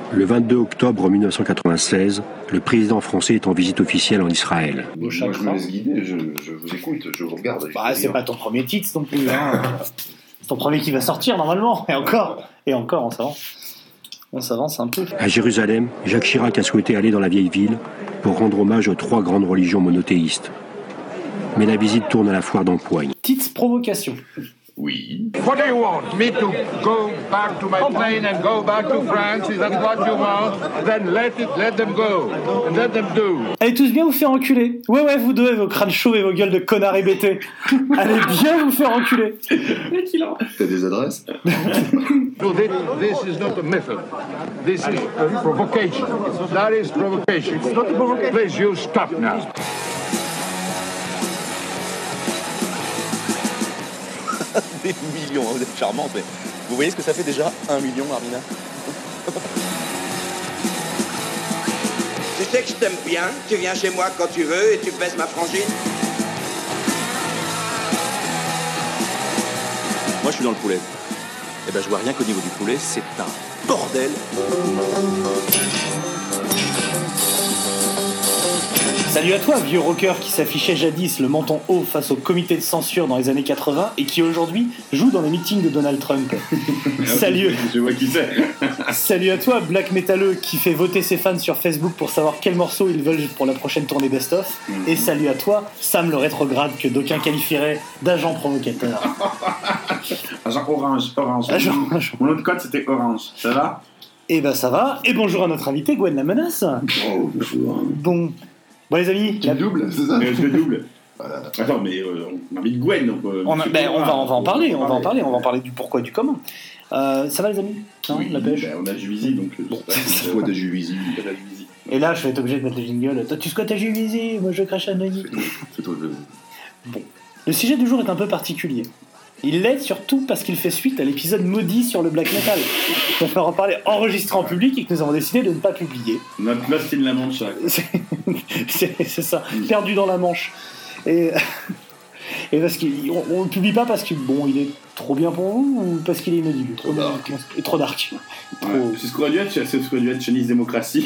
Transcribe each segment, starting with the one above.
Le 22 octobre 1996, le président français est en visite officielle en Israël. Moi, je me laisse guider, je vous écoute, je vous regarde. C'est pas ton premier titre non plus. C'est ton premier qui va sortir normalement. Et encore, on s'avance. On s'avance un peu. À Jérusalem, Jacques Chirac a souhaité aller dans la vieille ville pour rendre hommage aux 3 grandes religions monothéistes. Mais la visite tourne à la foire d'empoigne. Petite provocation. Oui. What do you want? Me to go back to my plane and go back to France? Is that what you want? Then let them go. And let them do. Allez tous bien vous faire enculer. Ouais, vous deux, vos crânes chauds et vos gueules de connards hébétés. Allez bien vous faire enculer. T'as des adresses? So this is not a method. This is a provocation. That is provocation. It's not a provocation. Please, you stop now. Des millions, vous êtes charmante, mais vous voyez ce que ça fait déjà 1 million, Armina? Tu sais que je t'aime bien, tu viens chez moi quand tu veux et tu baisses ma frangine. Moi je suis dans le poulet. Eh ben je vois rien qu'au niveau du poulet, c'est un bordel. Salut à toi, vieux rocker qui s'affichait jadis le menton haut face au comité de censure dans les années 80 et qui aujourd'hui joue dans les meetings de Donald Trump. Salut. Je vois qui c'est. Salut à toi, black métalleux qui fait voter ses fans sur Facebook pour savoir quel morceau ils veulent pour la prochaine tournée best-of. Et salut à toi, Sam le rétrograde que d'aucuns qualifieraient d'agent provocateur. Agent orange. Agent. Mon autre code c'était orange. Ça va? Eh ben ça va. Et bonjour à notre invité Gwen la menace. Oh, bonjour. Bon les amis. Tu doubles, c'est ça? Je double. Voilà. Attends, mais on invite Gwen, donc... on va en parler, on va en parler du pourquoi et du comment. Ça va les amis? Oui, la pêche. On a Juvisy, donc... C'est quoi ta Juvisy? Et là, je vais être obligé de mettre le jingle. Toi, tu squattes ta Juvisy, moi je crache à Neuilly. Fais-toi plaisir. Bon. Le sujet du jour est un peu particulier. Il l'est surtout parce qu'il fait suite à l'épisode maudit sur le black metal. On va en parler enregistré en public et que nous avons décidé de ne pas publier. Notre Lost in la Manche, là. C'est ça, perdu dans la Manche. Et parce qu'on ne publie pas parce que il est trop bien pour vous ou parce qu'il est inaudible? Trop dark. Trop dark. Ouais. C'est ce qu'on aurait dû être Chinese Democracy.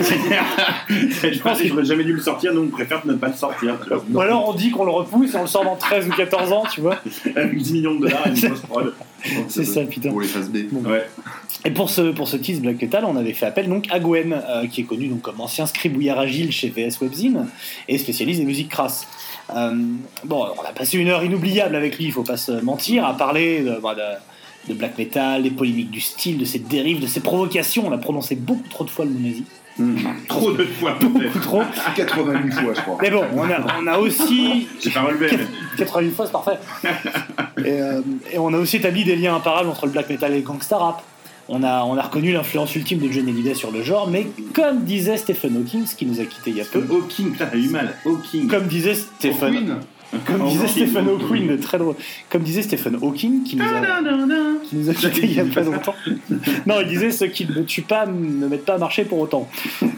Je pense que j'aurais jamais dû le sortir, donc on préfère ne pas le sortir. Ou alors on dit qu'on le repousse et on le sort dans 13 ou 14 ans, tu vois. Avec 10 millions de dollars et une post-prod. C'est ça, putain. Pour les phases B. Bon. Ouais. Et pour ce tease Black Metal, on avait fait appel donc à Gwen, qui est connu donc comme ancien scribouillard agile chez VS Webzine et spécialiste des musiques crasses. On a passé une heure inoubliable avec lui, il faut pas se mentir, à parler de black metal, des polémiques du style, de ses dérives, de ses provocations. On a prononcé beaucoup trop de fois le mot nazi. Trop de fois, beaucoup trop. 88 fois, je crois. Mais bon, on a aussi... J'ai pas relevé. 88 fois, c'est parfait. Et on a aussi établi des liens imparables entre le black metal et le gangsta rap. On a reconnu l'influence ultime de Johnny Hallyday sur le genre, mais comme disait Stephen Hawking, qui nous a quittés il y a peu... Hawking, putain, t'as eu mal. Hawking. Comme disait Stephen... Stephen Hawking, très drôle. Comme disait Stephen Hawking, qui nous a quittés il y a pas longtemps. Non, il disait ceux qui ne tuent pas ne mettent pas à marcher pour autant.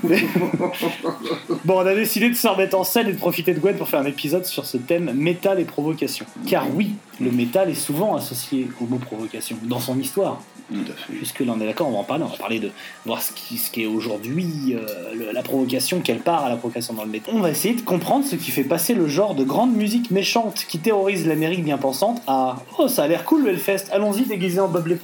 Bon, on a décidé de se remettre en scène et de profiter de Gwen pour faire un épisode sur ce thème métal et provocation. Car oui, le métal est souvent associé au mot provocation dans son histoire. Puisque là on est d'accord, on va en parler de voir ce qui est aujourd'hui la provocation, quelle part à la provocation dans le métal. On va essayer de comprendre ce qui fait passer le genre de grande musique méchante qui terrorise l'Amérique bien pensante à « Oh, ça a l'air cool le Hellfest, allons-y déguisé en Bob l'éponge !»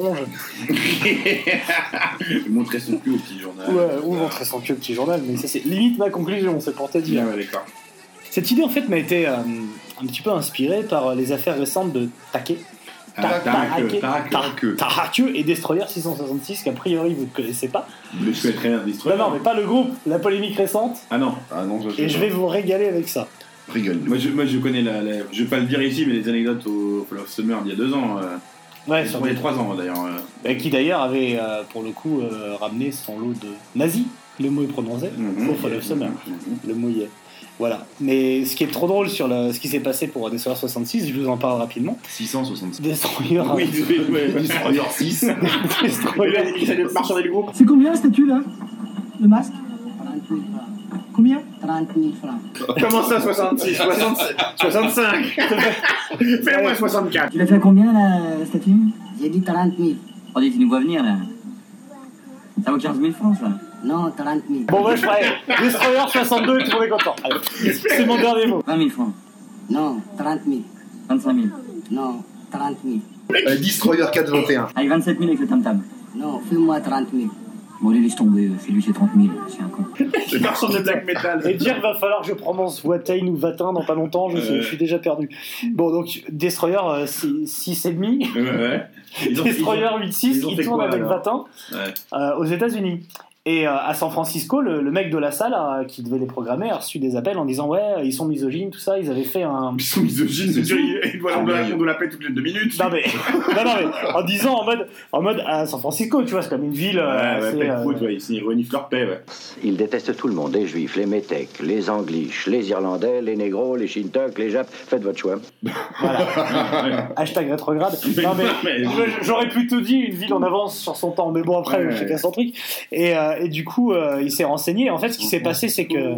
Montrer son cul au petit journal. Ouais, ou montrer son cul au petit journal, mais ça c'est limite ma conclusion, c'est pour te dire. Ouais, d'accord. Cette idée en fait m'a été un petit peu inspirée par les affaires récentes de Take et Destroyer 666 qu'a priori vous ne connaissez pas. Le Destroyer. Non, mais pas le groupe, la polémique récente. Ah non, et je vais vous régaler avec ça. Rigole. Moi je connais je vais pas le dire ici, mais les anecdotes au Fall of Summer d'il y a 2 ans. Ouais, sur les 3 ans d'ailleurs. Qui d'ailleurs avait pour le coup ramené son lot de nazis. Le mot est prononcé au Fall of Summer. Le mot y est. Voilà. Mais ce qui est trop drôle sur ce qui s'est passé pour Destroyer 66, je vous en parle rapidement. 666. Destroyer. Oui, Destroyer 6. Destroyer. Il allait marcher le groupe. C'est combien la statue là? Le masque? 30 000 francs. Combien? 30 000 francs. Comment ça 66 65 Fais-moi 64. Tu l'as fait à combien la statue? J'ai dit 30 000. On dit, tu nous vois venir là. Ça vaut 15 000 francs, ça. Non, 30 000. Bon, moi je ferais Destroyer 62 et tout le monde est content. Allez, c'est mon dernier mot. 20 000 francs. Non, 30 000. 25 000. Non, 30 000. Destroyer 421. Avec 27 000 avec le tam-tam. Non, fais-moi 30 000. Bon, allez, laisse tomber, fais-lui ses 30 000, c'est un con. C'est personne de black metal. Et dire va falloir que je prononce Watain ou Vatin dans pas longtemps, je suis déjà perdu. Bon, donc Destroyer 6,5. Ouais. Destroyer 8,6 qui tourne quoi, avec alors Vatin aux États-Unis. Et à San Francisco, le mec de la salle qui devait les programmer a reçu des appels en disant ouais, ils sont misogynes, tout ça. Ils avaient fait un. Ils sont misogynes, c'est sûr. Ils doivent on doit la paix toutes les 2 minutes. Non mais en disant en mode à San Francisco, tu vois, c'est comme une ville. Ils reniflent leur paix, ouais. Ils détestent tout le monde, les juifs, les métèques, les angliches, les irlandais, les négros, les shintok, les japs. Faites votre choix. Voilà. Hashtag rétrograde. Non mais j'aurais plutôt dit une ville en avance sur son temps, mais bon après chacun son truc. Et du coup, il s'est renseigné. En fait, ce qui s'est passé, c'est que.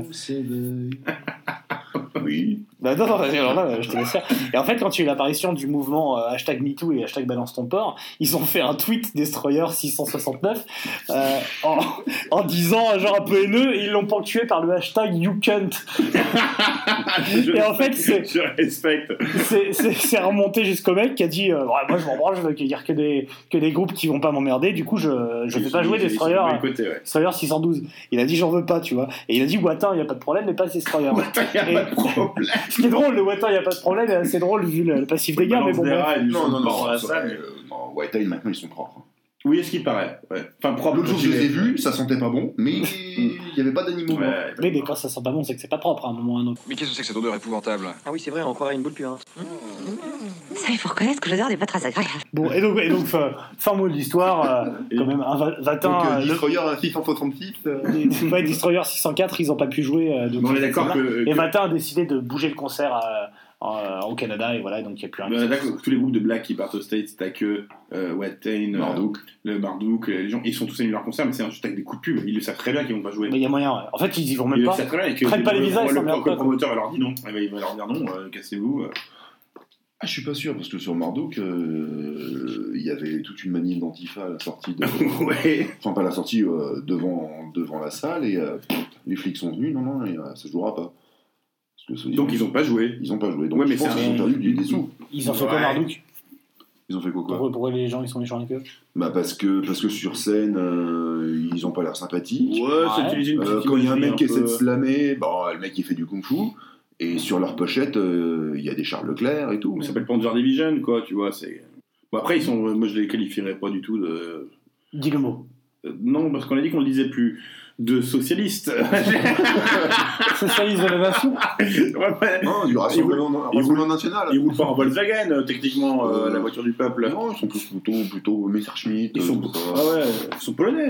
Oui. Non, alors là, je te laisse faire. Et en fait, quand il y a eu l'apparition du mouvement hashtag MeToo et hashtag Balance ton port, ils ont fait un tweet Destroyer 669 en disant, genre un peu haineux, et ils l'ont ponctué par le hashtag YouCunt. Et en fait, je respecte. C'est remonté jusqu'au mec qui a dit moi je m'en branle, je veux accueillir que des groupes qui vont pas m'emmerder, du coup je vais pas jouer Destroyer 612. Il a dit j'en veux pas, tu vois. Et il a dit Watain, il y a pas de problème, mais pas Destroyer. Watain, il y a pas de problème. Ce qui est drôle, le Watain, il n'y a pas de problème, et c'est drôle vu le passif des gars, mais bon. Non, Watain, maintenant ils sont propres. Oui, est-ce qu'il paraît Enfin, propre. L'autre jour, je les ai vus, ça sentait pas bon, mais il n'y avait pas d'animaux. Oui, mais quand ça sent pas bon, c'est que c'est pas propre à un moment ou à un autre. Mais qu'est-ce que c'est que cette odeur épouvantable? Ah oui, c'est vrai, on croirait une boule puante. Ça, il faut reconnaître que l'odeur n'est pas très agréable. Bon, et donc fin mot de l'histoire, quand même, un Vatin. Donc, Destroyer 636. Destroyer 604, ils n'ont pas pu jouer. On est d'accord que. Et Vatin a décidé de bouger le concert au Canada, et voilà, donc il n'y a plus rien. D'accord, tous les groupes de black qui partent aux States, t'as que Watain, le Marduk, les gens, ils sont tous annulés leur concert, mais c'est juste avec des coups de pub. Ils le savent très bien qu'ils vont pas jouer. Mais il y a moyen, ouais. En fait, ils y vont même pas. Ils le savent très bien. Ils prennent pas les visas, ils s'en mettent. Le promoteur leur dit non. Il va leur dire non, cassez-vous. Ah, je suis pas sûr, parce que sur Marduk, il y avait toute une manille d'Antifa à la sortie de. Ouais. Enfin, pas la sortie, devant la salle, et les flics sont venus, non, ça se jouera pas. Donc ils ont pas joué. Ils ont pas joué. Donc ouais, mais je pense qu'ils ont perdu des sous. Ils ont fait quoi, Marduk? Ils ont fait quoi Pourquoi les gens ils sont méchants avec eux? Bah parce que sur scène ils ont pas l'air sympathiques. Ouais. Quand il y a un mec qui essaie de slammer, le mec il fait du kung-fu. Et sur leur pochette, il y a des Charles Leclerc et tout. Ça s'appelle Panzer Division, quoi, tu vois. C'est. Bon, après, moi je les qualifierais pas du tout de. Dis le mot. Non, parce qu'on a dit qu'on le disait plus. De socialistes. Socialistes de la nation. Non, du Rassemblement National. Ils roulent pas en Volkswagen, techniquement, la voiture du peuple. Non, ils sont tous plutôt Messerschmitt. Ils sont polonais.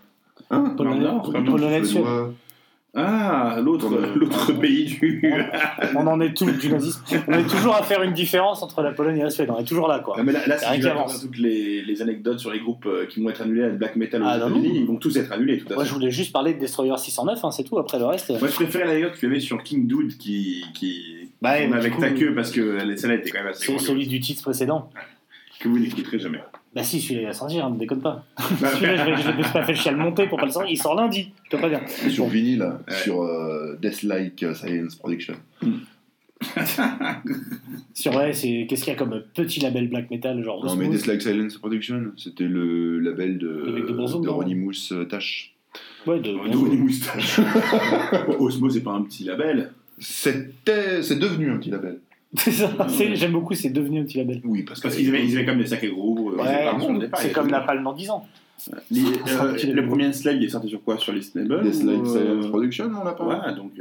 Polonais suédois. Ah, l'autre pays du. On en est tout du nazisme. On est toujours à faire une différence entre la Pologne et la Suède. On est toujours là, quoi. Mais là si tu regardes toutes les anecdotes sur les groupes qui vont être annulés à Black Metal aux États-Unis, ils vont tous être annulés, tout à fait. Moi, je voulais juste parler de Destroyer 609, c'est tout. Après le reste. Moi, je préférais l'anecdote que tu avais sur King Dude qui avec ta queue, parce que celle-là était quand même assez. C'est celui du titre précédent. Que vous n'écouterez jamais. Bah si, celui-là il va sortir, ne déconne pas. Celui-là, je l'ai pas fait le chien le monter pour pas le sortir. Il sort lundi, je peux pas dire. Sur vinyle, sur Deathlike Science Production. Sur qu'est-ce qu'il y a comme petit label black metal genre? Non mais Deathlike Silence Production, c'était le label de Ronnie Mousse Tash. Ouais, de Ronnie Mousse Tash. Osmo, c'est pas un petit label. C'est devenu un petit label. C'est ça, j'aime beaucoup, c'est devenu un petit label. Oui, parce qu'ils avaient quand même des sacrés gros. C'est comme Napalm dans 10 ans. Le premier Slave, il est sorti sur quoi? Sur Listenable? Deathlike Silence Production, on l'a pas. Ouais, donc.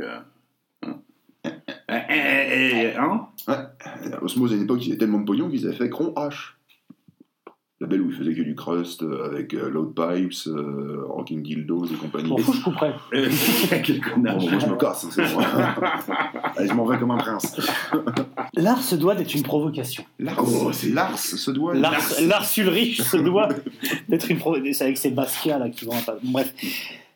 Osmose à une époque, ils avaient tellement de pognon qu'ils avaient fait Cron H. Label où ils faisaient que du crust avec Loud Pipes, Rocking Dildos et compagnie. M'en fous, je couperais. Quel connard. Moi je me casse, c'est bon. Allez, je m'en vais comme un prince. L'art se doit d'être une provocation. L'art se doit. Lars Ulrich se doit d'être une provocation. C'est avec ces Basquiat là qui vont pas. Bref.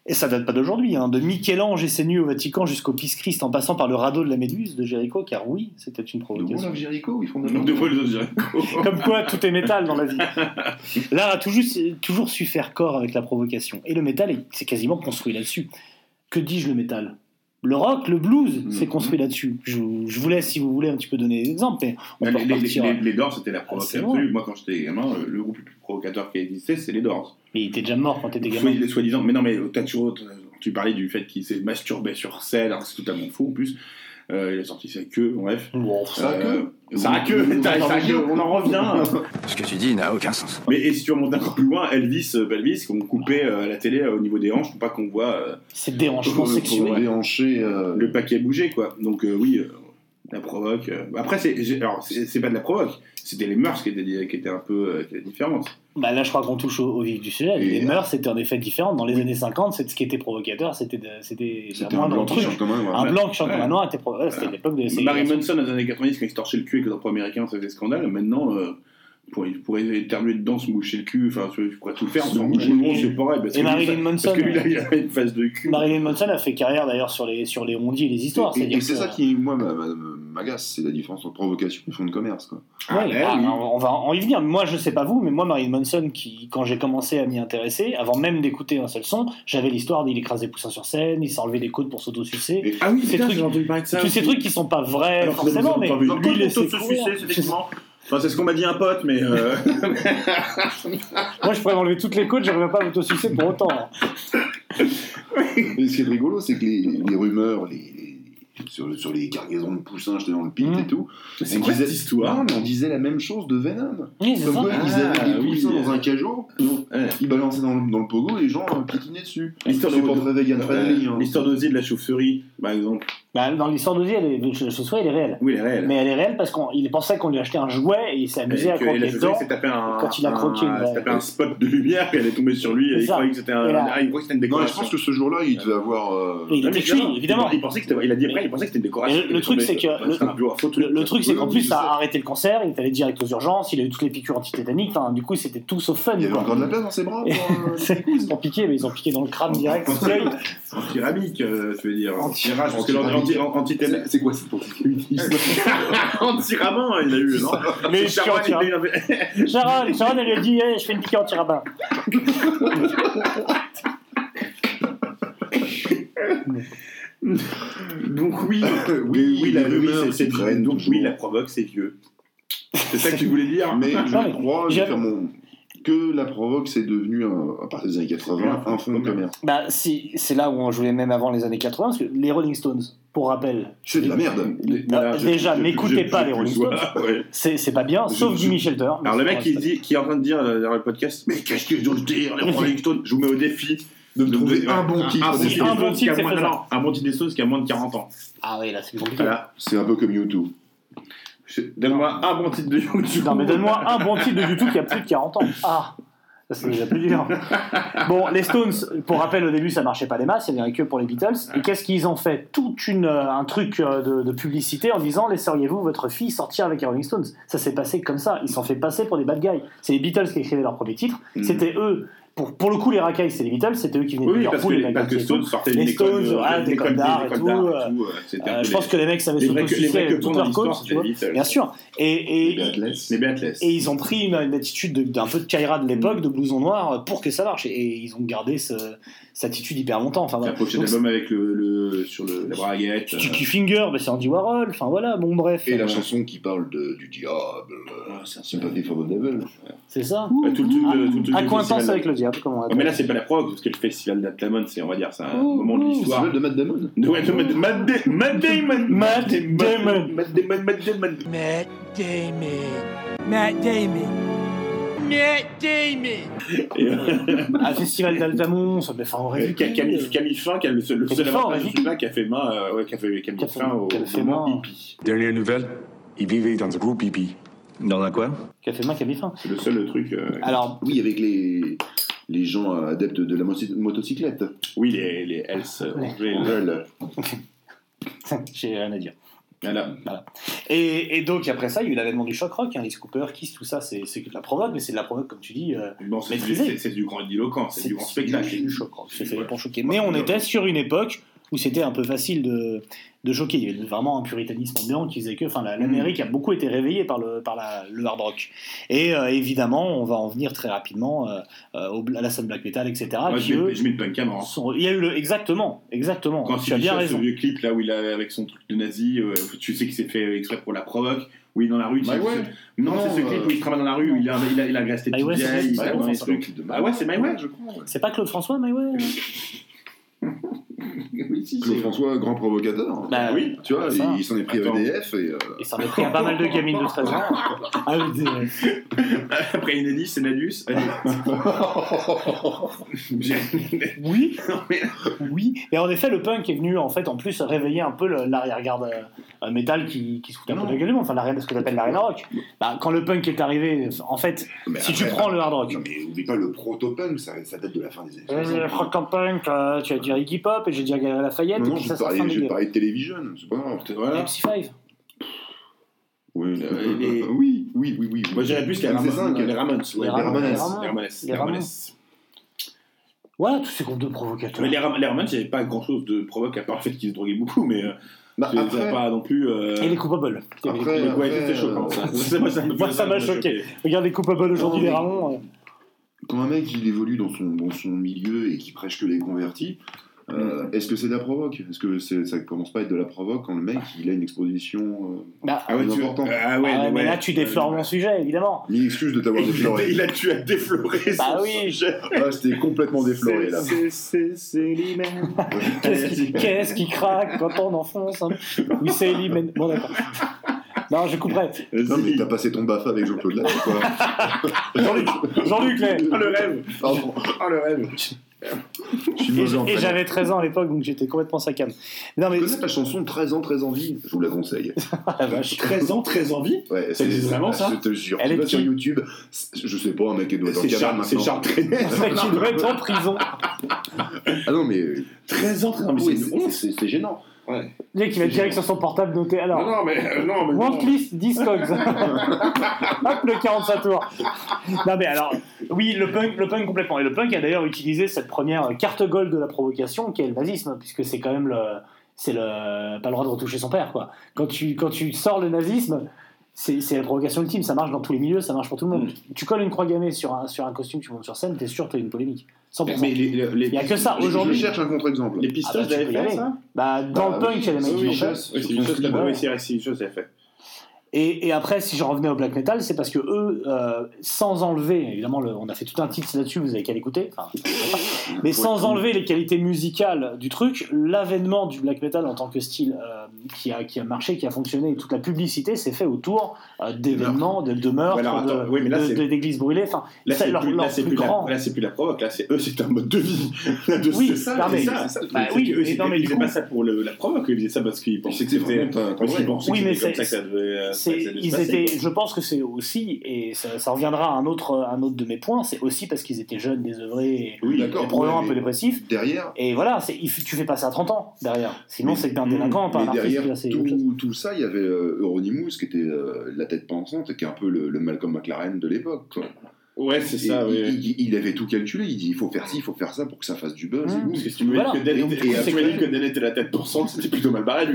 Et ça date pas d'aujourd'hui, hein. De Michel-Ange et ses nuits au Vatican jusqu'au Pisse Christ, en passant par le radeau de la Méduse de Jéricho, car oui, c'était une provocation. De Jéricho, ils font De Jéricho. Comme quoi, tout est métal dans la vie. L'art a toujours su faire corps avec la provocation. Et le métal, c'est quasiment construit là-dessus. Que dis-je, le métal ? Le rock, le blues, c'est construit là-dessus. Je vous laisse, si vous voulez, un petit peu donner des exemples. Mais on peut repartir. Les Doors, c'était la provocation absolue. Moi, quand j'étais gamin, le groupe le plus provocateur qui existait, c'est les Doors. Mais il était déjà mort quand t'étais gamin. Soi-disant. Mais non, mais tu parlais du fait qu'il s'est masturbé sur scène, alors c'est totalement faux en plus. Il a sorti sa queue, bref. Sa queue, on en revient. Ce que tu dis n'a aucun sens. Mais et si tu remontes encore plus loin, Elvis, qu'on coupait à la télé au niveau des hanches pour pas qu'on voit. C'est déhanchement sexuel. Déhancher. Le paquet bouger, quoi. Donc oui, la provoque. Après, c'est pas de la provoque. C'était les mœurs qui étaient un peu différentes. Bah là, je crois qu'on touche au vif du sujet. Les mœurs, c'était en effet différent. Dans les années 50, ce qui était provocateur, c'était un blanc qui chante comme un noir. Un blanc qui chante comme un noir était provocateur. C'était l'époque de Marilyn Manson, dans les années 90, quand il se torchait le cul avec les drapeaux américains, ça faisait scandale. Maintenant, il pourrait éternuer dedans, se moucher le cul, enfin, tu pourrais tout faire. C'est pareil. Et Marilyn Manson. Parce que lui, il avait une face de cul. Marilyn Manson a fait carrière d'ailleurs sur les on-dit et les histoires. Et c'est ça qui, moi, m'agace, c'est la différence entre provocation et fonds de commerce, quoi. Oui. On va en y venir. Moi, je sais pas vous, mais moi, Marilyn Manson, quand j'ai commencé à m'y intéresser, avant même d'écouter un seul son, j'avais l'histoire d'il écrase des poussins sur scène, il s'enlevait des côtes pour s'autosucer. Ah oui, j'ai entendu parler de ça. Tous ces trucs qui sont pas vrais, forcément, mais lui, il laissait courir. Enfin, c'est ce qu'on m'a dit un pote, mais. Moi, je pourrais m'enlever toutes les côtes, j'arriverais pas à m'autosucer pour autant. Mais ce qui est rigolo, c'est que les rumeurs, sur les cargaisons de poussins jetés dans le pit et tout. C'est quoi cette histoire ? Non, mais on disait la même chose de Venom. Oui, c'est ça. Ils avaient des poussins dans un cajot, ils balançaient dans le pogo et les gens piétinaient dessus. L'histoire d'Ozzy de la chauve-souris, par exemple. Bah, dans l'histoire d'Ozzy, la chauve-souris, elle est réelle. Oui, elle est réelle. Mais elle est réelle parce qu'il pensait qu'on lui achetait un jouet et il s'est amusé à croquer dedans. Quand il a croqué il s'est tapé un spot de lumière et elle est tombée sur lui et il croyait que c'était une décoration. Non, je pense que ce jour-là, il devait avoir. Il était cuit, évidemment. Il pensait que c'était une décoration. Le truc, c'est qu'en plus, ça a arrêté le concert, il est allé direct aux urgences, il a eu toutes les piqûres antitétaniques, du coup, c'était tout sauf fun. Il y avait encore de la place dans ses bras pour piquer, mais ils ont piqué dans le crâne direct. En céramique, tu veux dire. Anti-rage, parce que c'est quoi cette politique? Anti-ramin, il a eu, non? Mais Sharon, elle lui a dit je fais une piqûre anti-ramin. Donc oui, la provoque, c'est vieux. C'est ça que tu voulais dire? Mais je crois que la provoque, c'est devenu, à partir des années 80, un fonds de commerce. Bah, c'est là où on jouait même avant les années 80, parce que les Rolling Stones, pour rappel... C'est de la merde. Déjà, n'écoutez pas les Rolling Stones. C'est pas bien, sauf Jimmy Shelter. Alors le mec qui est en train de dire dans le podcast, mais qu'est-ce que j'ose dire, les Rolling Stones? Je vous mets au défi de me trouver un bon titre. Un bon titre des Stones qui a moins de 40 ans. Ah oui, là c'est compliqué. C'est un peu comme YouTube. Donne-moi un bon titre de YouTube. Non, mais donne-moi un bon titre de YouTube qui a plus de 40 ans. Ah, ça c'est déjà plus dur. Bon, les Stones, pour rappel, au début ça marchait pas des masses, il n'y avait que pour les Beatles. Et qu'est-ce qu'ils ont fait? Un truc de publicité en disant laisseriez-vous votre fille sortir avec les Rolling Stones? Ça s'est passé comme ça. Ils s'en fait passer pour des bad guys. C'est les Beatles qui écrivaient leur premier titre. C'était eux. Pour le coup, les racailles, c'était les Beatles, c'était eux qui venaient de Liverpool. Parce que Stones sortaient d'une école d'art et tout. Je pense que les mecs savaient s'autosucer avec toutes leurs côtes, bien sûr. Et ils ont pris une attitude d'un peu de Kyra de l'époque, de blouson noir, pour que ça marche. Et ils ont gardé cette attitude hyper longtemps. Enfin, la pochette d'album avec sur la braguette. Sticky Finger, c'est Andy Warhol. Enfin voilà, bon bref. Et la chanson qui parle du diable, Sympathy for the Devil. C'est ça. Accointance avec le diable, comment on appelle. Mais là, c'est pas la prog, parce que le festival d'Atlamon, c'est, on va dire, c'est un moment de l'histoire. C'est de Matt Damon. Ouais, de Matt Damon. Un festival d'Altamont, ça me fait en rêve. Camille Fin, qui a le seul avantage qui a fait main, qui a fait Camille Fin au moment hippie. Dernière nouvelle, il vivait dans un groupe hippie. Dans un quoi? Qui a fait main Camille Fin. C'est le seul truc. Alors, oui, avec les gens adeptes de la motocyclette. Oui, les Hells. J'ai rien à dire. Voilà. Et donc après ça, il y a eu l'avènement du shock rock, Alice Cooper, Kiss, tout ça, c'est que de la provoque, mais c'est de la provoque, comme tu dis, maîtrisée. C'est du grand éloquent, c'est du grand spectacle. C'est du shock rock, c'est fait pour choquer. Mais on était sur une époque où c'était un peu facile de choquer. Il y avait vraiment un puritanisme ambiant qui faisait que l'Amérique a beaucoup été réveillée par le hard rock. Et évidemment, on va en venir très rapidement à la scène black metal, etc. Ouais, je mets le punk à mort. Il y a eu exactement. Quand tu as bien raison. Ce vieux clip là où il est avec son truc de nazi, tu sais qu'il s'est fait exprès pour la provoque. Oui, dans la rue. Non, c'est ce clip où il travaille dans la rue, où il a agressé des petites vieilles. C'est My Way, je crois. C'est pas Claude François, My Way. Claude François, grand provocateur. Bah oui, tu vois, il s'en est pris à EDF et. Il s'en est pris à pas mal de gamines de 13 ans. À EDF. Après Inédit, c'est Nadius. Oui. Et en effet, le punk est venu en plus réveiller un peu l'arrière-garde métal qui se fout un peu de la gueule du monde. Enfin, ce que t'appelles l'arena rock. Quand le punk est arrivé, en fait, si tu prends le hard rock. Non, mais oublie pas le proto-punk, ça date de la fin des années. Le proto-punk, tu as dit Iggy Pop et j'ai dit Galerie Lafayette. Non, j'ai parlé de Television, c'est pas grave. Voilà. MC5. Oui. Moi, j'irais plus qu'à les Ramones. Les Ramones. Voilà, tous ces groupes de provocateurs. Mais les Ramones, il n'y avait pas grand-chose de provoque à part le fait qu'ils se droguaient beaucoup, mais après, pas non plus. Et les coupables. C'était choquant. Moi, ça m'a choqué. Regarde les coupables aujourd'hui, les Ramones. Quand un mec il évolue dans son milieu et qui prêche que les convertis, est-ce que c'est de la provoque ? Est-ce que ça commence pas à être de la provoque quand le mec il a une exposition importante ? Mais là tu déflores mon sujet, évidemment. Mille excuses de t'avoir défloré. Tu as défloré son sujet. C'était complètement défloré là. C'est l'hymen. Qu'est-ce qui craque quand on enfonce Oui, c'est l'hymen. Bon, d'accord. Non, je couperai. Non, mais t'as passé ton BAFA avec Jean-Claude Latte, quoi. Jean-Luc Lay. Le rêve. Pardon. Le rêve. Et j'avais 13 ans à l'époque, donc j'étais complètement sacam. Non, mais... Tu connais la chanson 13 ans, 13 envie ? Je vous la conseille. 13 ans, 13 envie ? Ouais, c'est vraiment ça ? Je te jure. Tu vas sur YouTube, je sais pas, un mec qui doit être en cabane maintenant. C'est Charles Trenet. Un mec qui doit être en prison. Ah non, mais... 13 ans, 13 ans, mais c'est une honte, c'est gênant. Ouais. Le mec qui va direct sur son portable noter. Alors, non, mais Wantlist, Discogs. Hop, le 45 tours. Non, mais alors, oui, le punk complètement. Et le punk a d'ailleurs utilisé cette première carte gold de la provocation, qui est le nazisme, puisque c'est quand même pas le droit de retoucher son père, quoi. Quand tu sors le nazisme, c'est la provocation ultime. Ça marche dans tous les milieux, ça marche pour tout le monde. Tu colles une croix gammée sur un costume, tu montes sur scène, t'es sûr que t'as une polémique. 100%. Mais il n'y a que ça aujourd'hui. Je cherche un contre-exemple. Les Pistols avaient fait ça. Dans le punk, il y a des mecs qui l'ont fait. C'est une chose, fait. Et après, si j'en revenais au black metal, c'est parce que eux, sans enlever, évidemment, on a fait tout un titre là-dessus, vous avez qu'à l'écouter, mais sans enlever les qualités musicales du truc, l'avènement du black metal en tant que style qui a marché, qui a fonctionné, et toute la publicité s'est fait autour d'événements, de meurtres, d'églises brûlées. Enfin, là, c'est plus la provoque, là, c'est un mode de vie. Oui, c'est ça. Ils faisaient pas ça pour la provoque, ils faisaient ça parce qu'ils pensaient que c'était comme ça que ça devait. Je pense que c'est aussi, et ça reviendra à un autre de mes points, c'est aussi parce qu'ils étaient jeunes, désœuvrés, et probablement un peu dépressifs. Derrière. Et voilà, tu fais pas ça à 30 ans derrière. Sinon, c'est un délinquant, pas un artiste. Derrière tout ça, il y avait Euronymous qui était la tête pensante, qui est un peu le Malcolm McLaren de l'époque, quoi. Ouais, c'est ça. Il avait tout calculé. Il dit il faut faire ci, il faut faire ça pour que ça fasse du buzz. Parce que si tu me dis que Den était la tête pensante, c'était plutôt mal barré.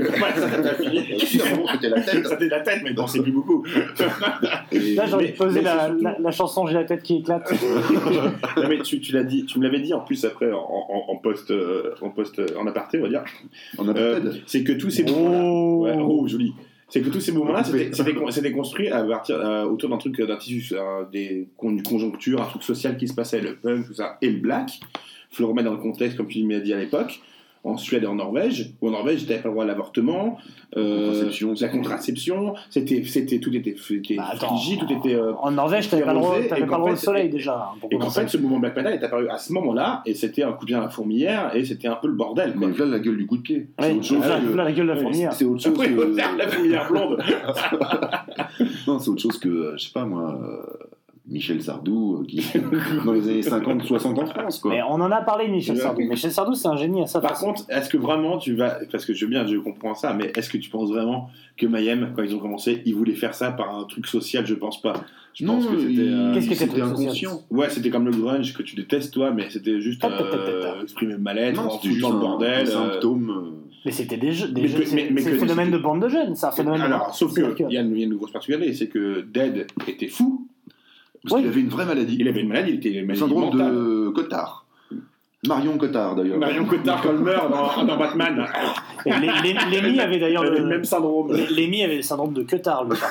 C'était la tête, mais il pensait plus beaucoup. Là, j'ai envie de poser la chanson J'ai la tête qui éclate. Mais tu me l'avais dit en plus après en post en aparté, on va dire. En aparté. C'est que tous ces moments-là. Oh, joli. C'est que tous ces moments-là, c'était construit à partir autour d'un truc, d'un tissu, d'une conjoncture, un truc social qui se passait, le punk, tout ça, et le black. Il faut le remettre dans le contexte, comme tu m'as dit à l'époque. En Suède et en Norvège, où en Norvège, t'avais pas le droit à l'avortement, la contraception, tout était frigide, tout était. En Norvège, t'avais pas le droit au soleil déjà. Et qu'en fait, ce mouvement Black Metal est apparu à ce moment-là, et c'était un coup de pied à la fourmilière, et c'était un peu le bordel. Mais là, la gueule du coup de pied. C'est autre chose. Là, la gueule de la fourmilière. C'est autre chose que. La fourmilière blonde. Non, c'est autre chose que, je sais pas moi. Michel Sardou, qui dans les années 50-60 en France, quoi. Mais on en a parlé de Michel Sardou. Michel Sardou, c'est un génie à sa façon. Par contre, est-ce que vraiment tu vas... Parce que je comprends ça, mais est-ce que tu penses vraiment que Mayhem, quand ils ont commencé, ils voulaient faire ça par un truc social? Je pense pas. Je pense que c'était... Qu'est-ce que c'était inconscient? Ouais, c'était comme le grunge que tu détestes, toi, mais c'était juste exprimer le mal-être, en foutant le bordel. Symptôme... Mais c'était des jeux. C'est le phénomène de bande de jeunes, c'est un phénomène. Alors, sauf qu'il y a une grosse particularité, c'est que Dead était fou. Parce qu'il avait une vraie maladie. Il avait une maladie, il était maladie syndrome mentale. de Cotard. Marion Cotard, d'ailleurs. Marion Cotard, quand elle meurt dans Batman. Lémi avait d'ailleurs le même syndrome. Lémi avait le syndrome de Cotard, lui.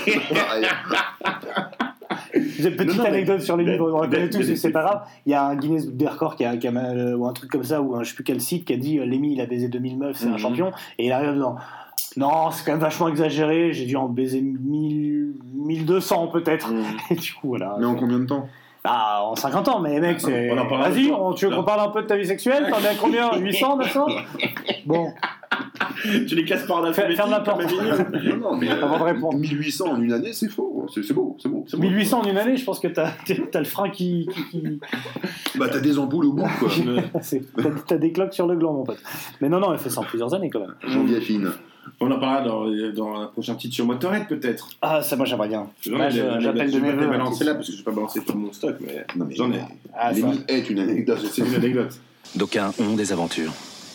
J'ai une petite anecdote sur les livres, on la connaît tous, c'est pas grave. Il y a un Guinness des records ou un truc comme ça, ou je sais plus quel site, qui a dit Lémi, il a baisé 2000 meufs, c'est un champion, et il arrive dedans. Non, c'est quand même vachement exagéré, j'ai dû en baiser 1200 peut-être. Et du coup, voilà. Mais en combien de temps? Ah, en 50 ans, mais mec, c'est. Vas-y, tu veux qu'on parle un peu de ta vie sexuelle? T'en es à combien? 800, 900? Bon. Tu les casses par l'alphabétique. Ferme la porte. Non, mais avant de répondre. 1800 en une année, c'est faux. C'est beau. 1800 en une année, je pense que t'as le frein qui... Bah, t'as des ampoules au bout, quoi. T'as des cloques sur le gland, mon pote. Mais non, elle fait ça en plusieurs années, quand même. Jean-Pierre Fine. On en parlera dans un prochain titre sur Motorhead, peut-être. Ah, ça, moi, j'aimerais bien. J'appelle de mes vœux. Je vais pas balancer là, parce que je vais pas balancer tout mon stock, mais j'en ai. Lémi est une anecdote. C'est une anecdote. D'aucuns ont des aventures.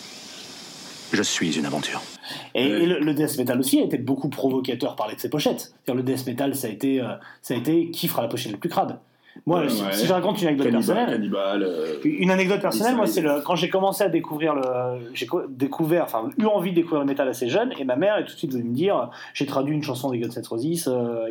Je suis une aventure. Et le death metal aussi a été beaucoup provocateur par de ses pochettes. C'est-à-dire, le death metal, ça a été qui fera la pochette la plus crade. Moi, si je raconte une anecdote personnelle, une anecdote personnelle, moi, c'est quand j'ai commencé à découvrir j'ai eu envie de découvrir le métal assez jeune, et ma mère est tout de suite venue me dire, j'ai traduit une chanson des Guns N' Roses,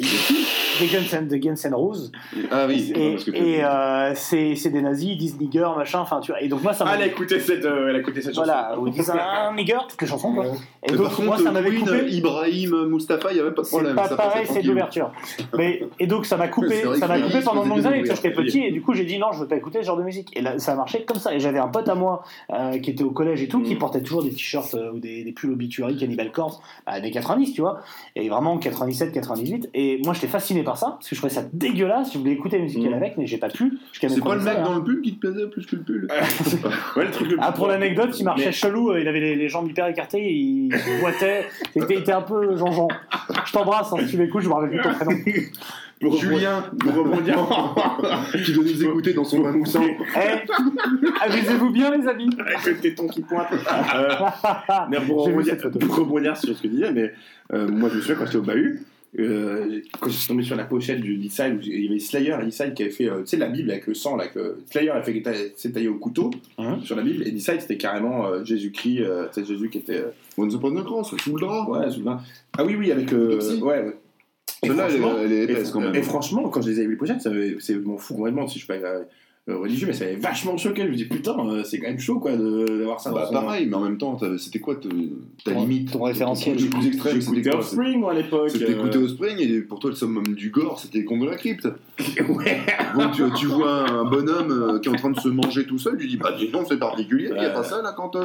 des Guns N' Roses. Ah oui. Et c'est des nazis, ils disent nigger, machin, enfin tu vois. Et donc moi, ça m'a. Elle a écouté cette chanson. Voilà, ils disent un nigger, toutes les chansons, quoi. Et donc moi, ça m'avait coupé. Ibrahim, Mustafa, il y avait pas de problème. C'est pas pareil, c'est de l'ouverture. Et donc ça m'a coupé pendant de longues années. J'étais petit et du coup j'ai dit non, je veux pas écouter ce genre de musique, et là ça a marché comme ça. Et j'avais un pote à moi qui était au collège et tout, qui portait toujours des t-shirts ou des pulls Obituary, Cannibal Corpse, des 90, tu vois, et vraiment 97, 98, et moi j'étais fasciné par ça parce que je trouvais ça dégueulasse. Je voulais écouter la musique avec, mais j'ai pas pu. C'est pas le mec dans le pull qui te plaisait plus que le pull? Ouais, le truc. Pour l'anecdote, il marchait chelou, il avait les jambes hyper écartées, il boitait, il était un peu Jean-Jean. Je t'embrasse, si tu m'écoutes, je me rappelle plus ton prénom. Julien, pour rebondir, qui doit nous écouter dans son bain moussant. Amusez-vous bien, les amis. Avec le téton qui pointe. Mais pour rebondir sur ce que tu disais, mais moi je me souviens quand j'étais au Bahut, quand je suis tombé sur la pochette du Deicide, il y avait Slayer et Deicide qui avait fait, tu sais, la Bible avec le sang, là, que Slayer a fait s'est taillé au couteau sur la Bible, et Deicide c'était carrément Jésus-Christ, c'est Jésus qui était. Once upon a cross, sous le drap. Ouais, sous le drap. Ah oui, avec. Ouais. Celle-là, elle est épaisse quand même. Et franchement, quand je les avais vu les pochettes, c'est mon fou complètement, si je suis pas religieux, mais ça avait vachement choqué. Je me dis putain, c'est quand même chaud quoi d'avoir ça. Bah pareil, mais en même temps, c'était quoi ta limite? Ton référentiel. Le plus extrême, c'était Offspring à l'époque. C'était écouter Offspring, et pour toi, le summum du gore, c'était Contre la crypte. Ouais. Donc tu vois un bonhomme qui est en train de se manger tout seul, tu dis bah dis donc, c'est particulier, il y a pas ça la cantoche.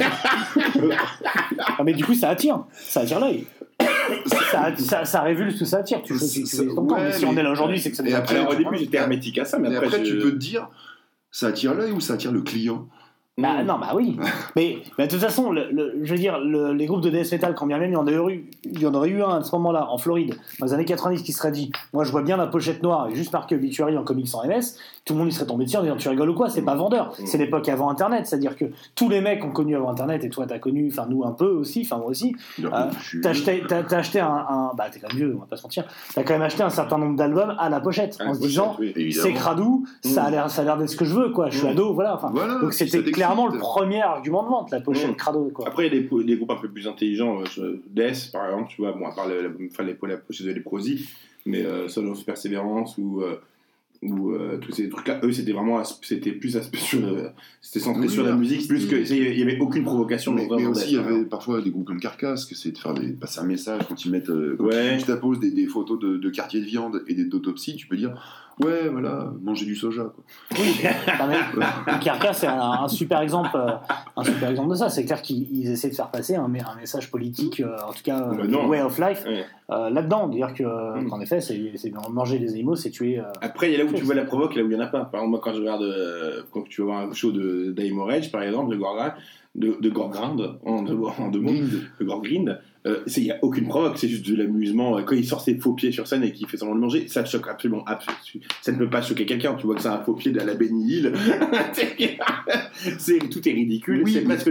Ah, mais du coup, ça attire l'œil. Ça révulse, tout ça attire. Tu mais si on est là aujourd'hui, c'est que ça. Et après, au début, j'étais hermétique à ça, mais après tu peux te dire, ça attire l'œil ou ça attire le client? Non, bah oui. mais de toute façon, je veux dire, les groupes de death metal, quand bien même, il y en aurait eu un à ce moment-là, en Floride, dans les années 90, qui serait dit, moi je vois bien la pochette noire, et juste marqué Obituary en comics en MS, tout le monde y serait tombé dessus en disant, tu rigoles ou quoi, c'est pas vendeur. C'est l'époque avant Internet, c'est-à-dire que tous les mecs ont connu avant Internet, et toi t'as connu, enfin nous un peu aussi, enfin moi aussi, t'as acheté bah t'es quand même vieux, on va pas se mentir, t'as quand même acheté un certain nombre d'albums à la pochette, en se disant, c'est cradou, ça a l'air d'être ce que je veux, quoi, je suis ado, voilà. Donc c'était clairement le premier argument de vente, la pochette crado, quoi. Après, il y a des groupes un peu plus intelligents, Death par exemple, tu vois, bon, à part la pochette de Leprosy, mais Son of Perseverance ou tous ces trucs-là, eux, c'était plus c'était centré sur la musique, plus que il y avait aucune provocation. Mais aussi, il y avait parfois des groupes comme Carcass, que c'est de faire passer un message quand ils mettent, quand ils t'apposent des photos de quartiers de viande et d'autopsies, tu peux dire. Ouais, voilà, manger du soja, quoi. Oui, Kirka, c'est un super exemple de ça. C'est clair qu'ils essaient de faire passer un message politique, en tout cas, way of life, là-dedans. Dire qu'en effet, c'est manger des animaux, c'est tuer. Après, il y a là où tu vois la provoque, là où il n'y en a pas. Par exemple, moi, quand je regarde, quand tu vas voir un show de Daimo Rage, par exemple, de Gorgrind, en deux mots, de Gorgrind, il n'y a aucune provoque, c'est juste de l'amusement. Quand il sort ses faux pieds sur scène et qu'il fait semblant de manger, ça te choque absolument. Ça ne peut pas choquer quelqu'un. Tu vois que c'est un faux pied de la Benny Hill. Tout est ridicule. Oui, c'est presque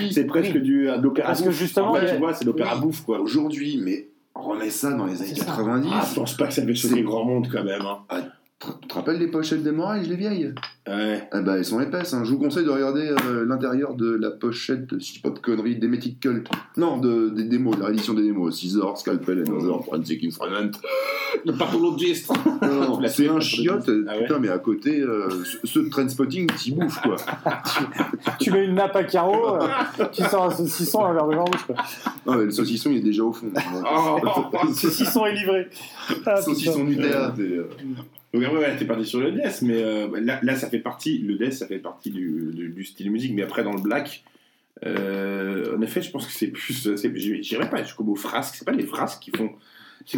de l'opéra. Parce que justement, tu vois, c'est l'opéra bouffe, quoi. Aujourd'hui, mais remets ça dans les années 90. Je pense pas que ça devait choquer grand monde, quand même. Tu te rappelles les pochettes des Morages, les vieilles? Ouais. Eh ben, elles sont épaisses. Je vous conseille de regarder l'intérieur de la pochette, si je dis pas de conneries, d'Emetic Cult. Non, des démos, de la réédition des démos. Scissor, Scalpel, Another, Forensic Instrument. Le pathologiste. Non, c'est un chiotte. Putain, mais à côté, ceux de Trainspotting, t'y bouffent, quoi. Tu mets une nappe à carreaux, tu sors un saucisson, un verre de jambouche, quoi. Non, mais le saucisson, il est déjà au fond. Le saucisson est livré. Saucisson Nutella, Donc après, t'es parti sur le death, mais là, ça fait partie, le death, ça fait partie du style de musique, mais après, dans le black, en effet, je pense que c'est plus, j'irais pas jusqu'au mot frasque, c'est pas les frasques qui font... C'est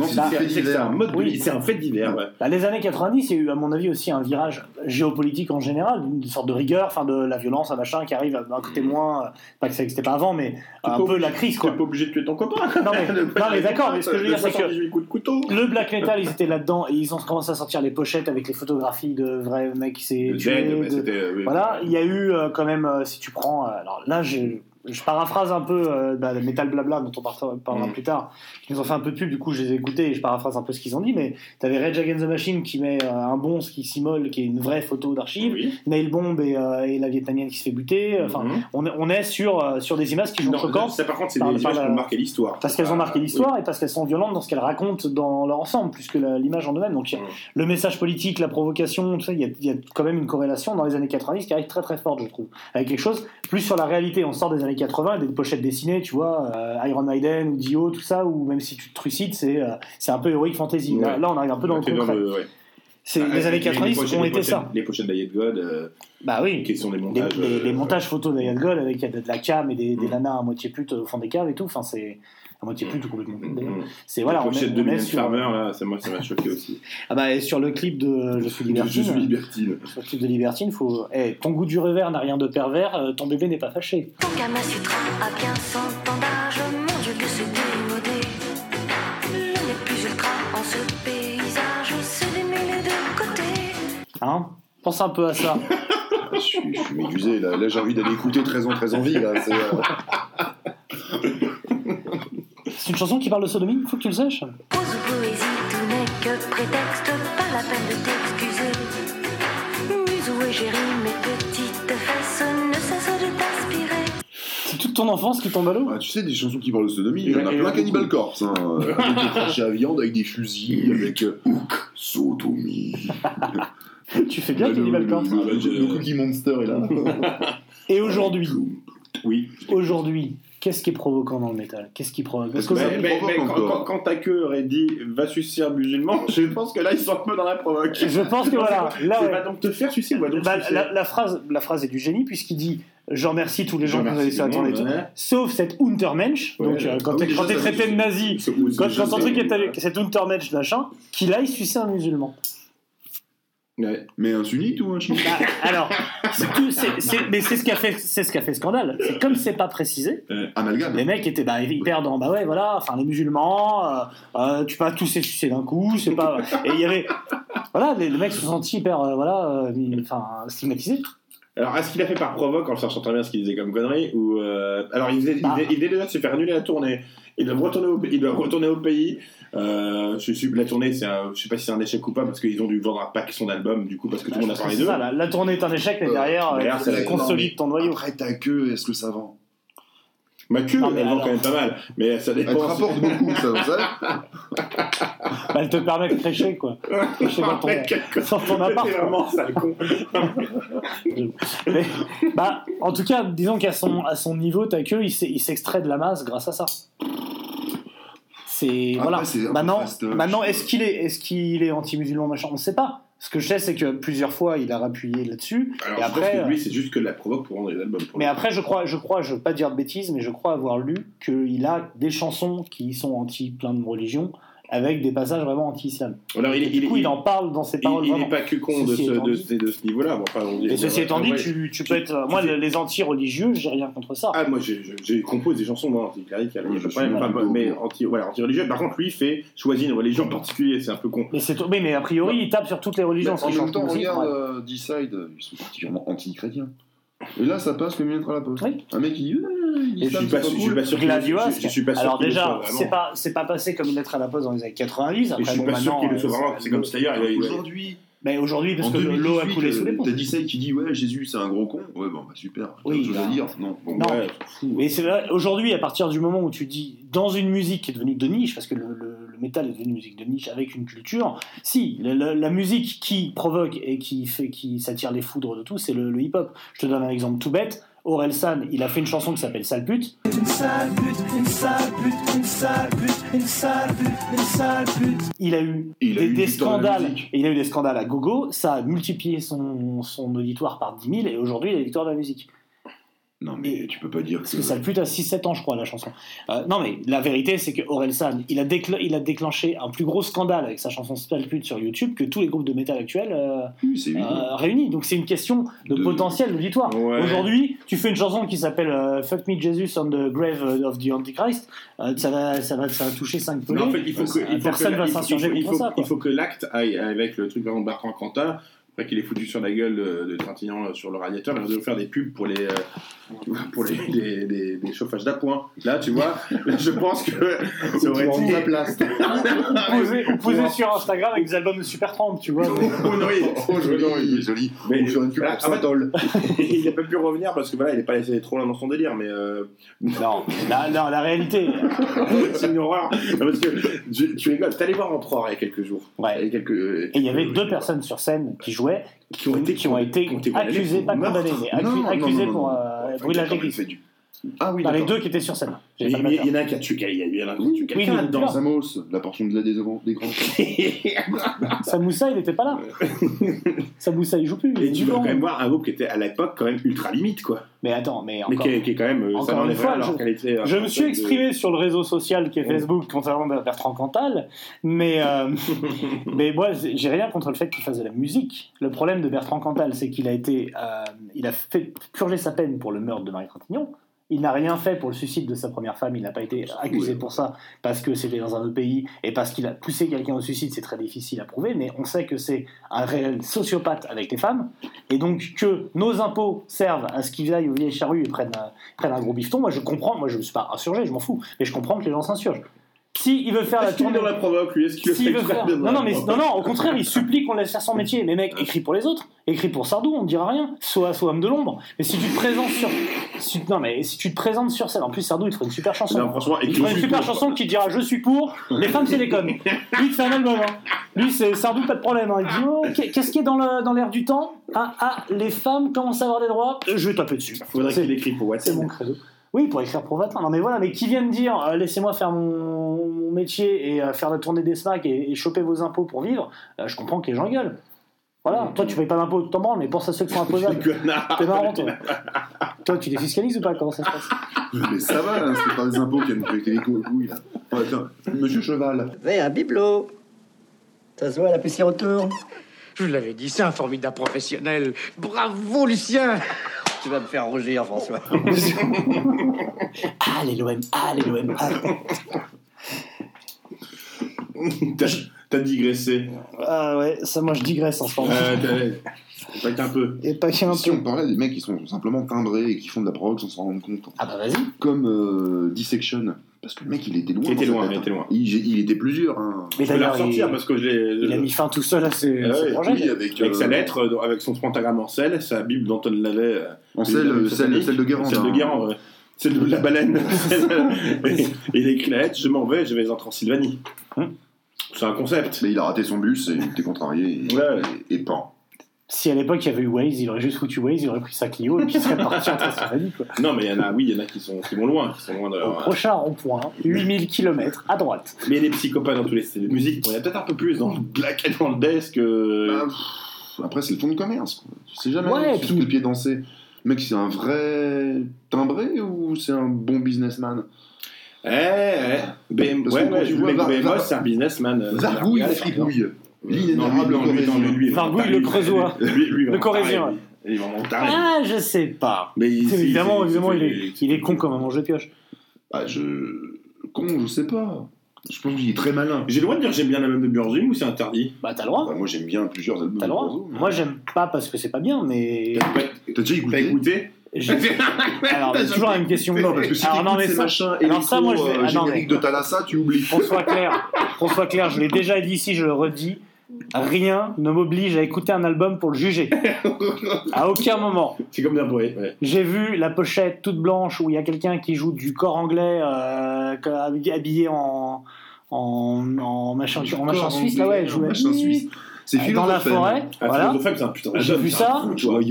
un fait divers. Ouais. Les années 90, il y a eu, à mon avis, aussi un virage géopolitique en général, une sorte de rigueur, enfin de la violence, un machin qui arrive d'un côté moins. Pas que ça n'existait pas avant, mais un peu la crise, quoi. T'es pas obligé de tuer ton copain. Non, mais d'accord, mais ce que je veux dire, c'est que le black metal, ils étaient là-dedans et ils ont commencé à sortir les pochettes avec les photographies de vrais mecs qui s'est tué. Voilà, il y a eu quand même, si tu prends. Alors là, je paraphrase un peu le Metal Blabla dont on parlera plus tard, qui nous ont fait un peu de pub, du coup je les ai écoutés et je paraphrase un peu ce qu'ils ont dit, mais t'avais Rage Against the Machine qui met un bonze qui s'immole, qui est une vraie photo d'archive, Nail Bomb et la vietnamienne qui se fait buter, enfin on est sur des images qui sont choquantes. Ça par contre c'est des images qui ont marqué l'histoire. Parce qu'elles ont marqué l'histoire et parce qu'elles sont violentes dans ce qu'elles racontent dans leur ensemble, plus que l'image en eux-mêmes. Donc le message politique, la provocation, tout ça, il y a quand même une corrélation dans les années 90 qui arrive très très forte, je trouve, avec quelque chose plus sur la réalité. On sort des années 80, des pochettes dessinées, tu vois, Iron Maiden ou Dio, tout ça, ou même si tu te trucides, c'est un peu heroic fantasy. Ouais. Là, on arrive un peu dans le concret. Les années 90 ont été ça. Les pochettes d'Ayed God, oui. qui sont des montages. Les montages photos d'Ayed God avec de la cam et des nanas à moitié putes au fond des caves et tout. Enfin, c'est à moitié pute ou complètement pute d'ailleurs. C'est voilà, la pochette de Mylène Farmer, là, ça m'a choqué aussi. Et sur le clip de Je suis libertine. Sur le clip de Libertine, faut. Ton goût du revers n'a rien de pervers, ton bébé n'est pas fâché. Ton gamin Sutra a bien 100 ans d'âge, mon Dieu que c'est démodé. Le n'est plus ultra en ce paysage, c'est des mille de côté. Pense un peu à ça. Je suis médusé, là j'ai envie d'aller écouter 13 ans, 13 envie, là. C'est une chanson qui parle de sodomie, il faut que tu le saches. Prose ou poésie, tout n'est que prétexte, pas la peine de t'excuser. Muse ou égérie, mes petites fesses ne cessent de t'aspirer. C'est toute ton enfance qui tombe à l'eau. Tu sais, des chansons qui parlent de sodomie, il y en a plein Cannibal Corpse. Avec des crachets à viande, avec des fusils, avec sodomie. Tu fais bien Cannibal Corpse. Le Cookie Monster est là. Et aujourd'hui, qu'est-ce qui est provoquant dans le métal? Qu'est-ce qui provoque? Parce que quand ta queue aurait dit va sucer un musulman, je pense que là ils sont un peu dans la provoque. Je pense que voilà. Là, va donc te faire sucer. La phrase est du génie puisqu'il dit je remercie tous les gens qui nous ont laissé attendre et tout, sauf cette Untermensch. Donc quand t'es traité de nazi, quand ton truc est cet Untermensch machin, qu'il aille sucer un musulman. Ouais. Mais un sunnite ou un chiite? Alors, mais c'est ce qui a fait scandale. C'est comme c'est pas précisé. Amalgame. Les mecs étaient hyper dans les musulmans, tu peux pas tous les sucer d'un coup, c'est pas. Et il y avait, les mecs se sont sentis hyper, stigmatisés. Alors, est-ce qu'il a fait par provoque en sachant très bien ce qu'il disait comme connerie ou alors il venait déjà de se faire annuler la tournée. Il doit retourner au pays. La tournée, je sais pas si c'est un échec ou pas parce qu'ils ont dû vendre un pack son album du coup parce que tout le monde a parlé d'eux. La tournée est un échec, mais derrière, ça consolide ton noyau. Après ta queue, est-ce que ça vend? Ma queue, elle vend quand même pas mal, mais ça dépend. Elle te rapporte beaucoup, ça. Elle te permet de crécher, quoi. Crécher dans ton appart. C'est vraiment sale con. Mais, en tout cas, disons qu'à son niveau, ta queue, il s'extrait de la masse grâce à ça. Maintenant, est-ce qu'il est anti-musulman machin? On ne sait pas. Ce que je sais, c'est que plusieurs fois, il a appuyé là-dessus. Alors, et je après, pense que lui, c'est juste que la provoque pour rendre les albums. Mais après, je veux pas dire de bêtises, mais je crois avoir lu qu'il a des chansons qui sont anti plein de religions, avec des passages vraiment anti-islam. Alors, il en parle dans ses paroles. Il n'est pas que con de ce niveau-là. Bon, enfin, et ceci étant dit, tu peux être. Moi, les anti-religieux, j'ai rien contre ça. Ah, moi, j'ai compose des chansons anti-cléricales. Mais anti-religieux. Par contre, lui, choisit une religion en particulier. C'est un peu con. Mais a priori, il tape sur toutes les religions. En même temps, regarde D-Side, ils sont particulièrement anti-chrétiens. Et là, ça passe comme une lettre à la poste. Oui. Un mec qui dit je suis pas sûr que alors déjà, c'est pas passé comme une lettre à la poste dans les années 90. Après, je suis pas sûr qu'il le soit vraiment. C'est comme d'ailleurs. Aujourd'hui, parce que l'eau a coulé sous les ponts. T'as dit ça qui dit ouais, Jésus c'est un gros con. Ouais, bon, bah super. Oui, autre chose à dire. Non. Bon, non. Ouais. Mais c'est vrai, aujourd'hui, à partir du moment où tu dis dans une musique qui est devenue de niche, parce que le métal est devenu une musique de niche avec une culture, si la musique qui provoque et qui s'attire les foudres de tout, c'est le hip-hop. Je te donne un exemple tout bête. Orelsan, il a fait une chanson qui s'appelle Sale pute. Une sale pute, une sale pute, une sale pute, une sale pute, une sale pute. Il a eu des scandales. Et il a eu des scandales à gogo. Ça a multiplié son auditoire par 10 000 et aujourd'hui il est victoire de la musique. Non, mais tu peux pas dire parce que Sale pute a 6-7 ans, je crois, la chanson. Non, mais la vérité, c'est que Orelsan, il a déclenché un plus gros scandale avec sa chanson Sale pute sur YouTube que tous les groupes de métal actuels réunis. Donc c'est une question de potentiel d'auditoire. Ouais. Aujourd'hui, tu fais une chanson qui s'appelle Fuck Me Jesus on the Grave of the Antichrist, ça va toucher 5 pelés. En fait, personne va s'insurger contre ça. Il faut que l'acte aille avec le truc de Bertrand Cantat. Après qu'il est foutu sur la gueule de Trintignant sur le radiateur, il va faire des pubs pour les chauffages d'appoint. Là, tu vois, je pense que ça aurait été sa place. On posait sur Instagram avec des albums de Supertramp, tu vois. Joli. Mais sur une pub pour Saint-Ol. Il n'a pas pu revenir parce que voilà, il n'est pas laissé trop là dans son délire. Mais non, la réalité. C'est une horreur. Non, parce que tu rigoles. T'es allé voir Empereur il y a quelques jours. Ouais. Et il y avait 2 personnes sur scène qui jouaient. Qui ont été accusés, pas condamnés, mais accusés pour brûlage d'église. Ah oui, dans les 2 qui étaient sur scène. Il y en a un qui a tué quelqu'un dans Samos, la portion de la d'écran. Samoussa, il n'était pas là. Samoussa, il joue plus. Et tu vas quand même voir un groupe qui était à l'époque quand même ultra limite, quoi. Mais attends, mais qui est quand même. Encore une fois, je me suis exprimé sur le réseau social qui est Facebook concernant Bertrand Cantal, mais moi, j'ai rien contre le fait qu'il fasse de la musique. Le problème de Bertrand Cantal, c'est qu'il il a fait purger sa peine pour le meurtre de Marie Trintignant. Il n'a rien fait pour le suicide de sa première femme, il n'a pas été accusé pour ça parce que c'était dans un autre pays et parce qu'il a poussé quelqu'un au suicide, c'est très difficile à prouver, mais on sait que c'est un réel sociopathe avec les femmes et donc que nos impôts servent à ce qu'ils aillent aux vieilles charrues et prennent un gros bifton. Moi je ne me suis pas insurgé, je m'en fous, mais je comprends que les gens s'insurgent. Si il veut faire la tournée, la provoque, lui, est-ce qu'il veut faire... Non, au contraire, il supplie qu'on laisse faire son métier. Mais mec, écris pour les autres, écris pour Sardou, on ne dira rien. Sois homme de l'ombre. Mais si tu te présentes sur scène, en plus Sardou, il te ferait une super chanson. Non, franchement, il te ferait une super chanson qui dira je suis pour. Les femmes, c'est des connes. Lui, il te fait un album. Lui, c'est Sardou, pas de problème. Il dit qu'est-ce qui est dans l'air du temps ? Les femmes commencent à avoir des droits. Je vais taper dessus. Faudrait qu'il écrit pour Watson. C'est mon credo. Oui, pour écrire pour Vatin. Non, mais voilà, mais qui vient de dire laissez-moi faire mon métier et faire la tournée des SMAC et choper vos impôts pour vivre, je comprends que les gens gueulent. Voilà, toi tu payes pas d'impôts, tu t'en branles, mais pense à ceux qui sont imposables. T'es marrant, toi. Toi, tu défiscalises ou pas ? Comment ça se passe ? Mais ça va, là, c'est pas des impôts qui viennent collecter les couilles, là. Attends, Monsieur Cheval. Fais un bibelot. Ça se voit, la poussière autour. Je vous l'avais dit, c'est un formidable professionnel. Bravo, Lucien. Tu vas me faire rougir, François. Allez, l'OM, allez, l'OM, T'as digressé. Ah ouais, ça, moi je digresse en ce moment. Pas qu'un peu. Et pas qu'un peu. Si on parlait des mecs qui sont simplement timbrés et qui font de la provoque sans s'en rendre compte. Ah bah vas-y. Comme Dissection. Parce que le mec, il était loin. Il était loin. Il était plusieurs. Hein. Mais je vais la ressortir parce que il a mis fin tout seul à ses projets. Oui, avec sa lettre, avec son pentagramme en sel, sa Bible d'Antoine Lavey. En sel de Guérande. Celle de Guérande, celle de la baleine. Et il a écrit la lettre, je m'en vais en Transylvanie. C'est un concept. Mais il a raté son bus et il était contrarié et pan. Si à l'époque il y avait eu Waze, il aurait juste foutu Waze, il aurait pris sa Clio et puis il serait parti entre sa famille. Quoi. Non, mais il y en a qui vont loin, de leur... Au prochain rond-point, 8000 km à droite. Mais il y a des psychopathes dans tous les styles de musique. Il y a peut-être un peu plus dans le black et dans le death que... Après, c'est le fond de commerce. Quoi. Tu sais jamais puis... le pied danser. Le mec, c'est un vrai timbré ou c'est un bon businessman? BMO, c'est un businessman. Vargouille, la fripouille. L'inénarrable Vargouille, le creusois. Le corésien. Il est vraiment taré. Ah, je sais pas. Mais évidemment, il est con comme un mange de pioche. Con, je sais pas. Je pense qu'il est très malin. J'ai le droit de dire que j'aime bien l'album de Burzum ou c'est interdit? Bah t'as le droit. Moi j'aime bien plusieurs albums de Burzum. Moi j'aime pas parce que c'est pas bien, mais... T'as déjà écouté? Alors, c'est toujours une question. Non, parce que si c'est machin et moi je vais... générique de Thalassa, tu oublies. Qu'on soit clair, je l'ai déjà dit ici, je le redis. Rien ne m'oblige à écouter un album pour le juger. À aucun moment. C'est comme d'un poète. Ouais. J'ai vu la pochette toute blanche où il y a quelqu'un qui joue du corps anglais habillé en machin suisse. Là, ouais, joue machin suisse. C'est dans la forêt. Voilà. C'est un putain de J'ai vu ça.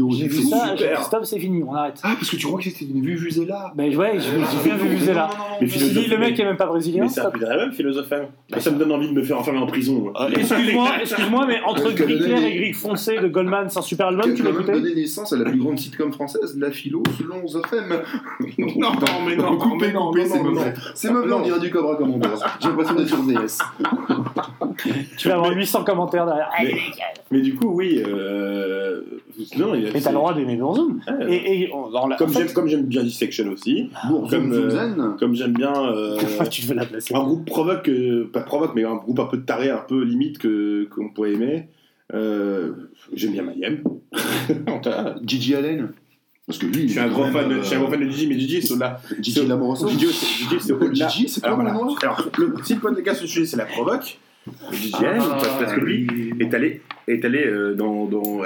Stop, c'est fini, on arrête. Ah, parce que tu crois que c'était une Vuvuzela. Ben ouais, j'ai bien vu Vuvuzela. Mais le mec est même pas brésilien. Mais c'est un peu la même philosophème. Ça me donne envie de me faire enfermer en prison. Excuse-moi, mais entre gris clair et gris foncé de Goldman, c'est un super album, tu l'as écouté? Donné naissance à la plus grande sitcom française, La Philo, selon Zofem. Non, mais non. Coupez, c'est mauvais. C'est mauvais, on dirait du Cobra Commander. J'ai l'impression d'être sur DS. Tu vas avoir 800 commentaires derrière. Mais du coup, oui. Non, mais t'as le droit d'aimer Burzum. Comme j'aime bien Dissection aussi. Comme j'aime bien. Tu veux la placer. Un groupe pas provoque, mais un groupe un peu de taré, un peu limite qu'on pourrait aimer. J'aime bien Mayhem. Gigi Allen. Parce que lui, je suis un grand fan de Gigi, mais Gigi c'est au-delà. Gigi Lamoroso. C'est au-delà. Gigi, c'est quoi le noir? Alors, si le podcast sur le sujet, c'est la provoque. Gigi Allen, parce que lui est allé dans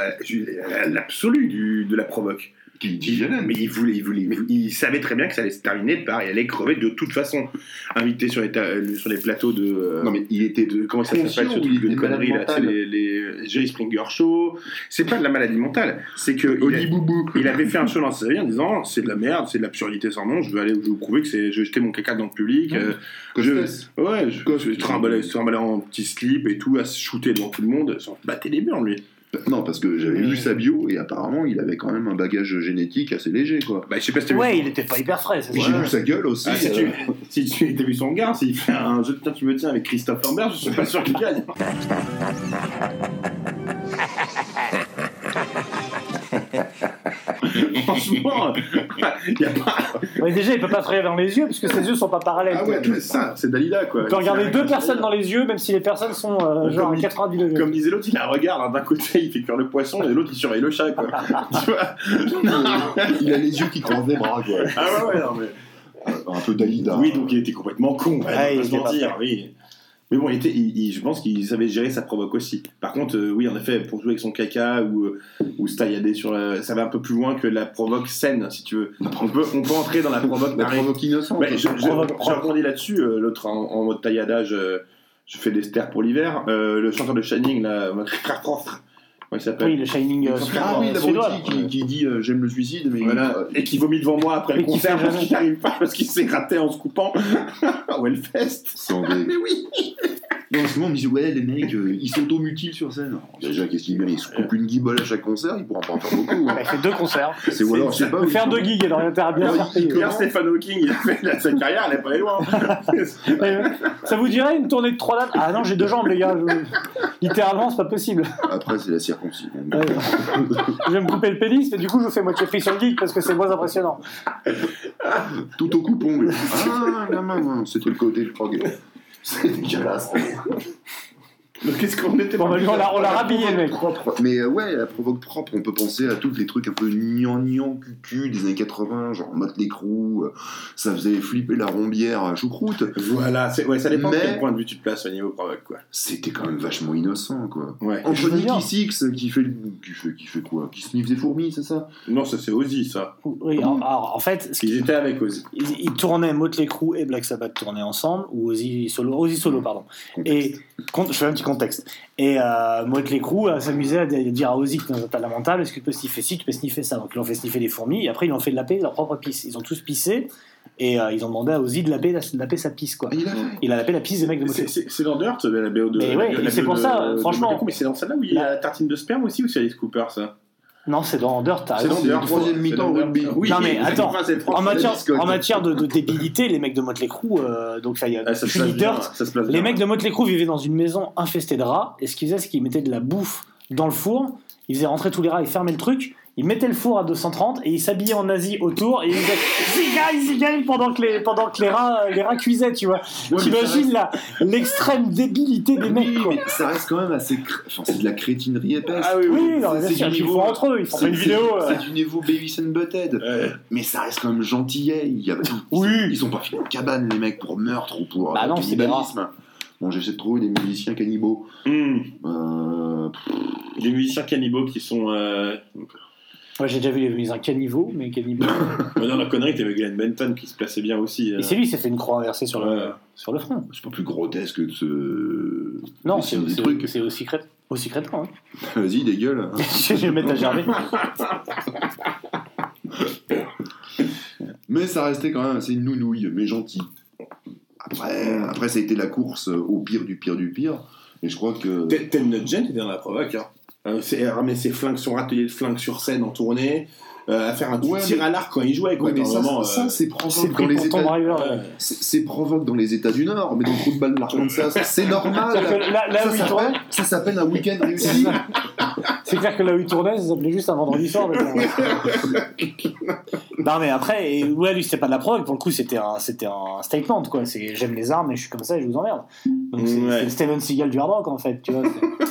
l'absolu de la provoque. Mais il savait très bien que ça allait se terminer par il allait crever de toute façon. Invité sur les plateaux de. Non mais il était comment ça s'appelle ce truc de conneries là? C'est les Jerry Springer Show. C'est pas de la maladie mentale, c'est que il avait fait un show dans sa vie en disant c'est de la merde, c'est de l'absurdité sans nom. Je vais vous prouver que je vais jeter mon caca dans le public. Je trimballais en petit slip et tout, à se shooter devant tout le monde, s'en battait les murs lui. Non, parce que j'avais lu sa bio et apparemment il avait quand même un bagage génétique assez léger, quoi. Bah, je sais pas si il était pas hyper frais. J'ai vu sa gueule aussi. Si tu as vu son gars, s'il fait un jeu de tiens tu me tiens avec Christophe Lambert, je suis pas sûr qu'il gagne. Franchement, y a pas. Ouais, déjà, il peut pas te regarder dans les yeux parce que ses yeux sont pas parallèles. Ah ouais, ça, c'est Dalida quoi. Tu peux regarder deux personnes dans les yeux, même si les personnes sont genre à 90 degrés. Comme disait l'autre, il a un regard, hein, d'un côté il fait cuire le poisson et l'autre il surveille le chat quoi. Tu vois. Il a les yeux qui croisent les bras quoi. Ah ouais, non mais. Un peu Dalida. Oui, donc il était complètement con, on va se mentir, oui. Mais bon, je pense qu'il savait gérer sa provoque aussi. Par contre, oui, en effet, pour jouer avec son caca ou se taillader ça va un peu plus loin que la provoque saine, si tu veux. On peut entrer dans la provoque. La provoque innocente. Je rebondis là-dessus. L'autre en mode tailladage, je fais des stères pour l'hiver. Le chanteur de Shining, là, comment il s'appelle? Oui, le Shining. L'abruti qui dit j'aime le suicide, mais et qui vomit devant moi après le concert parce qu'il n'arrive pas, parce qu'il s'est raté en se coupant. Au Hellfest. Mais oui. Non, souvent on me dit ouais, les mecs ils s'automutilent sur scène. Alors, déjà, qu'est-ce qu'ils méritent? Ils se coupent une guibole à chaque concert, ils pourront pas en faire beaucoup. Il fait 2 concerts. C'est alors, je sais pas. Faire 2 gigs, alors il a bien faire. Stephen Hawking, il a fait sa carrière, elle est pas allée loin. Ça vous dirait une tournée de 3 dates? Ah non, j'ai 2 jambes, les gars. Littéralement, c'est pas possible. Après, c'est la circoncision. Je vais me couper le pénis, mais du coup, je fais moitié free sur le gig parce que c'est moins impressionnant. Tout au coupon. Ah, non, c'était le côté, je crois. C'est dégueulasse. Donc qu'est-ce qu'on était on l'a rhabillé le mec. Mais ouais, la provoque propre, on peut penser à tous les trucs un peu gnangnan cucu des années 80, genre Motley Crue, ça faisait flipper la rombière choucroute. Voilà, ça dépend de quel point de vue tu te places au niveau provoque quoi. C'était quand même vachement innocent quoi. Ouais. Entre Nicky Six qui fait quoi? Qui sniffe des fourmis, c'est ça? Non, ça c'est Ozzy ça. Oui, alors en fait, ils étaient avec Ozzy. Ils tournaient Motley Crue et Black Sabbath tournaient ensemble ou Ozzy solo pardon. Et je fais un petit contexte. contexte. Et Motley Crue s'amusait à dire à Ozzy que dans un état lamentable, est-ce que tu peux sniffer ci, tu peux sniffer ça. Donc ils l'ont fait sniffer des fourmis, et après ils l'ont fait laper leur propre pisse. Ils ont tous pissé, et ils ont demandé à Ozzy de laper sa pisse, quoi. Il a lapé la pisse des mecs de Motley Crue. C'est dans Dirt, la BO de. Mais ouais, c'est pour ça, franchement. Mais c'est dans celle-là où il y a la tartine de sperme aussi, ou c'est Alice Cooper, ça? Non, c'est dans Dirt, t'as C'est raison. dans Dirt, troisième mi-temps rugby. Oui, non mais attends, en matière de débilité, les mecs de Motley Crue, donc ça y a fini Dirt, les mecs de Motley Crue vivaient dans une maison infestée de rats, et ce qu'ils faisaient, c'est qu'ils mettaient de la bouffe dans le four, ils faisaient rentrer tous les rats, ils fermaient le truc, ils mettaient le four à 230 et ils s'habillaient en Asie autour et ils disaient zigaille pendant que les rats cuisaient, tu vois. Ouais, t'imagines l'extrême débilité des mecs, quoi. Mais ça reste quand même assez c'est de la crétinerie épaisse. Ah oui, non, c'est du niveau entre eux, ils font une vidéo. C'est du niveau Beavis and Butthead. Mais ça reste quand même gentillet. Ils sont pas filés en cabane, les mecs, pour meurtre ou pour cannibalisme. Bon, j'essaie de trouver des musiciens cannibaux. Des musiciens cannibaux qui sont. Ouais, j'ai déjà vu les musiciens cannibaux, mais cannibaux. Dans la connerie, t'avais Glenn Benton qui se plaçait bien aussi. Et c'est lui qui s'est fait une croix inversée sur le front. C'est pas plus grotesque que de ce. Non, c'est aussi crétin. Hein. Vas-y, dégueule. Je vais mettre à gerber. Mais ça restait quand même assez une nounouille, mais gentil. Après, ça a été la course au pire du pire du pire. Et je crois que. Ted Nugent était dans la provoque. Ramener ses flingues, son atelier de flingues sur scène en tournée, à faire un tir à l'arc quand il jouait. Quoi, mais ça, c'est provoque dans les États. C'est provoque dans les États du Nord, mais dans le trou de balle de l'Arkansas, c'est normal. Là où il tournait, ça s'appelle un week-end réussi. C'est clair que là où il tournait, ça s'appelait juste un vendredi soir. Non mais après, lui c'était pas de la provoque, pour le coup c'était un statement, quoi. C'est j'aime les armes et je suis comme ça et je vous emmerde. Donc c'est le Steven Seagal du hard rock, en fait, tu vois.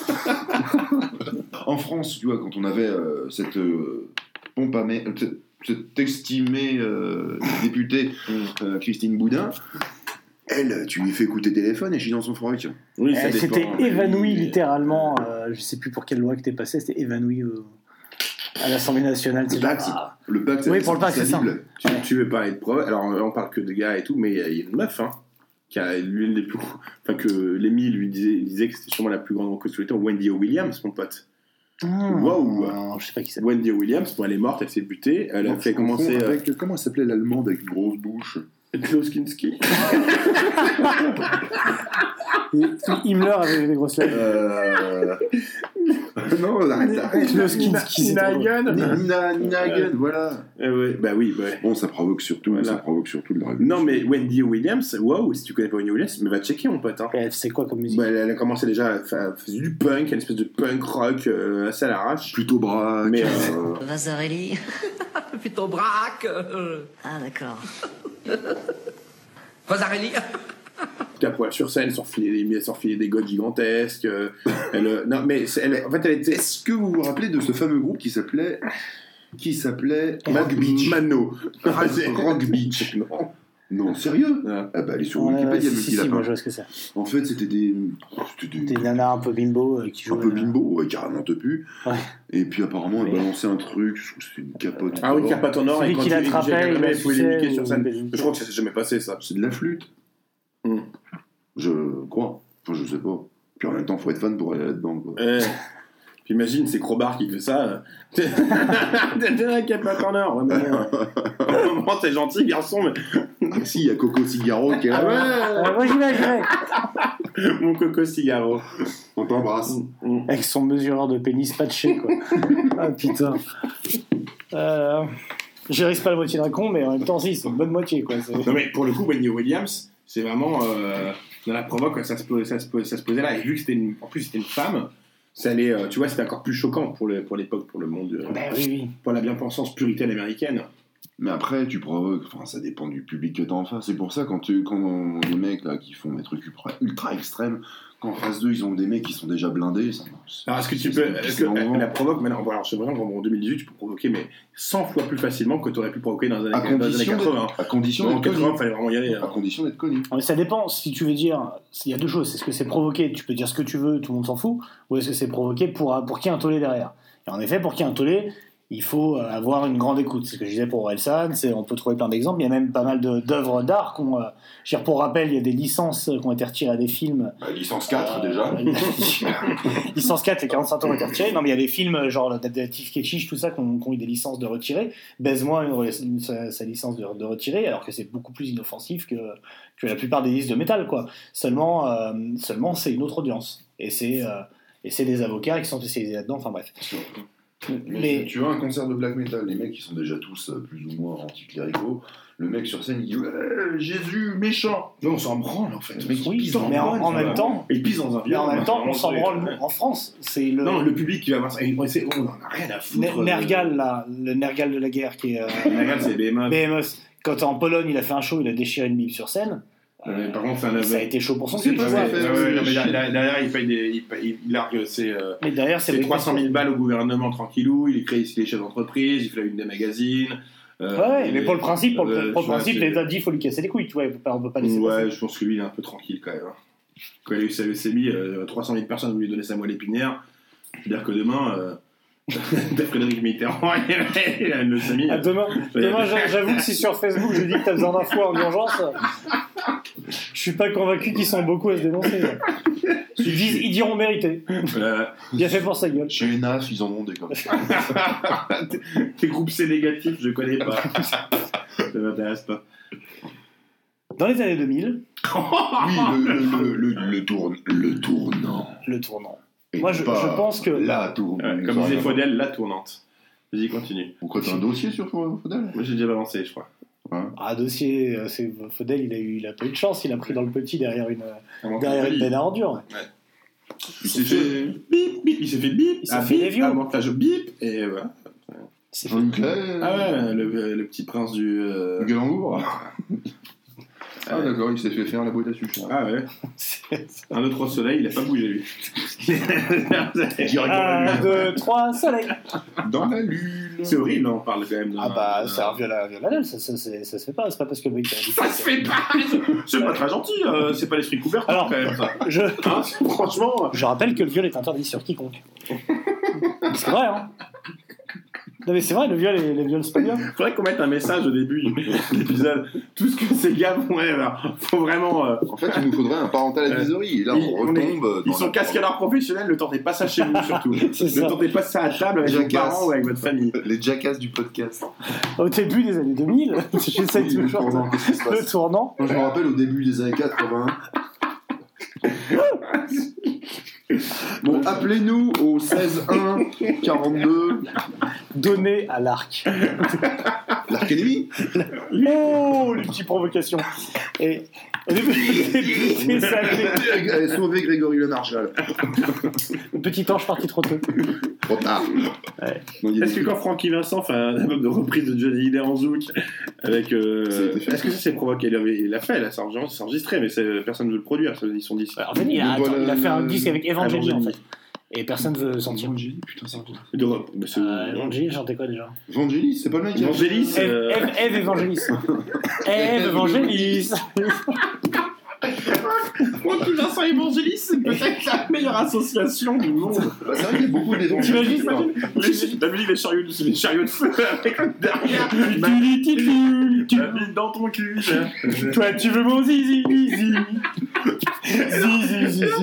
En France, tu vois, quand on avait cette pompe à cette estimée députée Christine Boudin, elle, tu lui fais écouter téléphone et je suis dans son froc. Oui, elle s'était évanouie littéralement. Je sais plus pour quelle loi que t'es passé, c'était évanouie à l'Assemblée nationale. Le pacte, oui, pour le pacte, c'est ça. Tu veux parler de preuves? Alors on parle que de gars et tout, mais il y a une meuf, qui a l'une des plus, que Lemmy lui disait que c'était sûrement la plus grande roqueuse de tous les temps, Wendy O. Williams, mon pote. Waouh, je sais pas qui c'est. Wendy O. Williams, elle est morte, elle s'est butée, elle a fait commencer. Comment s'appelait l'allemande avec une grosse bouche? Klaus Kinski. Himmler avait des grosses lèvres. Non, arrête. Klaus Kinski, Nina Hagen, voilà. Oui. Bon, ça provoque surtout de la révolution. Non, mais Wendy Williams, si tu connais pas Wendy Williams, mais va checker, mon pote. Elle c'est quoi comme musique? Elle a commencé déjà, elle faisait du punk, une espèce de punk rock assez à l'arrache. Plutôt braque. Mais Vasarely. Plutôt braque. Ah, d'accord. Vasarely. Puis après, sur scène, elle s'enfilait des godes gigantesques. Non, mais en fait, elle était. Est-ce que vous vous rappelez de ce fameux groupe qui s'appelait Rock Beach? Mano. Rock Beach. Non, sérieux? Allez sur Wikipédia, si, moi je vois ce que c'est. En fait, c'était des nanas un peu bimbo qui jouaient. Un peu bimbo, carrément tepu. Ouais. Et puis apparemment, elle balançait un truc, je trouve que c'était une capote. Ah oui, une capote en or, et quand il l'attrapait, il pouvait les sur scène. Je crois que ça s'est jamais passé, ça. C'est de la flûte. Je crois. Enfin, je sais pas. Puis en même temps, faut être fan pour aller là-dedans, quoi. Puis imagine, c'est Crowbar qui fait ça. T'es un capote en or. Vraiment, t'es gentil, garçon, mais. Si, il y a Coco Cigaro qui est là. Moi, j'y vais. Mon Coco Cigaro. On t'embrasse. Avec son mesureur de pénis patché, quoi. Ah, putain. Je risque pas la moitié d'un con, mais en même temps, si, c'est une bonne moitié, quoi. Non, mais pour le coup, Wendy Williams, c'est vraiment. Dans la provoque, ça se posait là. Et vu que en plus, c'était une femme. Ça allait, tu vois, c'était encore plus choquant pour l'époque, pour le monde, oui. Pour la bien-pensance puritaine américaine. Mais après, tu provoques, ça dépend du public que t'as en face. C'est pour ça, quand les mecs là, qui font des trucs ultra extrêmes, quand en face d'eux, ils ont des mecs qui sont déjà blindés, ça marche. Alors, est-ce que la provoque, maintenant, alors, c'est vrai qu'en 2018, tu peux provoquer, mais 100 fois plus facilement que tu aurais pu provoquer dans les années 80. À condition d'être connu. Il fallait vraiment y aller. À condition d'être connu. Mais ça dépend, si tu veux dire, il y a deux choses. Est-ce que c'est provoqué, tu peux dire ce que tu veux, tout le monde s'en fout, ou est-ce que c'est provoqué pour qu'il y ait un tollé derrière? Et en effet, pour qu'il y ait un tollé, il faut avoir une grande écoute. C'est ce que je disais pour Orelsan, on peut trouver plein d'exemples. Il y a même pas mal d'œuvres d'art pour rappel, il y a des licences qui ont été retirées à des films. Licence 4 déjà. Licence 4, les 45 tours ont été retirés. Non, mais il y a des films genre Détective Ketchiche, tout ça, qui ont eu des licences de retirées. Baise-moi sa licence de retirer, alors que c'est beaucoup plus inoffensif que la plupart des disques de métal, quoi. Seulement c'est une autre audience. Et c'est des avocats qui sont spécialisés là-dedans, enfin bref. Mais tu vois un concert de black metal, les mecs ils sont déjà tous plus ou moins anticléricaux. Le mec sur scène il dit Jésus méchant. Non, on s'en branle en fait. Mais en même temps, il pisse dans un viol. Mais en même temps, on s'en branle en France. C'est le public qui va voir ça. On en a rien à foutre. Nergal là, le Nergal de la guerre qui est. Nergal c'est Behemoth. Quand en Pologne il a fait un show, il a déchiré une Bible sur scène. Par contre, ça a été chaud pour son clip. Derrière, il largue ses 300 000 balles au gouvernement tranquillou. Il crée ici les chefs d'entreprise, il fait la une des magazines. Mais pour le principe, l'État dit qu'il faut lui casser les couilles. Tu vois, on peut pas laisser passer. Je pense que lui, il est un peu tranquille quand même. Quand il a eu sa leucémie, 300 000 personnes lui donner sa moelle épinière. C'est-à-dire que demain. T'as Frédéric Mitterrand, il a une leucémie. Demain, j'avoue que si sur Facebook je dis que t'as besoin d'infos en urgence, je suis pas convaincu qu'ils sont beaucoup à se dénoncer. Ils diront mérité. Bien fait pour sa gueule. Chez les NAF, ils en ont des comme ça. Tes groupes C négatifs, je connais pas. Ça m'intéresse pas. Dans les années 2000. Oui, le tournant. Le tournant. Moi, je pense que. Comme disait Faudel, la tournante. Vas-y, continue. Pourquoi t'as un dossier sur Faudel ? Moi, j'ai déjà balancé, je crois. Dossier, c'est Faudel, il a pas eu de chance, il a pris dans le petit derrière une benne à ordures. Ouais. Il s'est fait bip, il s'est fait bip, il s'est fait des vieux. Un montage bip, et voilà. Le petit prince du. Galangour. Ah d'accord, il s'est fait faire la boîte à sucre. Ah ouais. Un, 2, 3 soleil, il a pas bougé lui. 1, 2, 3 soleil. Dans la lune. C'est horrible, on parle quand même. C'est un viol anal, ça se fait pas, c'est pas parce que le mec. Ça se fait pas. C'est pas très gentil, c'est pas l'esprit couvert. Alors quand même ça. Franchement. Je rappelle que le viol est interdit sur quiconque. C'est vrai, hein. Non mais c'est vrai, le viol c'est pas bien. Faudrait qu'on mette un message au début de l'épisode. Tout ce que ces gars font, faut vraiment. En fait, il nous faudrait un parental advisory. Et là, on retombe. Ils sont cascadeurs professionnels, ne tentez pas ça chez vous surtout. Ne tentez pas ça à table avec vos parents ou avec votre famille. Les jackasses du podcast. Au début des années 2000, j'essaie toujours. Le tournant. Moi, je me rappelle au début des années 80. Bon, appelez-nous au 16 1 42. Donnez à l'Arc. L'Arcadémie. Oh, les petites provocations. Et sauver Grégory Le Marchal. Petit ange parti trop tôt. Trop tard. Ouais. Est-ce que quand Francky Vincent fait un album de reprise de Johnny Hallyday en zouk avec est-ce que ça s'est provoqué? Il l'a fait, là, c'est enregistré, mais personne ne veut le produire, ils sont disques. En fait, il a fait un disque avec Evangélie en fait. Et personne ne veut sentir. Evangélie, putain, c'est un peu. Evangélie, chantait quoi déjà? Evangélie, c'est pas le mec. Evangélie, Eve Evangélis. Eve Evangélis. Francky Vincent Evangélis, c'est peut-être la meilleure association du monde. C'est vrai qu'il y a beaucoup d'évangélistes. T'as vu les chariots de feu avec derrière. Tu habites dans ton cul. Toi, tu veux mon zizi, zizi. Zizi.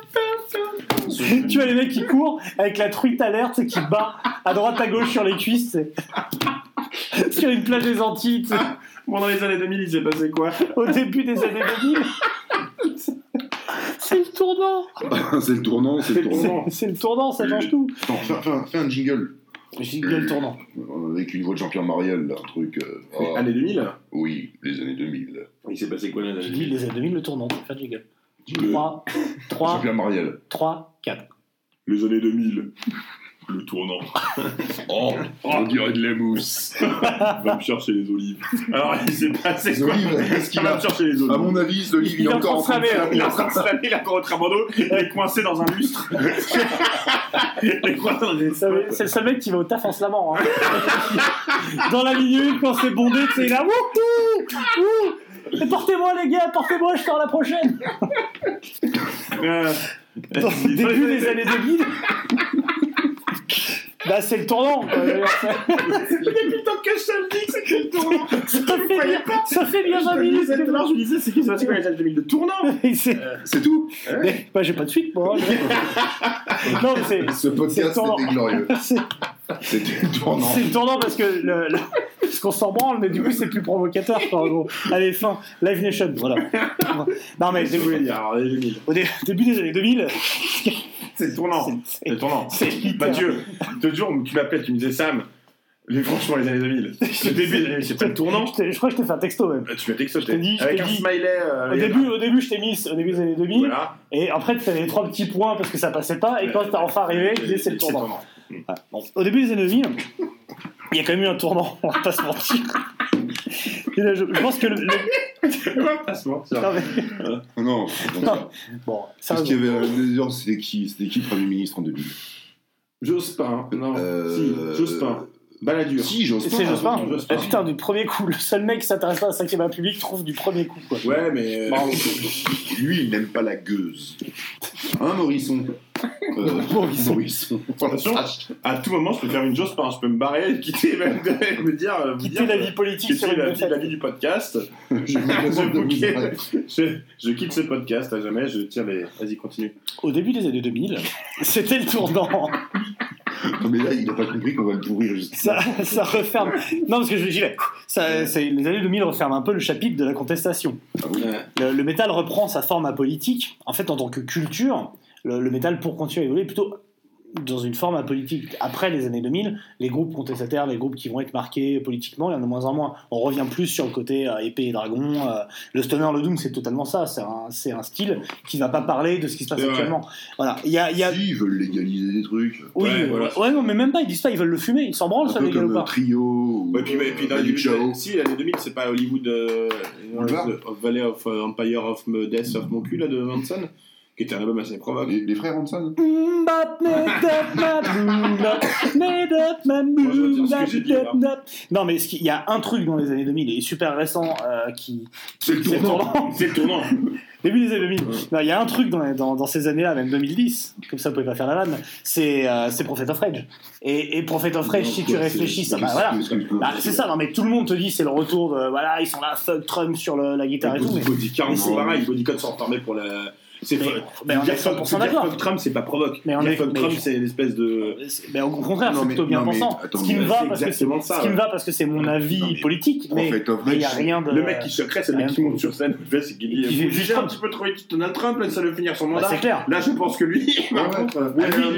Tu vois les mecs qui courent avec la truite à l'air, qui bat à droite à gauche sur les cuisses, sur une plage des Antilles. Bon, dans les années 2000, il s'est passé quoi? Au début des années 2000. C'est le tournant. C'est le tournant. C'est le tournant, ça change tout. Fais un jingle. Jingle tournant. Avec une voix de Jean-Pierre Mariel, là, un truc. Années 2000? Oui, les années 2000. Il s'est passé quoi dans les années 2000? Les années 2000, le tournant. Fais un jingle. 3, Jean-Pierre Mariel. 3, 4. Les années 2000. Le tournant. On dirait de la mousse. Va me chercher les olives. Alors, il s'est passé quoi? Qu'est-ce qu'il va me chercher les olives? À mon avis, les olives, il est encore en train de se Il est en train de se laver, il est encore au tramondo, il est coincé dans un lustre. C'est le seul mec qui va au taf en slamant. Hein. Dans la minute, quand c'est bondé, tu sais, il a wouhou. Portez-moi, les gars, portez-moi, je sors la prochaine. Début des années 2000. Bah, c'est le tournant. Quoi. Depuis le temps que je te le dis que c'était le tournant. Ça fait bien 20 minutes. Tout à l'heure, je me disais, c'est qui ça, c'est quoi les années 2000 de tournant? C'est tout. Mais, bah, j'ai pas de suite, moi. Non, mais c'est. Ce podcast, c'était glorieux. C'était le tournant. C'est le tournant parce que parce qu'on s'en branle, mais du coup, c'est plus provocateur, quoi, en gros. Allez, fin. Live Nation, voilà. Non, mais au début des années 2000. C'est le tournant. C'est le tournant. Mathieu, l'autre jour, tu m'appelais, tu me disais Sam. Mais franchement, les années 2000. Le début, c'est pas le tournant. Je crois que je t'ai fait un texto même. Tu m'as texto, avec un smiley. Au début, je t'ai mis au début des années 2000. Voilà. Et après, tu avais les 3 petits points parce que ça passait pas. Et quand t'as enfin arrivé, tu disais c'est le tournant. Voilà. Bon, au début des années 2000, il y a quand même eu un tournant, on va pas se mentir. Et là, je pense que on va pas se mentir. Non. Bon, parce qu'il y avait c'était qui le Premier ministre en 2000? Jospin. Non. Si, Jospin. Balladur. Si, Jospin. C'est Jospin. Putain, du premier coup. Le seul mec qui s'intéresse pas à la 5ème République trouve du premier coup, quoi. Ouais, mais. Lui, il n'aime pas la gueuse. Hein, Morisson? Morisson. Attention, à tout moment, je peux faire une Jospin. Je peux me barrer, quitter, même me dire. Quitter la vie politique sur la vie du podcast. Je quitte ce podcast à jamais. Je tire les. Vas-y, continue. Au début des années 2000, c'était le tournant. Non, mais là, il n'a pas compris qu'on va le pourrir juste. Ça referme. Non, parce que je dis, les années 2000 referment un peu le chapitre de la contestation. Ah oui. Le métal reprend sa forme apolitique. En fait, en tant que culture, le métal, pour continuer à évoluer, plutôt dans une forme apolitique. Après les années 2000, les groupes contestataires, les groupes qui vont être marqués politiquement, il y en a de moins en moins. On revient plus sur le côté épée et dragon. Le stoner, le doom, c'est totalement ça. C'est un style qui ne va pas parler de ce qui se passe actuellement. Voilà. Si, ils veulent légaliser des trucs. Oui, ouais, non, mais même pas, ils disent pas, ils veulent le fumer. Ils s'en branlent, ça, légal ou pas. Trio. Ouais, puis dans les si, l'année 2000, c'est pas Hollywood Valley of Empire of Death of Mon cul, là, de Manson, qui était un album assez provoque. Les frères Hanson. Non, mais il y a un truc dans les années 2000 et super récent qui. C'est le tournant. C'est le tournant. Début des années 2000. Non, il y a un truc dans ces années-là, même 2010, comme ça vous pouvez pas faire la vanne, c'est Prophet of Rage. Et Prophet of Rage, si tu réfléchis, ça, voilà. C'est ça, non mais tout le monde te dit c'est le retour de, voilà, ils sont là, fuck Trump sur la guitare et tout. Bodycount, c'est pareil, Bodycount sont enfermés pour la. Mais on est 100% d'accord. Fuck Trump, c'est pas provoque. Fuck Trump, c'est une espèce de. Mais au contraire, c'est plutôt bien pensant. Ce qui me va parce que c'est mon avis politique. Mais il y a rien de. Le mec qui se crée, c'est le mec qui monte sur scène. C'est qu'il dit. J'ai un petit peu trop vite Donald Trump, là, ça veut finir son mandat. C'est clair. Là, je pense que lui. Par contre.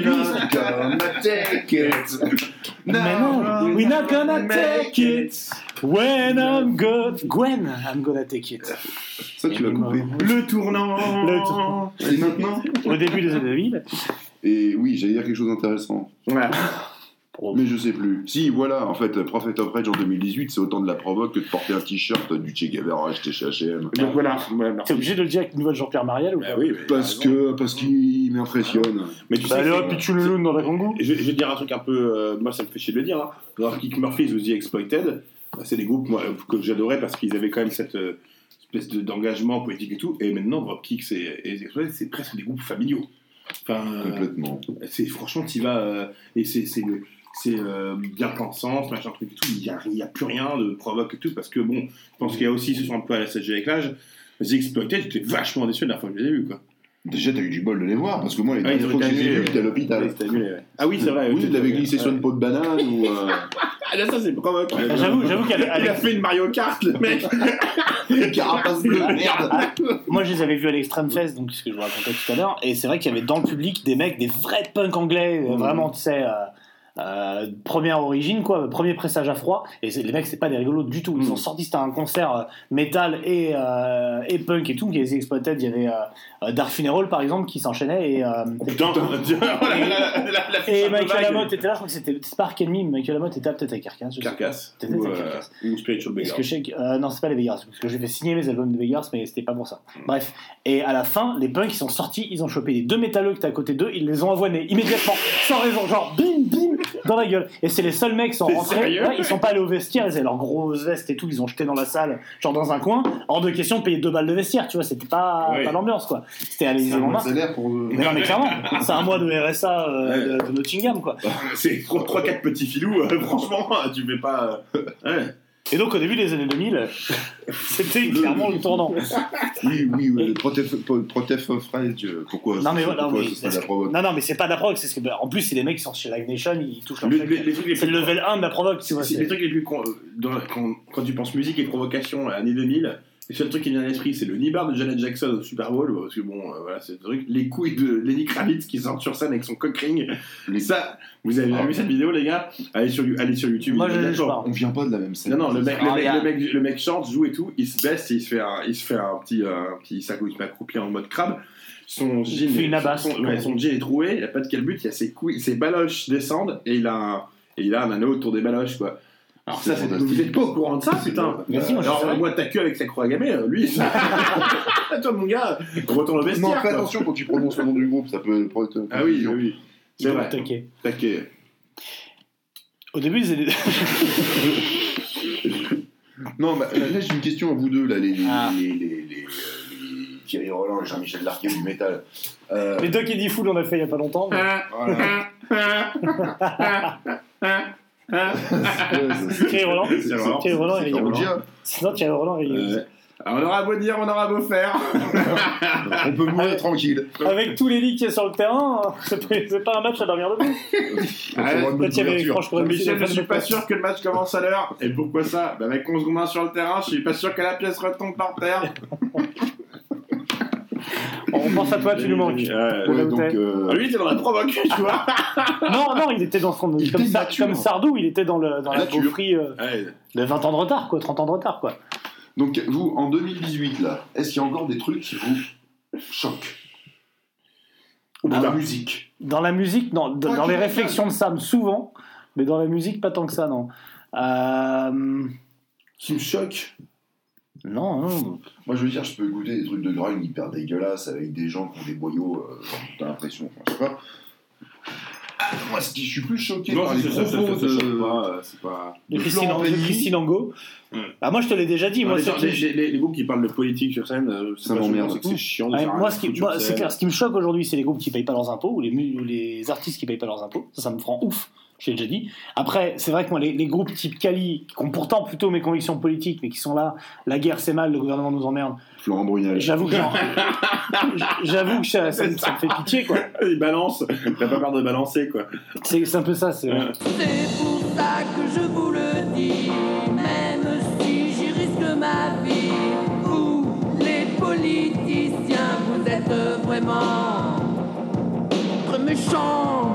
Mais non, we're not gonna take it. When I'm gonna take it. Ça, tu l'as coupé. Le tournant. Et maintenant au début des années 2000. Et oui, j'allais dire quelque chose d'intéressant. Ouais. Mais je sais plus. Si, voilà, en fait, Prophet of Rage en 2018, c'est autant de la provoque que de porter un t-shirt du Che Guevara acheté chez H&M. Donc voilà. T'es obligé de le dire avec une voix de Jean-Pierre Mariel ou pas? Oui, parce qu'il m'impressionne. Mais tu sais, puis tu le dans la Congo. Je vais te dire un truc un peu. Moi, ça me fait chier de le dire. Hein. Dans Kick Murphys ou The Exploited, c'est des groupes que j'adorais parce qu'ils avaient quand même cette espèce d'engagement politique et tout. Et maintenant, Dropkick et The Exploited, c'est presque des groupes familiaux. Enfin, complètement. Franchement, t'y vas. Et c'est bien pensant, machin truc et tout. Il n'y a plus rien de provoque et tout. Parce que bon, je pense qu'il y a aussi, ce sont un peu à la SG avec l'âge. The Exploited, j'étais vachement déçu la fois que je les ai vus, quoi. Déjà, t'as eu du bol de les voir, parce que moi, les dernières fois que j'ai vu, j'étais à l'hôpital. Ah oui, c'est vrai. Oui, tu l'avais glissé sur une peau de banane ou. Ah là, ça, c'est provoque. J'avoue qu'il a fait une Mario Kart, le mec. Carapace bleue, merde. Moi, je les avais vus à l'Extreme Fest, donc ce que je vous racontais tout à l'heure, et c'est vrai qu'il y avait dans le public des mecs, des vrais punks anglais, vraiment, tu sais. Première origine, quoi, premier pressage à froid, et les mecs, c'est pas des rigolos du tout. Ils sont sortis, c'était un concert metal et punk et tout. Il y avait The Exploited, il y avait Dark Funeral par exemple qui s'enchaînait et Michael Amott était là. Je crois que c'était pas Ark Enemy, mais Michael Amott était là, peut-être avec Carcass. Ou Spiritual Beggars. Non, c'est pas les Beggars, parce que j'ai fait signer mes albums de Beggars, mais c'était pas pour ça. Bref, et à la fin, les punks ils sont sortis, ils ont chopé les deux métalleux qui étaient à côté d'eux, ils les ont avoinés immédiatement, sans raison, genre bim bim. dans la gueule. Et c'est les seuls mecs qui sont C'est rentrés. sérieux Ouais, ils sont pas allés au vestiaire, ils avaient leurs grosses vestes et tout, ils ont jeté dans la salle, genre dans un coin. Hors de question de payer 2 balles de vestiaire, tu vois, c'était pas l'ambiance quoi. C'était aller C'est un mois de salaire pour. Mais non, mais clairement, c'est un mois de RSA de Nottingham quoi. C'est 3-4 petits filous, franchement, tu fais pas. Ouais. Et donc au début des années 2000, c'était clairement le tournant. Oui, le Protef of Rage, pourquoi Non mais, c'est de la provoque. non mais c'est pas de la provoque, c'est ce que en plus c'est des mecs qui sont chez Live Nation, ils touchent leur C'est le level 1 de la provoque, tu vois. C'est les trucs les plus quand tu penses musique et provocation à l'année 2000. Le seul truc qui vient à l'esprit, c'est le nibar de Janet Jackson au Super Bowl, parce que voilà, c'est le truc. Les couilles de Lenny Kravitz qui sort sur scène avec son cock ring. Ça, vous avez vu cette vidéo, les gars? Allez sur YouTube. Moi, on vient pas de la même scène. Non, le mec chante, joue et tout, il se baisse et il se fait un petit sac où il se met accroupi en mode crabe. Son jean est troué, il a pas de quel but, il y a ses couilles, ses baloches descendent et il a un anneau autour des baloches, quoi. Alors ça, vous êtes pas au courant de ça, putain. Merci, moi, ta queue avec sa croix gammée, lui, toi, mon gars, retourne au vestiaire. Non, fais attention quand tu prononces le nom du groupe, ça peut être. Ah oui. C'est vrai. Taquet. Au début, ils étaient... Non, bah, là, j'ai une question à vous deux, là, les Thierry Roland et Jean-Michel Larquet du métal. Les Doc Eddie Fool, on a fait il y a pas longtemps. Mais... Thierry Roland, il sinon Thierry Roland, on aura beau dire, on aura beau faire. On peut mourir tranquille. Avec tous les lits qu'il y a sur le terrain, c'est pas un match à dormir debout. Michel, je suis pas sûr que le match commence à l'heure. Et pourquoi ça? Avec 11 secondes sur le terrain, je suis pas sûr que la pièce retombe par terre. On pense à toi, tu nous manques. Lui, il était dans la provoque, tu vois. Non, il était dans son. Comme Sardou, il était dans la gaufrerie de 20 ans de retard, quoi, 30 ans de retard, quoi. Donc, vous, en 2018, là, est-ce qu'il y a encore des trucs qui vous choquent? Dans la musique. Dans la musique, non. Dans les réflexions de Sam, souvent. Mais dans la musique, pas tant que ça, non. Qui me choque? Non. Moi, je veux dire, je peux écouter des trucs de grind hyper dégueulasses avec des gens qui ont des boyaux, t'as l'impression, je sais pas. Moi, je suis plus choqué par les propos de Christine Angot. Bah, moi, je te l'ai déjà dit. Moi, les groupes qui parlent de politique sur scène, ça m'emmerde. C'est chiant. Moi, c'est clair. Ce qui me choque aujourd'hui, c'est les groupes qui payent pas leurs impôts ou les artistes qui payent pas leurs impôts. Ça me rend ouf. Je l'ai déjà dit. Après, c'est vrai que moi, les groupes type Kali, qui ont pourtant plutôt mes convictions politiques, mais qui sont là, la guerre c'est mal, le gouvernement nous emmerde. Florent Brunel. J'avoue que ça me fait pitié, quoi. Il balance. T'as pas peur de balancer, quoi. C'est un peu ça, c'est vrai. C'est pour ça que je vous le dis, même si j'y risque ma vie. Vous, les politiciens, vous êtes vraiment très méchants.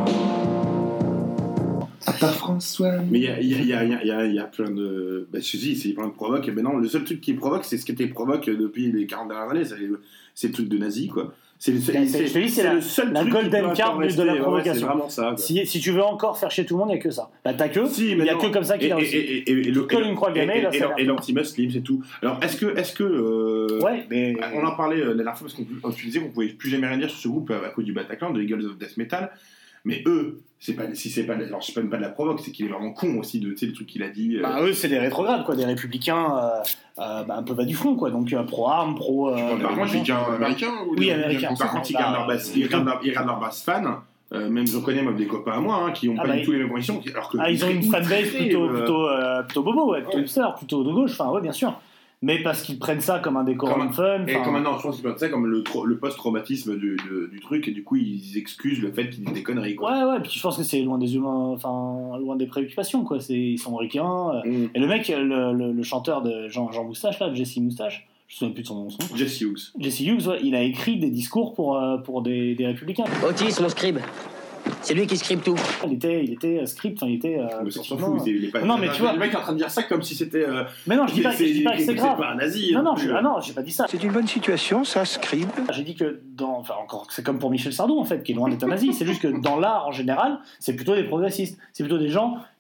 Pas François. Mais il y a plein de. Bah, je dis, c'est plein de provoques. Mais non, le seul truc qui provoque, c'est ce qui était provoque depuis les 40 dernières années. C'est le truc de nazi, quoi. C'est le seul la golden card de la provocation. C'est vraiment ça. Si tu veux encore faire chier tout le monde, il n'y a que ça. Là, t'as que. Il n'y a que comme ça qu'il a aussi. Et une croix gammée, là, et l'anti-muslim, c'est tout. Alors, est-ce que ouais, mais. On en parlait la dernière fois parce qu'on tu disais qu'on pouvait plus jamais rien dire sur ce groupe à cause du Bataclan, de Eagles of Death Metal. Mais eux, alors je parle pas de la provoque, c'est qu'il est vraiment con aussi de, tu sais, le truc qu'il a dit. Eux, c'est des rétrogrades, quoi, des républicains un peu bas du front, quoi, donc pro-armes, pro. Républicains américains ou oui, américains. Par contre, ils regardent leur basse fan. Même je connais des copains à moi qui ont pas du tout les mêmes conditions. Ils ont une fanbase plutôt bobo, plutôt hipster, plutôt de gauche, enfin, ouais, bien sûr. Mais parce qu'ils prennent ça comme un décorum fun. Et comme maintenant, je pense qu'ils prennent ça comme le post-traumatisme du truc, et du coup, ils excusent le fait qu'ils disent des conneries, quoi. Ouais, puis je pense que c'est loin des humains, enfin, loin des préoccupations, quoi. Ils sont ricains. Et le mec, le chanteur de Jean Moustache, là, Jesse Moustache, je me souviens plus de son nom. Jesse Hughes, ouais, il a écrit des discours pour des républicains. Otis, le scribe. C'est lui qui scribe tout. Il était script, il était. Mais on s'en fout, il est pas. Non, mais tu vois. Le mec est en train de dire ça comme si c'était. Mais non, je dis pas que c'est grave. C'est pas un nazi. Non, j'ai pas dit ça. C'est une bonne situation, ça, scribe. J'ai dit que c'est comme pour Michel Sardou, en fait, qui est loin d'être un nazi. C'est juste que dans l'art, en général, c'est plutôt des progressistes. C'est plutôt des gens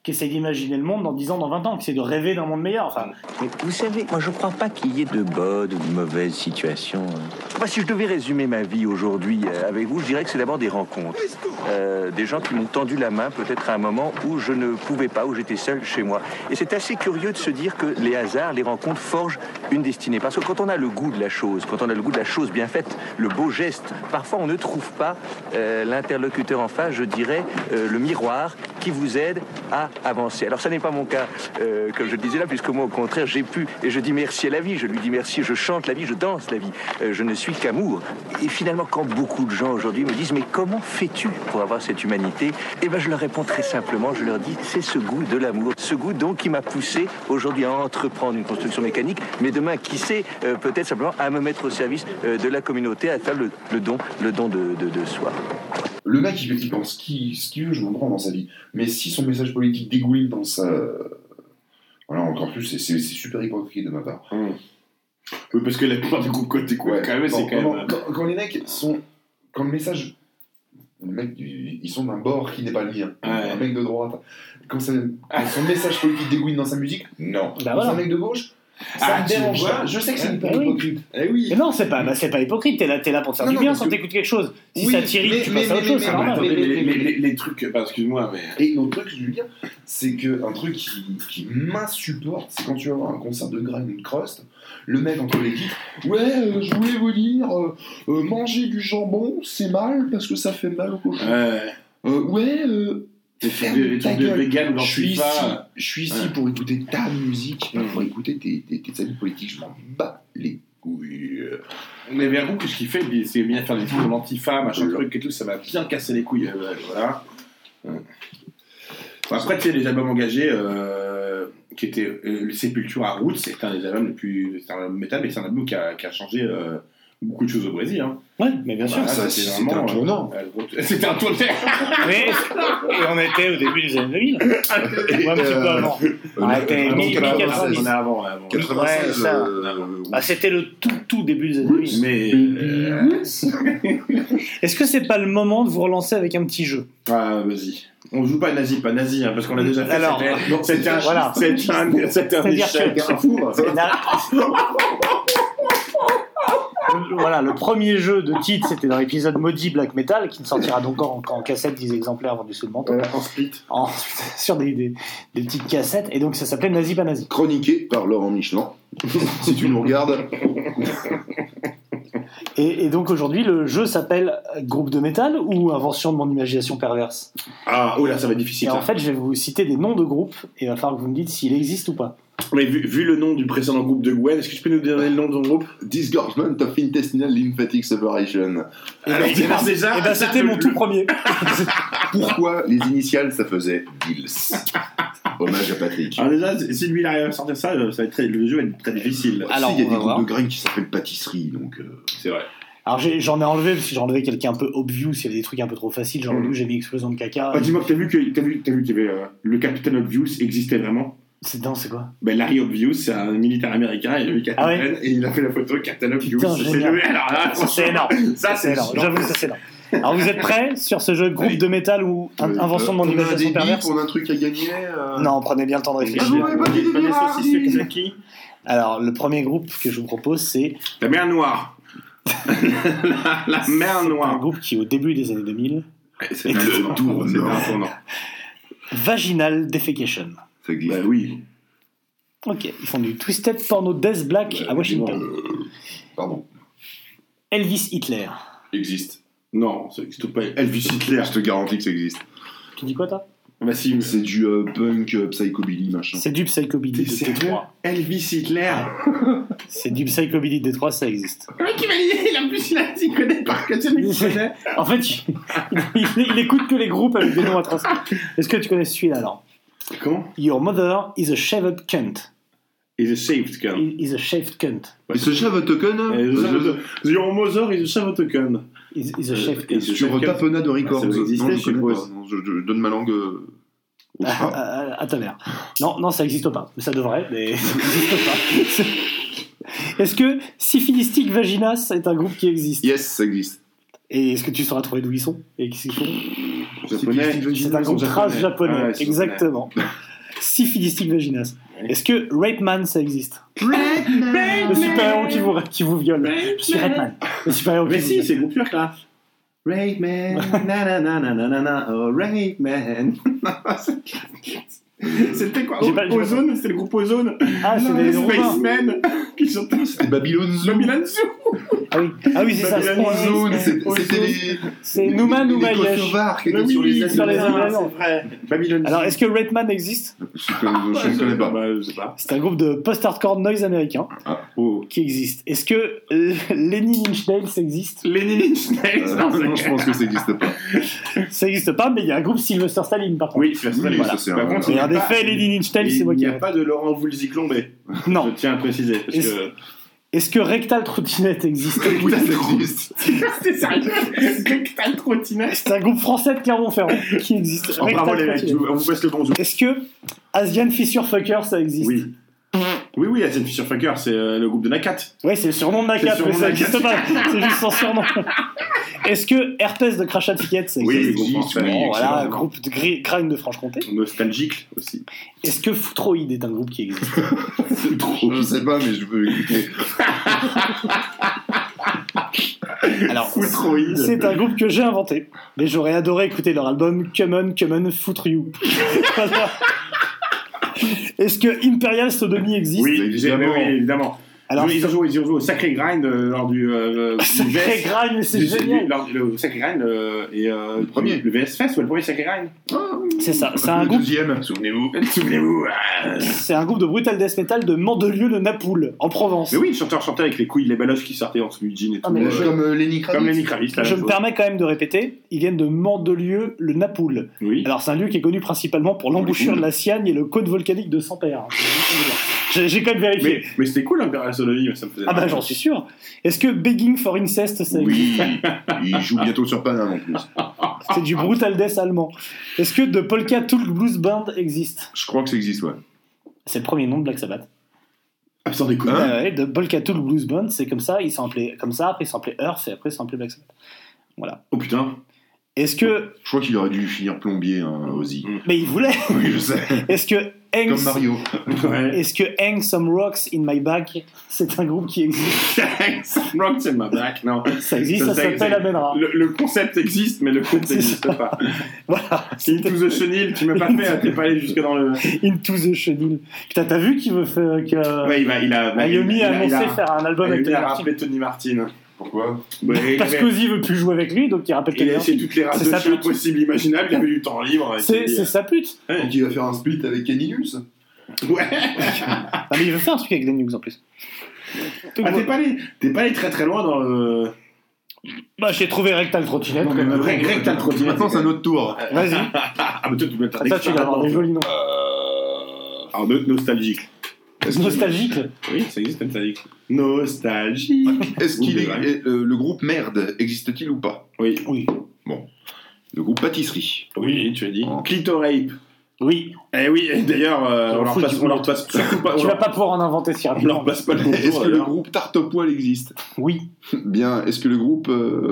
essaye d'imaginer le monde dans 10 ans, dans 20 ans, qui essaye de rêver d'un monde meilleur. Enfin, mais vous savez, moi je crois pas qu'il y ait de bonnes ou de mauvaises situations. Moi, si je devais résumer ma vie aujourd'hui avec vous, je dirais que c'est d'abord des rencontres. Des gens qui m'ont tendu la main peut-être à un moment où je ne pouvais pas, où j'étais seul chez moi. Et c'est assez curieux de se dire que les hasards, les rencontres forgent une destinée. Parce que quand on a le goût de la chose, quand on a le goût de la chose bien faite, le beau geste, parfois on ne trouve pas l'interlocuteur en face, je dirais, le miroir qui vous aide à avancer. Alors ça n'est pas mon cas, comme je le disais là, puisque moi au contraire j'ai pu, et je dis merci à la vie, je lui dis merci, je chante la vie, je danse la vie, je ne suis qu'amour. Et finalement quand beaucoup de gens aujourd'hui me disent mais comment fais-tu pour avoir cette humanité, eh ben je leur réponds très simplement, je leur dis c'est ce goût de l'amour, ce goût donc qui m'a poussé aujourd'hui à entreprendre une construction mécanique, mais demain qui sait peut-être simplement à me mettre au service de la communauté, à faire le don de soi. Le mec, il pense ce qu'il veut, je m'en prends dans sa vie. Mais si son message politique dégouline dans sa... Voilà, encore plus, c'est super hypocrite de ma part. Oui, parce que la plupart des groupes côté quoi, quand même, c'est quand même... Quand les mecs sont... Quand le message... Les mecs, ils sont d'un bord qui n'est pas le mien. Un mec de droite. Quand son message politique dégouline dans sa musique, non. Bah voilà. C'est un mec de gauche, ça me dérange pas. Je sais que c'est hyper hypocrite. Mais non, c'est pas hypocrite. T'es là pour te faire du bien quand t'écoutes quelque chose. Si ça t'irrite, tu passes à autre chose, c'est normal. Les trucs, excuse-moi, mais... Et l'autre truc, je veux dire, c'est qu'un truc qui m'insupporte, c'est quand tu vas voir un concert de Grind and Crust, le mec entre les titres, ouais, je voulais vous dire, manger du jambon, c'est mal parce que ça fait mal au cochon. Les trucs de vegan ou je suis ici pour écouter ta musique, pas pour écouter tes avis politiques, je m'en bats les couilles. Mais bien coup, ce qu'il fait, c'est bien faire des trucs de l'antifa, machin truc et tout, ça m'a bien cassé les couilles, voilà. Après, tu sais, les albums engagés, qui étaient le Sepultura Roots, c'est un des albums les plus... C'est un métal, mais c'est un album qui a changé beaucoup de choses au Brésil. Hein. Ouais, mais bien sûr. C'était un tournant. C'était un tournant. Mais on était au début des années 2000. Ouais, un petit peu avant. C'était 96. On est avant. 96. C'était le tout début des années 2000. Mais... Est-ce que c'est pas le moment de vous relancer avec un petit jeu ? Ah, vas-y. On joue pas nazi, hein, parce qu'on l'a déjà fait. Alors, c'était un échec. Voilà, le premier jeu de titre, c'était dans l'épisode Maudit Black Metal, qui ne sortira donc en cassette 10 exemplaires vendus sous le manteau. En split. Sur des petites cassettes, et donc ça s'appelait Nazi pas Nazi. Chroniqué par Laurent Michelin, si tu nous regardes. Et donc aujourd'hui, le jeu s'appelle Groupe de métal ou Invention de mon imagination perverse. Ah, oh là, ça va être difficile. Et en fait, je vais vous citer des noms de groupes, et il va falloir que vous me dites s'il existe ou pas. Mais vu le nom du précédent groupe de Gwen, est-ce que tu peux nous donner le nom de ton groupe ? Disgorgement of Intestinal Lymphatic Separation. C'était mon tout premier. Pourquoi les initiales ça faisait Dils? Hommage à Patrick. Alors déjà, si lui il arrive à sortir ça, le jeu va être très difficile. Alors, il y a des groupes de graines qui s'appellent Pâtisserie, donc c'est vrai. Alors j'en ai enlevé parce que j'ai enlevé quelqu'un un peu obvious, il y avait des trucs un peu trop faciles, genre j'ai mis Explosion de caca. Dis-moi que t'as vu qu'il y avait le Captain Obvious existait vraiment. C'est quoi ? Larry Obvious, c'est un militaire américain, il a vu Captain et il a fait la photo Captain Obvious. C'est énorme. Ça c'est énorme. J'avoue, ça c'est énorme. Alors vous êtes prêts sur ce jeu de groupe de métal ou invention de mon imagination perverse ? On a un truc à gagner Non, prenez bien le temps de réfléchir. Alors le premier groupe que je vous propose, c'est La Mer Noire. la Mer Noire. Un groupe qui au début des années 2000 c'est un tournant. Vaginal Defecation. Ça existe. Bah oui. Ok, ils font du Twisted Porno Death Black à Washington. Pardon. Elvis Hitler. Existe. Non, ça n'existe pas. Elvis Hitler. Je te garantis que ça existe. Tu dis quoi, toi ? Bah si, c'est du punk, psychobilly, machin. C'est du psychobilly de Détroit. Elvis Hitler. C'est du psychobilly de Détroit, ça existe. Le mec il m'a dit, en plus il connaît par que tu le connais. En fait, il écoute que les groupes avec des noms atroces. Est-ce que tu connais celui-là alors ? Comment ? Your mother is a shaved cunt. Is a shaved cunt. Is a shaved cunt. Is a shaved cunt. Your mother is a shaved cunt. Is a shaved cunt. Sur Tapenade de Records. Ça existait, je suppose. Je donne ma langue à ta mère. Non, ça n'existe pas. Ça devrait, mais ça n'existe pas. Est-ce que Syphilistic Vaginas est un groupe qui existe ? Yes, ça existe. Et est-ce que tu sauras trouver d'où ils sont ? Et qu'est-ce qu'ils font ? japonais. C'est un groupe trash japonais, exactement. Syphilistic Vaginas. Est-ce que Rape Man ça existe? Le super-héros qui vous viole. Je suis Rape Man. Le super-héros mais si, c'est le groupe turc là. Rape Man, nanana, oh Rape Man. C'était quoi? Ozone, c'était le groupe Ozone. Ah, c'est les Spacemen qui chantaient. C'était Babylon Zoo. Ah oui, c'est ça. Ozone, c'était les. C'est Nouma Yesh. Les Kosovars qui étaient sur les avions. Babylon Zoo. Alors, est-ce que Rape Man existe? Je ne connais pas. Je sais pas. C'est un groupe de post-hardcore noise américain qui existe. Est-ce que Lenny Lynchdale existe? Lenny Lynchdale non, je pense que ça n'existe pas. Ça n'existe pas, mais il y a un groupe Sylvester Stallone par contre. Oui, Sylvester Stallone. Ça, c'est par contre, il y a un effet Lenny Lynchdale, c'est moi qui. Il n'y a pas de Laurent Voulzy-Clombé. Non. Je tiens à préciser. Est-ce que Rectal Trottinette existe? Oui, ça existe. C'est sérieux? Rectal Trottinette. C'est un groupe français de Clermont-Ferrand qui existe. Bravo les mecs, on vous passe le bonjour. Est-ce que Asian Fissure Fucker ça existe? Oui, Asian Fissure Fucker, c'est le groupe de Nakat. Oui, c'est le surnom de Nakat, mais ça n'existe pas. C'est juste son surnom. Est-ce que Herpès de Crachat Ticket ça existe? Oui, le groupe français. Voilà, un groupe de grind de Franche-Comté. Nostalgique aussi. Est-ce que Footroid est un groupe qui existe? Je sais pas, mais je peux écouter. Alors, c'est un groupe que j'ai inventé, mais j'aurais adoré écouter leur album Come On, Footre You. Voilà. Est-ce que Imperial Sodomy existe? Oui, évidemment. Alors, ils ont joué au Sacré Grind lors du Sacré Grind, mais c'est génial. Le Sacré Grind et le premier, le VS Fest ou le premier Sacré Grind. C'est ça, c'est un groupe. Deuxième, souvenez-vous. C'est un groupe de brutal death metal de Mandelieu de Napoule, en Provence. Mais oui, le chanteur chantait avec les couilles, les baloches qui sortaient en dessous du jean et tout. Comme Lenny Kravitz. Je me permets quand même de répéter, ils viennent de Mandelieu le Napoule. Oui. Alors c'est un lieu qui est connu principalement pour l'embouchure de la Siagne et le côte volcanique de Saint-Père. J'ai quand même vérifié. Mais c'était cool l'Imperial Sodomy, ça me faisait. Ah bah j'en suis sûr. Est-ce que Begging for Incest ça existe? Oui, il joue bientôt sur Paname en plus. C'est du brutal death allemand. Est-ce que The Polka Tulk Blues Band existe? Je crois que ça existe, ouais. C'est le premier nom de Black Sabbath. Ah, sans déconner. Ouais, The Polka Tulk Blues Band, c'est comme ça, ils sont appelés comme ça, après ils sont appelés Earth et après ils sont appelés Black Sabbath. Voilà. Oh putain. Est-ce que... Je crois qu'il aurait dû finir plombier, Ozzy. Mais il voulait. Oui, je sais. Est-ce que comme Mario. Est-ce que Hang Some Rocks in My Back, c'est un groupe qui existe? Hang Some Rocks in My Back, non. Ça existe, ça s'appelle Amenra. Le concept existe, mais le groupe n'existe pas. Voilà. Into the Chenil, tu m'as pas fait, t'es pas allé jusque dans le... Into the Chenil. Putain, t'as vu qu'il veut faire... Ouais, Ayomi a annoncé faire un album avec Tony Martin. Il a rappelé Tony Martin. Pourquoi? Parce qu'Ozzy veut plus jouer avec lui, donc il rappelle Tony Martin. C'est toutes les races de chiens possibles, imaginables, il avait du temps libre. C'est sa pute. Donc il va faire un split avec Kenny Hughes. Ouais. Ah, mais il veut faire un truc avec Lenny Hughes en plus. Ah, t'es pas allé très très loin dans le... Bah, j'ai trouvé Rectal Trottinette. Rectal Trottinette. Maintenant, c'est un autre tour. Vas-y. Ah, mais toi, tu mets ta tu vas avoir des jolis noms. Alors, nostalgique. Nostalgique? Oui, ça existe, nostalgique. Nostalgique. Est-ce qu'il est le groupe Merde existe-t-il ou pas? Oui. Bon. Le groupe Pâtisserie. Oui, tu as dit. Clitorape. Oui. Eh oui, et d'ailleurs, on leur passe surtout pas. Tu vas pas pouvoir en inventer si rapidement. On leur passe pas le bonjour. Est-ce que le groupe Tarte au poil existe? Oui. Bien. Est-ce que le groupe.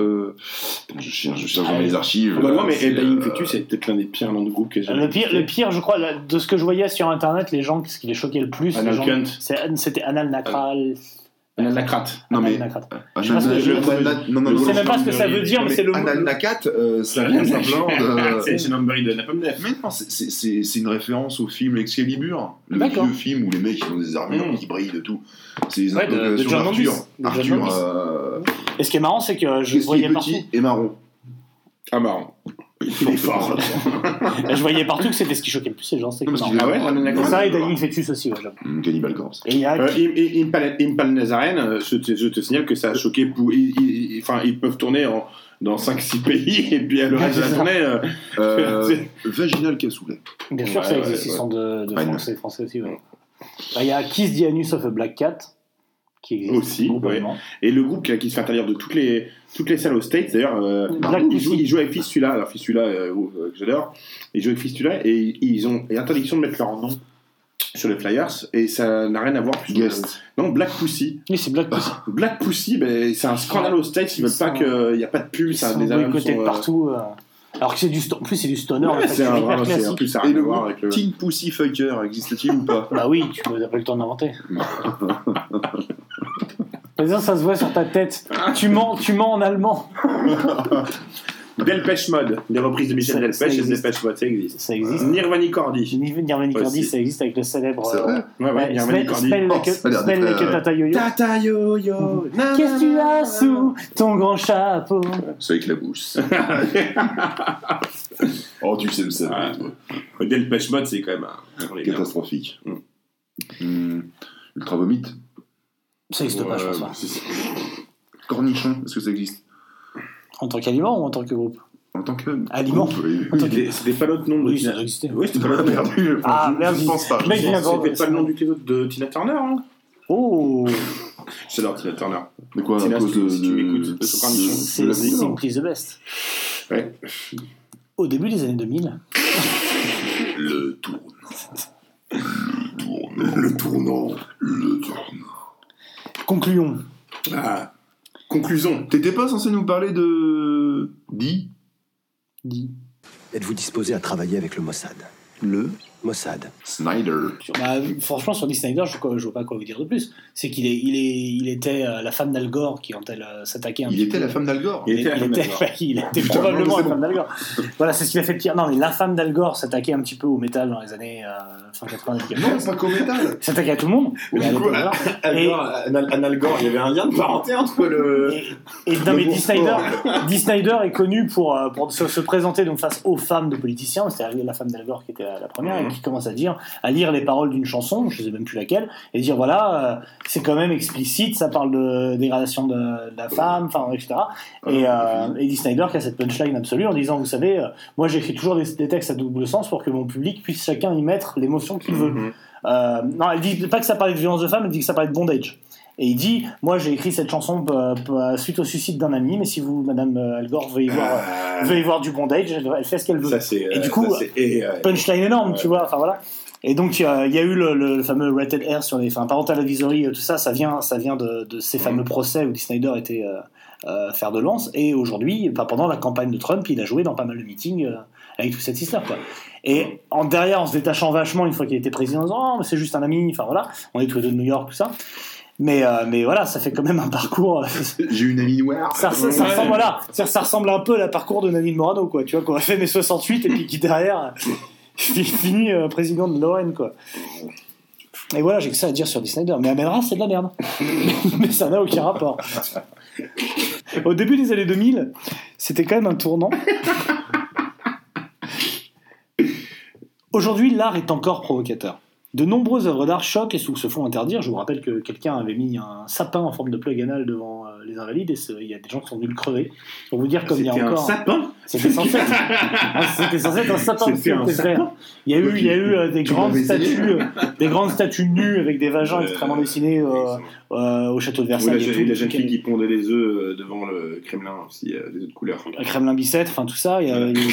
Je cherche dans les archives. Bah, mais Dying Fetus, c'est peut-être l'un des pires noms de groupe que j'ai jamais. Le pire, je crois, de ce que je voyais sur internet, les gens, ce qui les choquait le plus, c'était Anal Nakral. Anal Nakrat. Non, mais. Je sais même pas ce que ça veut dire, mais c'est le mot. Anal Nakat, ça vient simplement de. C'est Numbery de Napalm Death. Mais non, c'est une référence au film Excalibur. Le vieux film où les mecs ont des armures qui brillent de tout. C'est les invocations d'Arthur. Et ce qui est marrant, c'est que je voyais partout. Petit et marron. Ah, marrant. Il est fort. Je voyais partout que c'était ce qui choquait le plus les gens. Ah ouais, ça et Dying Fetus aussi. Cannibal Corpse. Et il y a Impal Nazaren, je te signale que ça a choqué. Enfin, ils peuvent tourner dans 5-6 pays et puis le reste de la tournée. Vaginal Cassoulet. Bien sûr, ça existe. Ils sont de français aussi. Il y a Kiss the Anus of a Black Cat. Qui existe aussi, et le groupe qui se fait interdire de toutes les salles aux States d'ailleurs, ils jouent avec Fistula, alors Fistula que j'adore, ils jouent avec Fistula et ils ont interdiction de mettre leur nom sur les flyers et ça n'a rien à voir non, Black Pussy. Oui, c'est Black Pussy. Black Pussy, c'est un scandale aux States, ils veulent pas qu'il n'y a pas de pub, ça, des boycottés de partout. Alors que en plus c'est du stoner, c'est hyper classique. Et le mot Teen Pussyfucker existe-t-il ou pas? Bah oui, tu n'as pas eu le temps d'inventer. Ça se voit sur ta tête. Tu mens en allemand. Delpech Mode, des reprises de Michel Delpech et Delpech Mode, ça existe. Ça existe. Nirvana Cordy. Nirvana Cordy, ça existe avec le célèbre. C'est vrai. Nirvana Cordy. Spell like a Tata Yo-Yo. Tata Yo-Yo. Qu'est-ce que tu as sous ton grand chapeau? C'est avec la bouche. Oh, tu sais me servir, toi. Delpech Mode, c'est quand même catastrophique. Ultra Vomit. Ça existe pas, je pense. Cornichon, est-ce que ça existe? En tant qu'aliment ou en tant que groupe? En tant que aliment. C'était pas l'autre nom de oui, ça doit exister. Oui, c'était pas l'autre nom. Merde, je pense pas. Mec, c'était pas le nom du clip de Tina Turner, hein? Oh. J'adore Tina Turner. Mais quoi, Tina, à cause si tu m'écoutes, c'est Simply the Best. Ouais. Au début des années 2000. Le tournant. Concluons. Conclusion. T'étais pas censé nous parler de... Di. Êtes-vous disposé à travailler avec le Mossad? Le Mossad. Snyder. Franchement, sur Dee Snider, je vois pas quoi vous dire de plus. C'est qu'il était la femme d'Al Gore qui, quand elle s'attaquait un Il était la femme d'Al Gore. Il était probablement la femme d'Al Gore. Voilà, c'est ce qu'il a fait de pire. Non, mais la femme d'Al Gore s'attaquait un petit peu au métal dans les années fin 80. Non, pas qu'au métal. S'attaquait à tout le monde. Oui, du coup, Al Gore, il y avait un lien de parenté entre le... Non, mais Dee Snider est connu pour se présenter donc face aux femmes de politiciens. C'est-à-dire la femme d'Al Gore qui était la première et qui commence à lire les paroles d'une chanson, je sais même plus laquelle, et dire voilà, c'est quand même explicite, ça parle de dégradation de la femme, enfin, etc. Et Dee Snider qui a cette punchline absolue en disant, vous savez, moi j'écris toujours des textes à double sens pour que mon public puisse chacun y mettre l'émotion qu'il veut. Non, elle dit pas que ça parlait de violence de femme, elle dit que ça parlait de bondage. Et il dit, moi j'ai écrit cette chanson suite au suicide d'un ami, mais si vous, Madame Al Gore, veuillez voir du bondage, elle fait ce qu'elle veut. Et du coup, punchline énorme, tu vois, enfin voilà. Et donc il y a eu le fameux Rated R sur les parental advisory, tout ça, ça vient de ces fameux procès où Dee Snider était fer de lance. Et aujourd'hui, pendant la campagne de Trump, il a joué dans pas mal de meetings avec toute cette histoire, quoi. Et derrière, en se détachant vachement une fois qu'il était président, en disant, oh, mais c'est juste un ami, enfin voilà, on est tous les deux de New York, tout ça. Mais voilà, ça fait quand même un parcours. J'ai une amie noire. Ça ressemble un peu à la parcours de Nadine Morano, quoi. Tu vois, qu'on a fait mai 68 et puis qui derrière finit président de Lorraine, quoi. Et voilà, j'ai que ça à dire sur Dee Snider. Mais Amenra, c'est de la merde. Mais ça n'a aucun rapport. Au début des années 2000, c'était quand même un tournant. Aujourd'hui, l'art est encore provocateur. De nombreuses œuvres d'art choquent et se font interdire. Je vous rappelle que quelqu'un avait mis un sapin en forme de plug anal devant les Invalides et il y a des gens qui sont venus le crever. Pour vous dire comme il y a encore... C'était un sapin. C'était censé être un sapin. C'était un sapin. Il y a eu des grandes statues nues avec des vagins extrêmement dessinés au château de Versailles. Et la jeune fille qui pondait les œufs devant le Kremlin aussi, des œufs de couleur. Le Kremlin Bicêtre, enfin tout ça.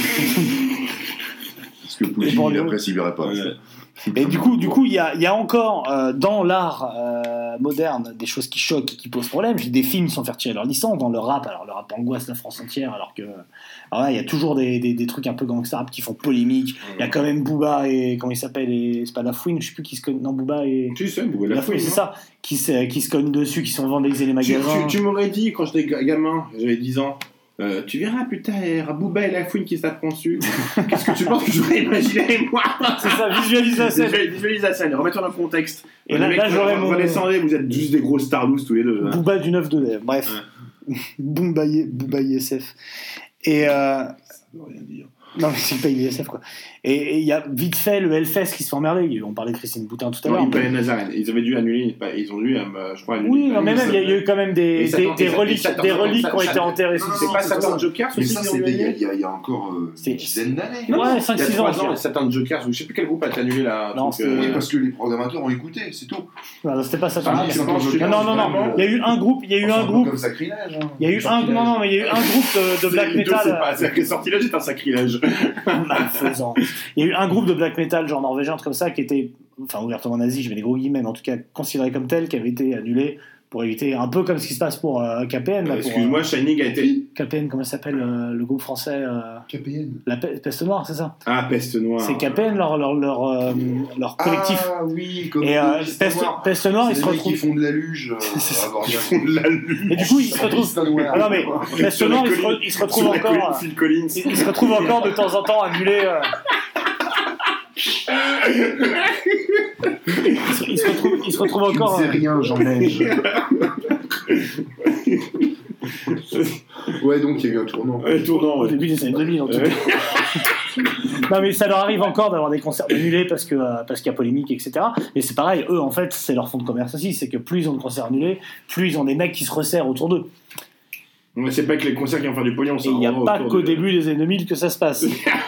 Parce que Poutine, après, s'il verrait pas. Et du coup, il y a encore dans l'art moderne des choses qui choquent et qui posent problème. Des films sans faire tirer leur licence. Dans le rap, alors le rap angoisse la France entière, alors que il y a toujours des trucs un peu gangsta rap qui font polémique. Il y a quand même Booba et comment il s'appelle, c'est pas Lafouine, je sais plus qui se cogne. Non, Booba et Booba Lafouine, c'est ça, qui se cognent dessus, qui sont vandalisés les magasins. Tu m'aurais dit quand j'étais gamin, j'avais 10 ans. Tu verras plus tard, Booba et Lafouine qui s'attendent dessus. Qu'est-ce que tu penses que j'aurais imaginé, moi? C'est ça, visualise la scène. Visualise la scène, remets-toi dans le contexte. Et là j'aurais mon... Redescendez, vous êtes juste des gros starlouses tous les deux. Booba du 9-2, bref. Booba ISF. Et ça veut rien dire. Non, mais c'est pas ISF, quoi. Et il y a vite fait le Hellfest qui se fait emmerder. On parlait de Christine Boutin tout à l'heure. Ils avaient dû annuler. Ils ont dû, je crois, annuler. Oui, mais même, il y a eu quand même des reliques qui ont été enterrées. C'est pas Satan Joker, mais ça, c'était il y a encore une dizaine d'années. Ouais, 5-6 ans. Satan Joker, je sais plus quel groupe a été annulé là. Non, oui, parce que les programmateurs ont écouté, c'est tout. Non, c'était pas Satan Joker. Non. Il y a eu un groupe. Il y a eu un groupe. Comme sacrilège. Il y a eu un groupe de black metal. C'est-à-dire que Sortilège est un sacrilège. Malfaisant. Il y a eu un groupe de black metal genre norvégien comme ça qui était, ouvertement nazi, je mets des gros guillemets, mais en tout cas considéré comme tel, qui avait été annulé pour éviter un peu comme ce qui se passe pour KPN. Là, excuse-moi, Shining a été. KPN, comment ça s'appelle le groupe français KPN. La Peste Noire, c'est ça? Ah, Peste Noire. C'est KPN leur collectif. Ah oui, comme et Peste Noire, ils se retrouvent. Ils font de la luge. Ils font de la luge. Et du coup, ils se retrouvent. Ah non mais Peste Noire, ils se retrouvent encore. Ils se retrouvent encore de temps en temps annulés. Il se retrouve encore. C'est rien, j'en ai. Ouais, donc il y a eu un tournant. Au début des années 2000, en tout cas. Non, mais ça leur arrive encore d'avoir des concerts annulés parce qu'il y a polémique, etc. Et c'est pareil, eux, en fait, c'est leur fond de commerce aussi. C'est que plus ils ont de concerts annulés, plus ils ont des mecs qui se resserrent autour d'eux. Mais c'est pas que les concerts qui vont faire du pognon. Il n'y a pas qu'au début des années 2000 que ça se passe.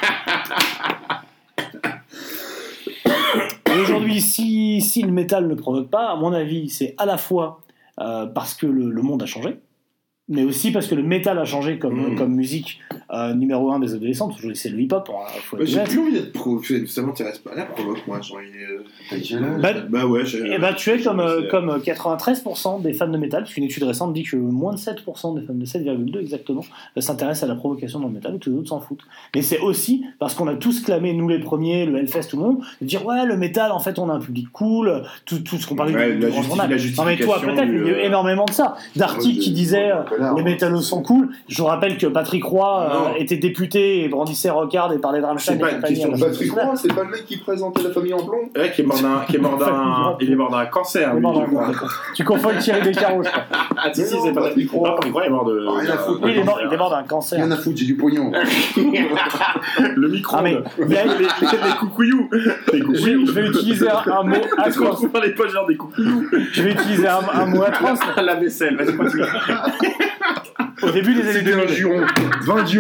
Aujourd'hui, si le métal ne provoque pas, à mon avis, c'est à la fois parce que le monde a changé, mais aussi parce que le métal a changé comme musique numéro 1 des adolescents. Toujours c'est le hip-hop. J'ai plus envie d'être pro. Ça m'intéresse pas. Là, provoque moi. Bah ouais. Tu es comme 93% des fans de métal, parce qu'une étude récente dit que moins de 7% des fans de 7,2 exactement s'intéressent à la provocation dans le métal, et tous les autres s'en foutent. Mais c'est aussi parce qu'on a tous clamé, nous les premiers, le Hellfest, tout le monde, de dire ouais, le métal, en fait, on a un public cool, tout ce qu'on parlait du grand journal. Non mais toi, peut-être, il y a eu énormément de ça. D'articles qui disaient les métallos sont cool. Je vous rappelle que Patrick Roy était député et brandissait Rocard et parlait de Rammstein. Patrick Roy, c'est pas le mec qui présentait La Famille en plomb? Ouais, il est mort d'un cancer. Tu confonds avec Thierry Descarreaux, je crois. Ah si, c'est Patrick Roy. Patrick Roy est mort de. Il est mort d'un cancer. Rien à foutre, j'ai du pognon. Le micro. Les coucouillous. Je vais utiliser un mot atroce. On trouve dans les poches genre des coucouillous. Je vais utiliser un mot atroce. La vaisselle, vas-y, continue. Au début des années 2000. Un juron. 20 dieux.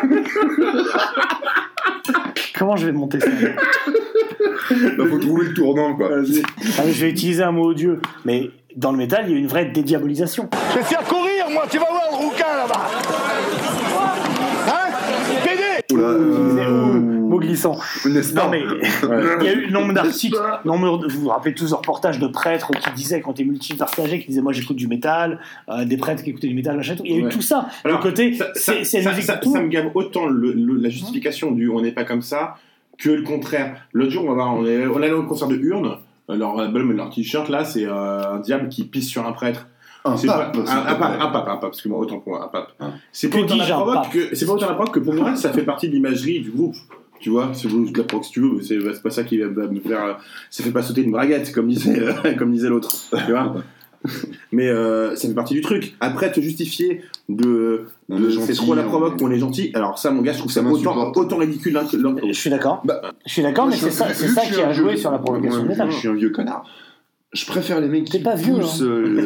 Comment je vais monter ça? Faut trouver le tournant, quoi. Je vais utiliser un mot odieux. Mais dans le métal, il y a une vraie dédiabolisation. Je vais te faire courir, moi, tu vas voir le rouquin là-bas. Hein? Pédé! Mot glissant. Non mais il y a eu nombre d'articles, vous vous rappelez tous de reportages de prêtres qui disaient, quand t'es multipartagé, qui disaient moi j'écoute du métal, des prêtres qui écoutaient du métal, machin, tout. Il y a eu tout ça. Alors, le côté, c'est la musique. Ça me gave autant la justification du on n'est pas comme ça que le contraire. L'autre jour, on allait au concert de Urne, leur album et leur t-shirt là, c'est un diable qui pisse sur un prêtre. Un pape, parce que moi, autant pour un pape. C'est pas autant la provoque que pour moi, ça fait partie de l'imagerie du groupe. Tu vois, c'est de la provoque si tu veux, mais c'est pas ça qui va me faire. Ça fait pas sauter une braguette, comme disait l'autre. Tu vois. Mais ça fait partie du truc. Après, te justifier c'est trop la provoque qu'on est gentil. Alors ça, mon gars, je trouve ça autant ridicule l'un que l'autre. Je suis d'accord. Mais c'est ça qui a joué sur la provocation métal. Je suis un vieux connard. Je préfère les mecs qui poussent,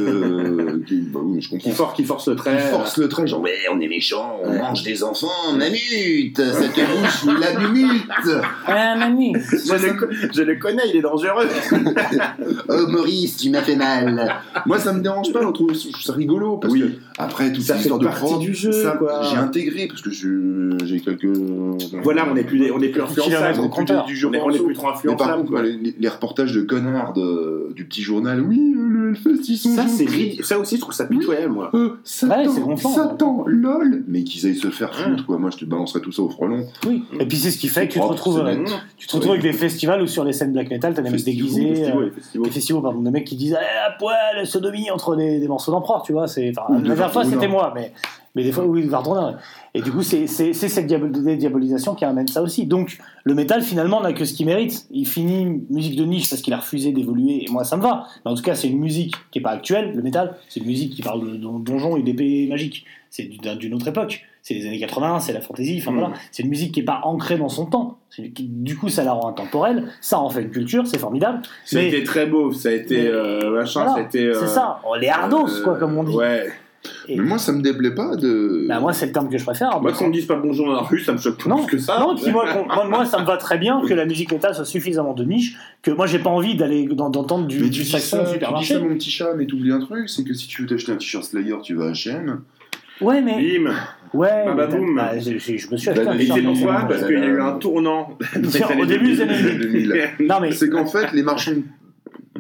qui forcent le trait. Qui forcent le trait, genre, mais on est méchants, on mange des enfants, Mamute, ça te bouge la mumute. Mamute. Je le connais, il est dangereux. Oh, Maurice, tu m'as fait mal. Moi, ça me dérange pas, je trouve ça rigolo, parce que, après, toute cette histoire de prof, j'ai intégré, parce que j'ai quelques... Voilà, on est plus influençables. On est plus trop influençables. Mais par contre, les reportages de connards du petit journal, oui, le Hellfest, ils sont... Ça aussi, je trouve ça pitoyable, moi. Satan, lol. Mais qu'ils aillent se faire foutre, quoi. Moi, je te balancerais tout ça au frelon. Oui, et puis c'est ce qui fait que tu te retrouves avec des festivals où sur les scènes black metal, t'as des mecs déguisés, des festivals, des mecs qui disent à poil, sodomie entre des morceaux d'empereur, tu vois. La dernière fois, c'était moi, mais des fois, oui, Vardrona. Et du coup, c'est cette diabolisation qui amène ça aussi. Donc, le métal, finalement, n'a que ce qu'il mérite. Il finit musique de niche parce qu'il a refusé d'évoluer, et moi, ça me va. Mais en tout cas, c'est une musique qui n'est pas actuelle, le métal. C'est une musique qui parle de donjons et d'épées magiques. C'est d'une autre époque. C'est les années 80, c'est la fantasy, voilà. C'est une musique qui n'est pas ancrée dans son temps. Du coup, ça la rend intemporelle. Ça en fait une culture, c'est formidable. Ça a été très beau, ça a été machin, ça a été... C'est ça, les hardos, quoi, comme on dit. Ouais. Mais moi, ça me déplaît pas de. Moi, c'est le terme que je préfère. Moi, qu'on me dise pas bonjour dans la rue, ça me choque plus que ça. Non, puis moi, ça me va très bien que la musique métal soit suffisamment de niche que moi, j'ai pas envie d'entendre du saxon au supermarché. Tu dis ça, mon petit chat, mais t'oublies un truc, c'est que si tu veux t'acheter un t-shirt Slayer, tu vas à H&M. Ouais, mais. Bim. Ouais, boum. Je me suis acheté un t-shirt. Et c'est pourquoi ? Parce qu'il y a eu un tournant. Au début des années 2000. Non, mais c'est qu'en fait, les marchands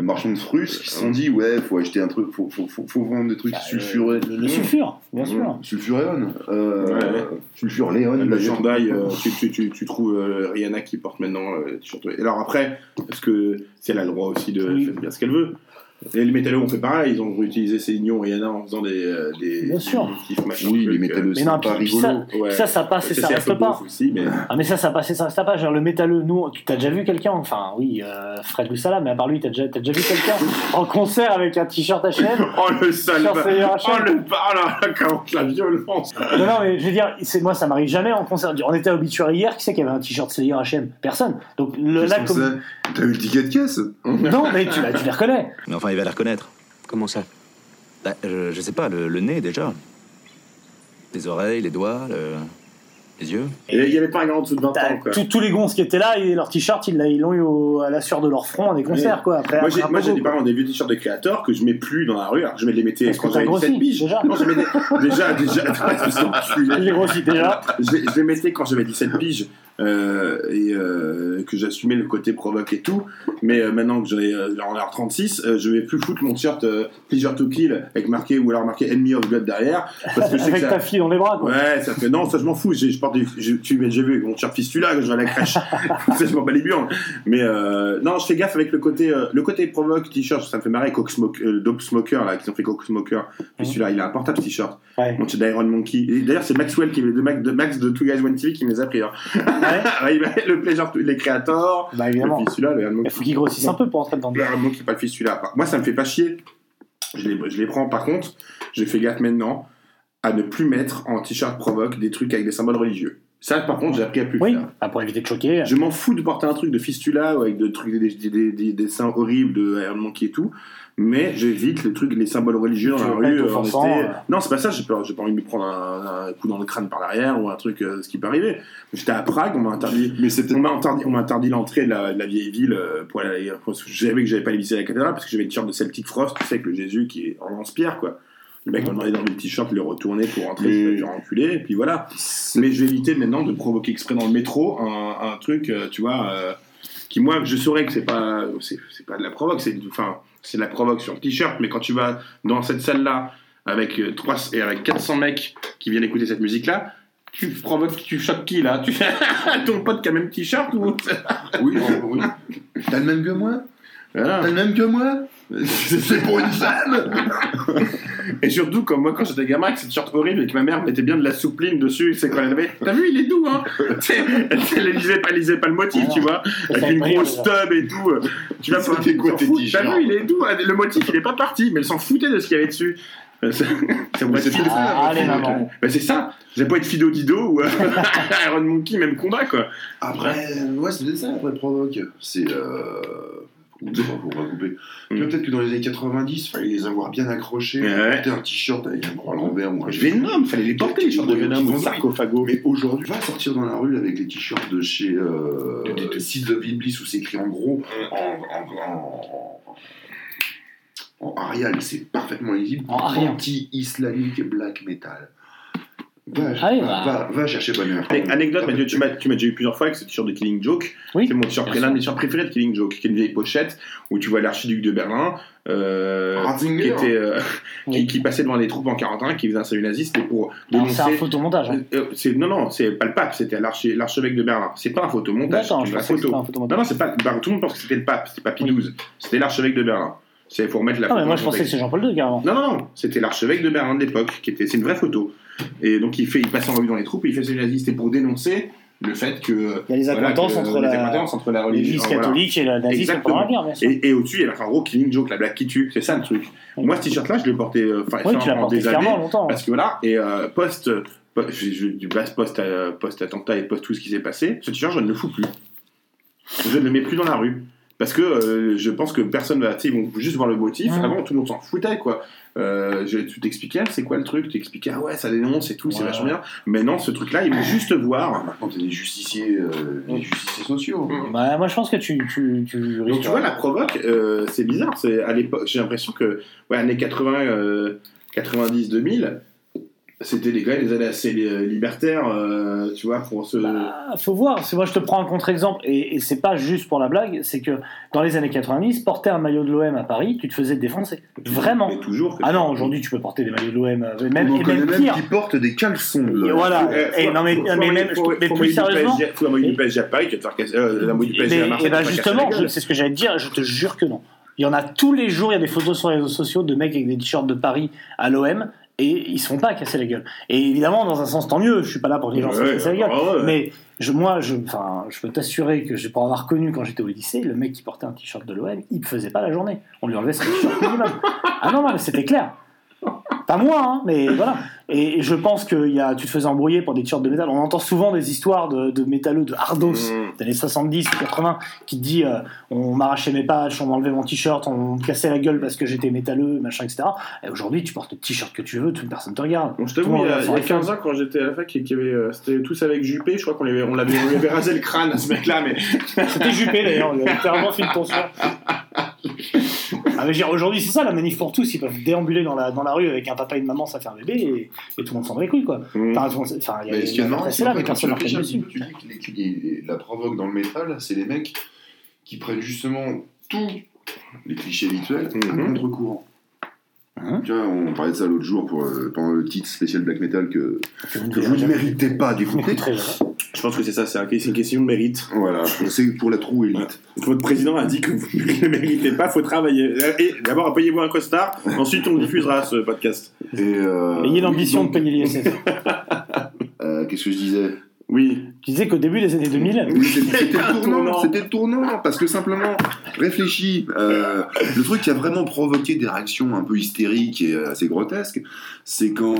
marchand de frustes qui se sont dit ouais, faut acheter un truc, faut vendre des trucs sulfurés. Le sulfure, bien sûr. Sulfuréon. Sulfuréon. Le chandail, tu trouves Rihanna qui porte maintenant le t-shirt. Et alors après, parce que si elle a le droit aussi de faire bien ce qu'elle veut. Et les métalleux ont fait pareil, ils ont réutilisé Céline Rihanna en faisant des bien sûr. Machin, oui, les métalleux, c'est pas rigolo. Ça passe et ça reste pas. Aussi, mais... Ah, mais ça passe et ça reste pas. Genre, le métalleux, nous, tu t'as déjà vu quelqu'un, enfin, oui, Fred Loussala, mais à part lui, t'as déjà vu quelqu'un en concert avec un t-shirt H&M? Oh, le sale! Oh, la violence! Non, mais je veux dire, moi, ça m'arrive jamais en concert. On était à Obituary hier, qui c'est qui avait un t-shirt Slayer H&M? Personne. Donc, là, comme. T'as eu le ticket de caisse? Non, mais tu les reconnais. Mais enfin, il va les reconnaître. Comment ça? Je sais pas, le nez déjà. Les oreilles, les doigts, les yeux. Il y avait pas un grand en dessous de 20 ans, quoi. Tous les gonzes qui étaient là, et leur t-shirt, ils l'ont eu à la sueur de leur front à des concerts, quoi. Après, moi, j'ai par exemple des vieux t-shirts de créateurs que je mets plus dans la rue, alors que je les mettais quand j'avais 17 piges. Déjà. Non, je mettais déjà. Je les grossis déjà. Je les mettais quand j'avais 17 piges. Que j'assumais le côté provoque et tout, mais maintenant que j'en ai 36, je vais plus foutre mon t-shirt Pleasure to Kill avec marqué Enemy of God derrière, parce que avec ta fille dans les bras, quoi. Ouais, ça fait non, ça je m'en fous. J'ai vu mon t-shirt Fistula que je vais à la crèche. Ça, je m'en bats les burnes. Mais non, je fais gaffe avec le côté provoque t-shirt, ça me fait marrer. Dope Smoker là, qui ont fait Coke Smoker. Fistula, il a un portable t-shirt. Ouais. Mon t-shirt d'Iron Monkey. Et d'ailleurs, c'est Maxwell de Max de Two Guys One TV qui me les a pris. Hein. Ouais. Le Pleasure, les créateurs. Bah évidemment. Le Fistula, il faut qu'ils grossissent un peu pour entrer dedans. Le Iron Monkey, pas le Fistula. Moi, ça me fait pas chier. Je les prends. Par contre, j'ai fait gaffe maintenant à ne plus mettre en t-shirt provoque des trucs avec des symboles religieux. Ça, par contre, j'ai appris à plus le faire. Pour éviter de choquer. Je m'en fous de porter un truc de Fistula avec des dessins horribles de Iron Monkey et tout. Mais j'évite les symboles religieux dans la rue. Non, c'est pas ça, j'ai pas envie de me prendre un coup dans le crâne par l'arrière ou un truc, ce qui peut arriver. J'étais à Prague, on m'a interdit l'entrée de la vieille ville pour aller. Je savais que j'avais pas les visiter à la cathédrale parce que j'avais le t-shirt de Celtic Frost, tu sais, avec le Jésus qui est en lance-pierre, quoi. Le mec m'a demandé d'enlever le t-shirt, le retourner pour rentrer, je vais faire enculer, et puis voilà. Mais je vais éviter maintenant de provoquer exprès dans le métro un truc, tu vois, qui moi, je saurais que c'est pas de la provoque, c'est de la provoque sur le t-shirt, mais quand tu vas dans cette salle-là avec 400 mecs qui viennent écouter cette musique-là, tu choques qui là? Tu fais ton pote qui a le même t-shirt ou? Oui. T'as le même que moi? Voilà. T'as le même que moi? C'est pour une femme. Et surtout, comme moi, quand j'étais gamin, avec cette t-shirt horrible et que ma mère mettait bien de la soupline dessus, c'est quoi elle avait? T'as vu, il est doux, hein? Elle lisait pas le motif, tu vois, avec une grosse tub et tout. Tu vas pas. C'était quoi tes t-shirts? T'as vu, il est doux. Le motif, il est pas parti, mais elle s'en foutait de ce qu'il y avait dessus. Allez, maman. C'est ça. J'ai pas être Fido Dido ou Iron Monkey, même combat, quoi. Après, ouais, c'était ça, après provoque. C'est. Pour couper. Tu vois, peut-être que dans les années 90, il fallait les avoir bien accrochés. Porter un t-shirt avec un bras à l'envers ou un Venom, fallait les porter, les t-shirts de Venom ou Sarcophago. Mais aujourd'hui, va sortir dans la rue avec les t-shirts de chez Seeds of Iblis où c'est écrit en gros en Arial, c'est parfaitement lisible. Anti-islamique black metal. Va chercher bonheur. Anecdote, Mathieu, tu m'as déjà eu plusieurs fois avec ce t-shirt de Killing Joke. Oui, c'est l'un de mes t-shirts préférés de Killing Joke, qui est une vieille pochette où tu vois l'archiduc de Berlin qui passait devant les troupes en 41, qui faisait un salut nazi. C'était pour dénoncer. C'est un photomontage. Non, c'est pas le pape, c'était l'archevêque de Berlin. C'est pas un photomontage. Attends, c'est une photo. Non, c'est pas. Tout le monde pense que c'était le pape, c'était pas Pie XII, c'était l'archevêque de Berlin. C'est pour mettre la photo. Mais moi je pensais que c'est Jean-Paul II carrément. Non, c'était l'archevêque de Berlin de l'époque, c'est une vraie photo. Et donc il passe en revue dans les troupes et il fait ses nazis. C'était pour dénoncer le fait que il y a les accointances entre la religion, l'Église catholique et la nazisme pendant la guerre, bien sûr. Et au-dessus il y a marqué en gros Killing Joke, la blague qui tue. C'est ça le truc. Moi ce t-shirt-là je l'ai porté des années longtemps. Parce que voilà, et post attentat et post tout ce qui s'est passé, ce t-shirt je ne le fous plus. Je ne le mets plus dans la rue. Parce que je pense que personne va. Ils vont juste voir le motif. Avant, tout le monde s'en foutait, quoi. Tu t'expliquais, c'est quoi le truc? Tu expliquais, ah ouais, ça dénonce et tout, c'est vachement bien. Mais non, ce truc-là, ils vont juste voir. Maintenant, t'es des justiciers sociaux. Bah, moi, je pense que tu donc, tu vois, la provoque, c'est bizarre. À l'époque, j'ai l'impression que, années 80, 90, 2000, C'était les gars, ils allaient assez libertaires, tu vois, pour se... Faut voir, parce que moi je te prends un contre-exemple, et c'est pas juste pour la blague, c'est que dans les années 90, porter un maillot de l'OM à Paris, tu te faisais défoncer. Vraiment. Mais toujours. Ah non, aujourd'hui tu peux porter des maillots de l'OM, même pire. Qui portent des caleçons. Et voilà. Mais plus sérieusement... Faut un maillot du PSG à Paris qui va te faire casser... la maillot du PSG à Marseille. Et bah justement, c'est ce que j'allais te dire, je te jure que non. Il y en a tous les jours, il y a des photos sur les réseaux sociaux de mecs avec des t-shirts de Paris à l'OM, et ils se font pas casser la gueule. Et évidemment, dans un sens, tant mieux. Je suis pas là pour que les gens se cassent la gueule. Mais je peux t'assurer que pour avoir connu quand j'étais au lycée, le mec qui portait un t-shirt de l'OM, il ne faisait pas la journée. On lui enlevait son t-shirt minimum. Ah non, mais c'était clair. Pas moi, hein, mais voilà. Et je pense que tu te faisais embrouiller pour des t-shirts de métal. On entend souvent des histoires de métalleux, de hardos, des années 70 ou 80, qui te dit on m'arrachait mes patchs, on m'enlevait mon t-shirt, on me cassait la gueule parce que j'étais métalleux, machin, etc. Et aujourd'hui, tu portes le t-shirt que tu veux, personne te regarde. Bon, je t'avoue, il y a 15 ans, quand j'étais à la fac, c'était tous avec Juppé, je crois qu'on l'avait rasé le crâne à ce mec-là, mais... C'était Juppé d'ailleurs, il avait littéralement fait une tension. Ah, mais aujourd'hui, c'est ça la manif pour tous, ils peuvent déambuler dans la rue avec un papa et une maman, ça fait un bébé, et tout le monde s'en bat les couilles, quoi. Ce qui est marrant, c'est que tu dis que la provoque dans le métal, c'est les mecs qui prennent justement tous les clichés habituels à contre-courant. Tu vois, on parlait de ça l'autre jour pendant le titre spécial black metal que vous ne méritez pas d'écouter. Je pense que c'est ça, c'est une question de mérite. Voilà, c'est pour la trou élite. Votre président a dit que vous ne le méritez pas, il faut travailler. Et d'abord, payez-vous un costard, ensuite on diffusera ce podcast. Ayez l'ambition de payer l'ISF. Qu'est-ce que je disais ? Oui. Tu disais qu'au début des années 2000... Oui, c'était le tournant, parce que simplement, réfléchis, le truc qui a vraiment provoqué des réactions un peu hystériques et assez grotesques, c'est quand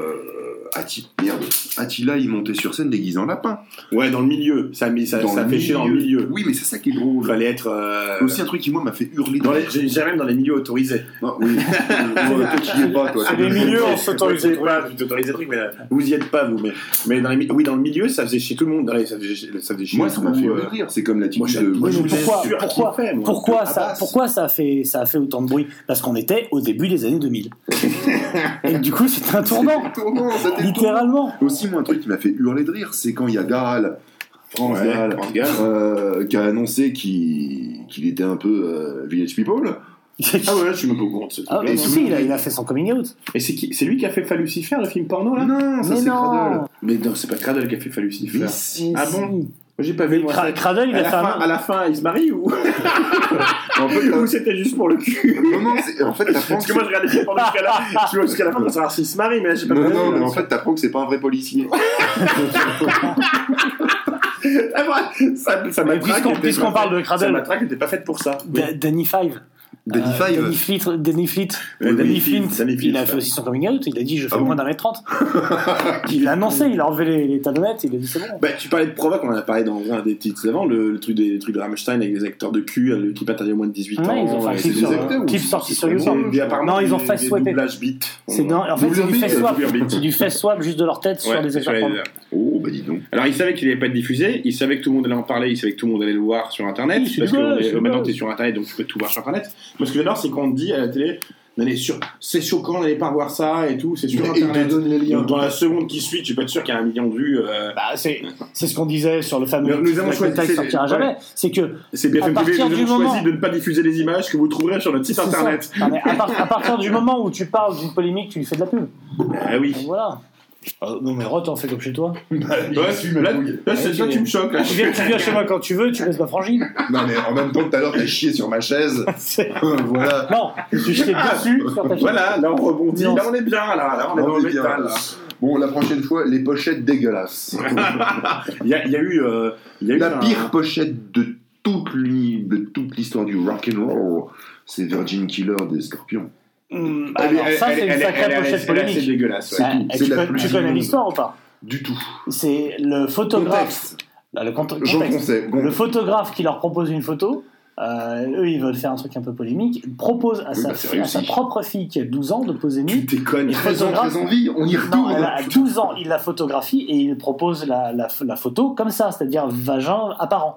Attila, il montait sur scène déguisé en lapin. Ouais, dans le milieu, ça fait chier dans le milieu. Oui, mais c'est ça qui est drôle. Fallait être... aussi un truc qui, moi, m'a fait hurler. J'ai même dans les milieux autorisés. Oui, toi qui y es pas, toi. C'est les milieux, on s'autorisait pas. Tu t'autorises des trucs, mais vous y êtes pas, vous. Mais dans le milieu, ça faisait chier tout le monde. Ça faisait chier. Moi, ça m'a fait rire. C'est comme l'attitude de... Pourquoi ça a fait autant de bruit ? Parce qu'on était au début des années 2000. Et du coup, c'était un tournant. Littéralement. Aussi, moi, un truc qui m'a fait hurler de rire, c'est quand il y a France Gall, qui a annoncé qu'il était un peu Village People. Ah ouais, je suis même pas au courant de ce truc. Il a fait son coming out. Et c'est lui qui a fait Fallucifer, le film porno, là ? Non, ça c'est Cradle. Mais non, c'est pas Cradle qui a fait Fallucifer. Ah bon ? J'ai pas vu. Cradle, il a fait à la fin, il se marie ou ou c'était juste pour le cul ? Non, en fait, t'apprends. Parce que moi, je regardais les pornos jusqu'à la fin pour savoir s'il se marie, mais là, j'ai pas vu. Non, mais en fait, t'apprends que c'est pas un vrai policier. Ça m'a puisqu'on parle de Cradle. Ma traque n'était pas faite pour ça. Danny Five. Danny Flint, il a fait aussi son coming out, il a dit je fais moins d'1m30. Il l'a annoncé, il a enlevé les talonnettes, il a dit c'est bon. Tu parlais de provoque, on en a parlé dans un des titres avant, le truc de Rammstein avec les acteurs de cul qui interdit au moins de 18 ans. Ils ont fait un clip sorti sur YouTube. Non, ils ont fait swapper. En fait, c'est du face swap juste de leur tête sur des acteurs. Oh, bah dis donc. Alors, il savait qu'il n'allait pas être diffusé, il savait que tout le monde allait en parler, il savait que tout le monde allait le voir sur Internet, parce que maintenant t'es sur Internet, donc tu peux tout voir sur Internet. Moi, ce que j'adore, c'est qu'on te dit à la télé, c'est choquant, n'allez pas voir ça et tout, c'est sur Internet. Et te donne les liens. Donc, dans la seconde qui suit, tu peux être sûr qu'il y a 1 million de vues. C'est ce qu'on disait sur le fameux nous avons choisi qui sortira jamais. C'est que c'est BFM TV, nous avons choisi de ne pas diffuser les images que vous trouverez sur notre site Internet. À partir du moment où tu parles d'une polémique, tu lui fais de la pub. Ah oui. Voilà. Non mais Roth, on fait comme chez toi. Là, c'est ça qui me choque. Tu viens chez moi quand tu veux, tu laisses ma frangine. Non mais en même temps que tout à l'heure t'as chié sur ma chaise. Voilà. Non, tu chies dessus sur ta chaise. Voilà, là on rebondit, là on est bien, là on est dans le métal. Bon, la prochaine fois, les pochettes dégueulasses. Il y a eu la pire pochette de toute l'histoire du rock'n'roll, c'est Virgin Killer des Scorpions. Alors ça c'est une sacrée pochette polémique. C'est dégueulasse. Tu connais l'histoire ou pas ? Du tout. C'est le photographe. Le photographe qui leur propose une photo. Eux ils veulent faire un truc un peu polémique. Propose à sa propre fille qui a 12 ans de poser nue. Tu déconnes. 13 ans, très envie. On y retourne. Elle a 12 ans. Il la photographie et il propose la photo comme ça, c'est-à-dire vagin apparent.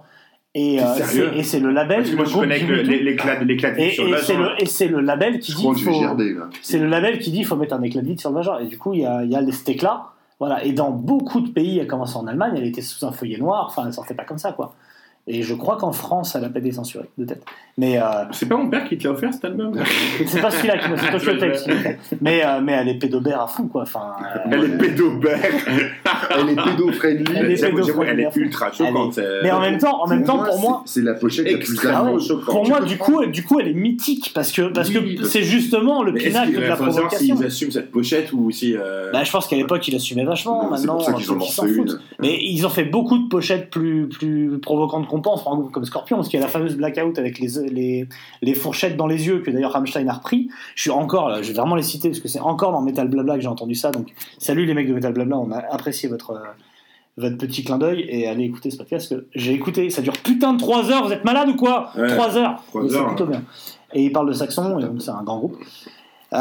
Et c'est le label. Parce que moi je connais l'éclat de vide sur le vagin. Et c'est le label qui dit c'est le label qui dit il faut mettre un éclat de vide sur le vagin. Et du coup il y a cet éclat. Voilà. Et dans beaucoup de pays, elle commence en Allemagne, elle était sous un feuillet noir. Enfin, elle sortait pas comme ça, quoi. Et je crois qu'en France, elle a pas été censurée, de tête. Mais c'est pas mon père qui te l'a offert cet album. C'est pas celui-là qui m'a fait Tokyo Tapes. Mais elle est pédobère à fond, quoi. Enfin, elle est pédobère. Elle est pédo-friendly. Elle est ultra choquante. Mais en même temps, pour moi, c'est la pochette la plus choquante. Pour moi, du coup, elle est mythique parce que c'est justement le pinacle de la provocation. S'ils assument cette pochette ou si. Je pense qu'à l'époque, ils l'assumaient vachement. Maintenant, ils s'en foutent. Mais ils ont fait beaucoup de pochettes plus provocantes qu'on pense, par exemple comme Scorpion, parce qu'il y a la fameuse Blackout avec les fourchettes dans les yeux que d'ailleurs Rammstein a repris. Je vais vraiment les citer parce que c'est encore dans Metal Blabla que j'ai entendu ça. Donc salut les mecs de Metal Blabla, on a apprécié votre petit clin d'œil et allez écouter ce podcast que j'ai écouté. Ça dure putain de 3 heures. Vous êtes malade ou quoi? 3 heures. C'est plutôt bien. Et il parle de Saxon, et donc c'est un grand groupe. Et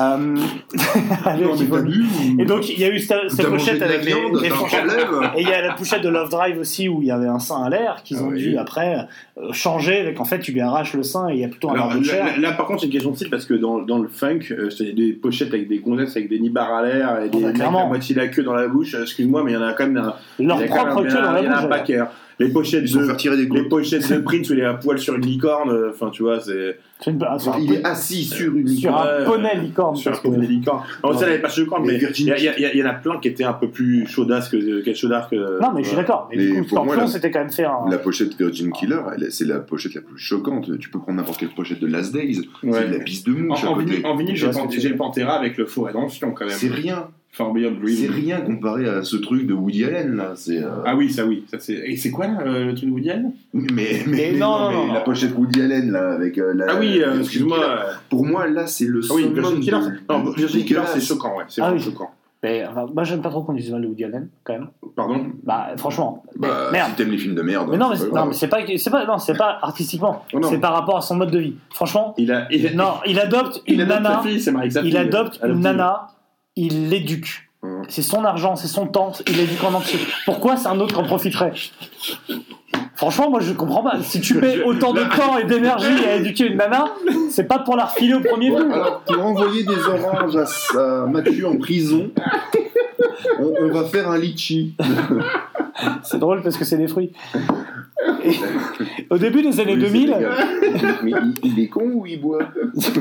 donc il y a eu cette pochette avec les fourchettes et il y a la pochette de Love Drive aussi où il y avait un sein à l'air qu'ils ont dû après changer avec en fait tu lui arraches le sein et il y a plutôt un arbre de chair. Là par contre c'est une question de style parce que dans le funk c'est des pochettes avec des gonzesses avec des nibards à l'air et des mecs à moitié la queue dans la bouche, excuse-moi mais il y en a quand même leur propre queue dans la bouche. Il y en a un paquet. Les pochettes de Prince où il est à poil sur une licorne, enfin tu vois, il est assis sur une licorne. Sur un poney licorne. Sur un poney licorne. Non, ça n'avait pas choquant, mais il y en a plein qui étaient un peu plus chaudasses que. Non, mais je suis d'accord. Mais du coup, Scorpion, c'était quand même fait un. La pochette Virgin Killer, c'est la pochette la plus choquante. Tu peux prendre n'importe quelle pochette de Last Days. C'est de la pisse de mouche. En vinyle, j'ai le Pantera avec le faux rédemption quand même. C'est rien. C'est rien comparé à ce truc de Woody Allen là. Ah oui, ça oui. Et c'est quoi le truc de Woody Allen? Mais non, la pochette Woody Allen là avec la. Ah oui, excuse-moi. Pour moi là c'est le summum. Virgin Killer. Non, Virgin Killer c'est choquant, ouais. C'est choquant. Mais moi j'aime pas trop qu'on dise mal de Woody Allen quand même. Pardon. Franchement. Merde. Si t'aimes les films de merde. Mais non, mais c'est pas artistiquement. C'est par rapport à son mode de vie. Franchement. Il adopte une nana. Il adopte une nana. Il l'éduque. C'est son argent, c'est son temps, il l'éduque en entier. Pourquoi c'est un autre qui en profiterait? Franchement, moi je comprends pas. Si tu mets autant de temps et d'énergie à éduquer une nana, c'est pas pour la refiler au premier vue. Alors, pour envoyer des oranges à Mathieu en prison, on va faire un litchi. C'est drôle parce que c'est des fruits. Et au début des années 2000. Mais il est con ou il boit?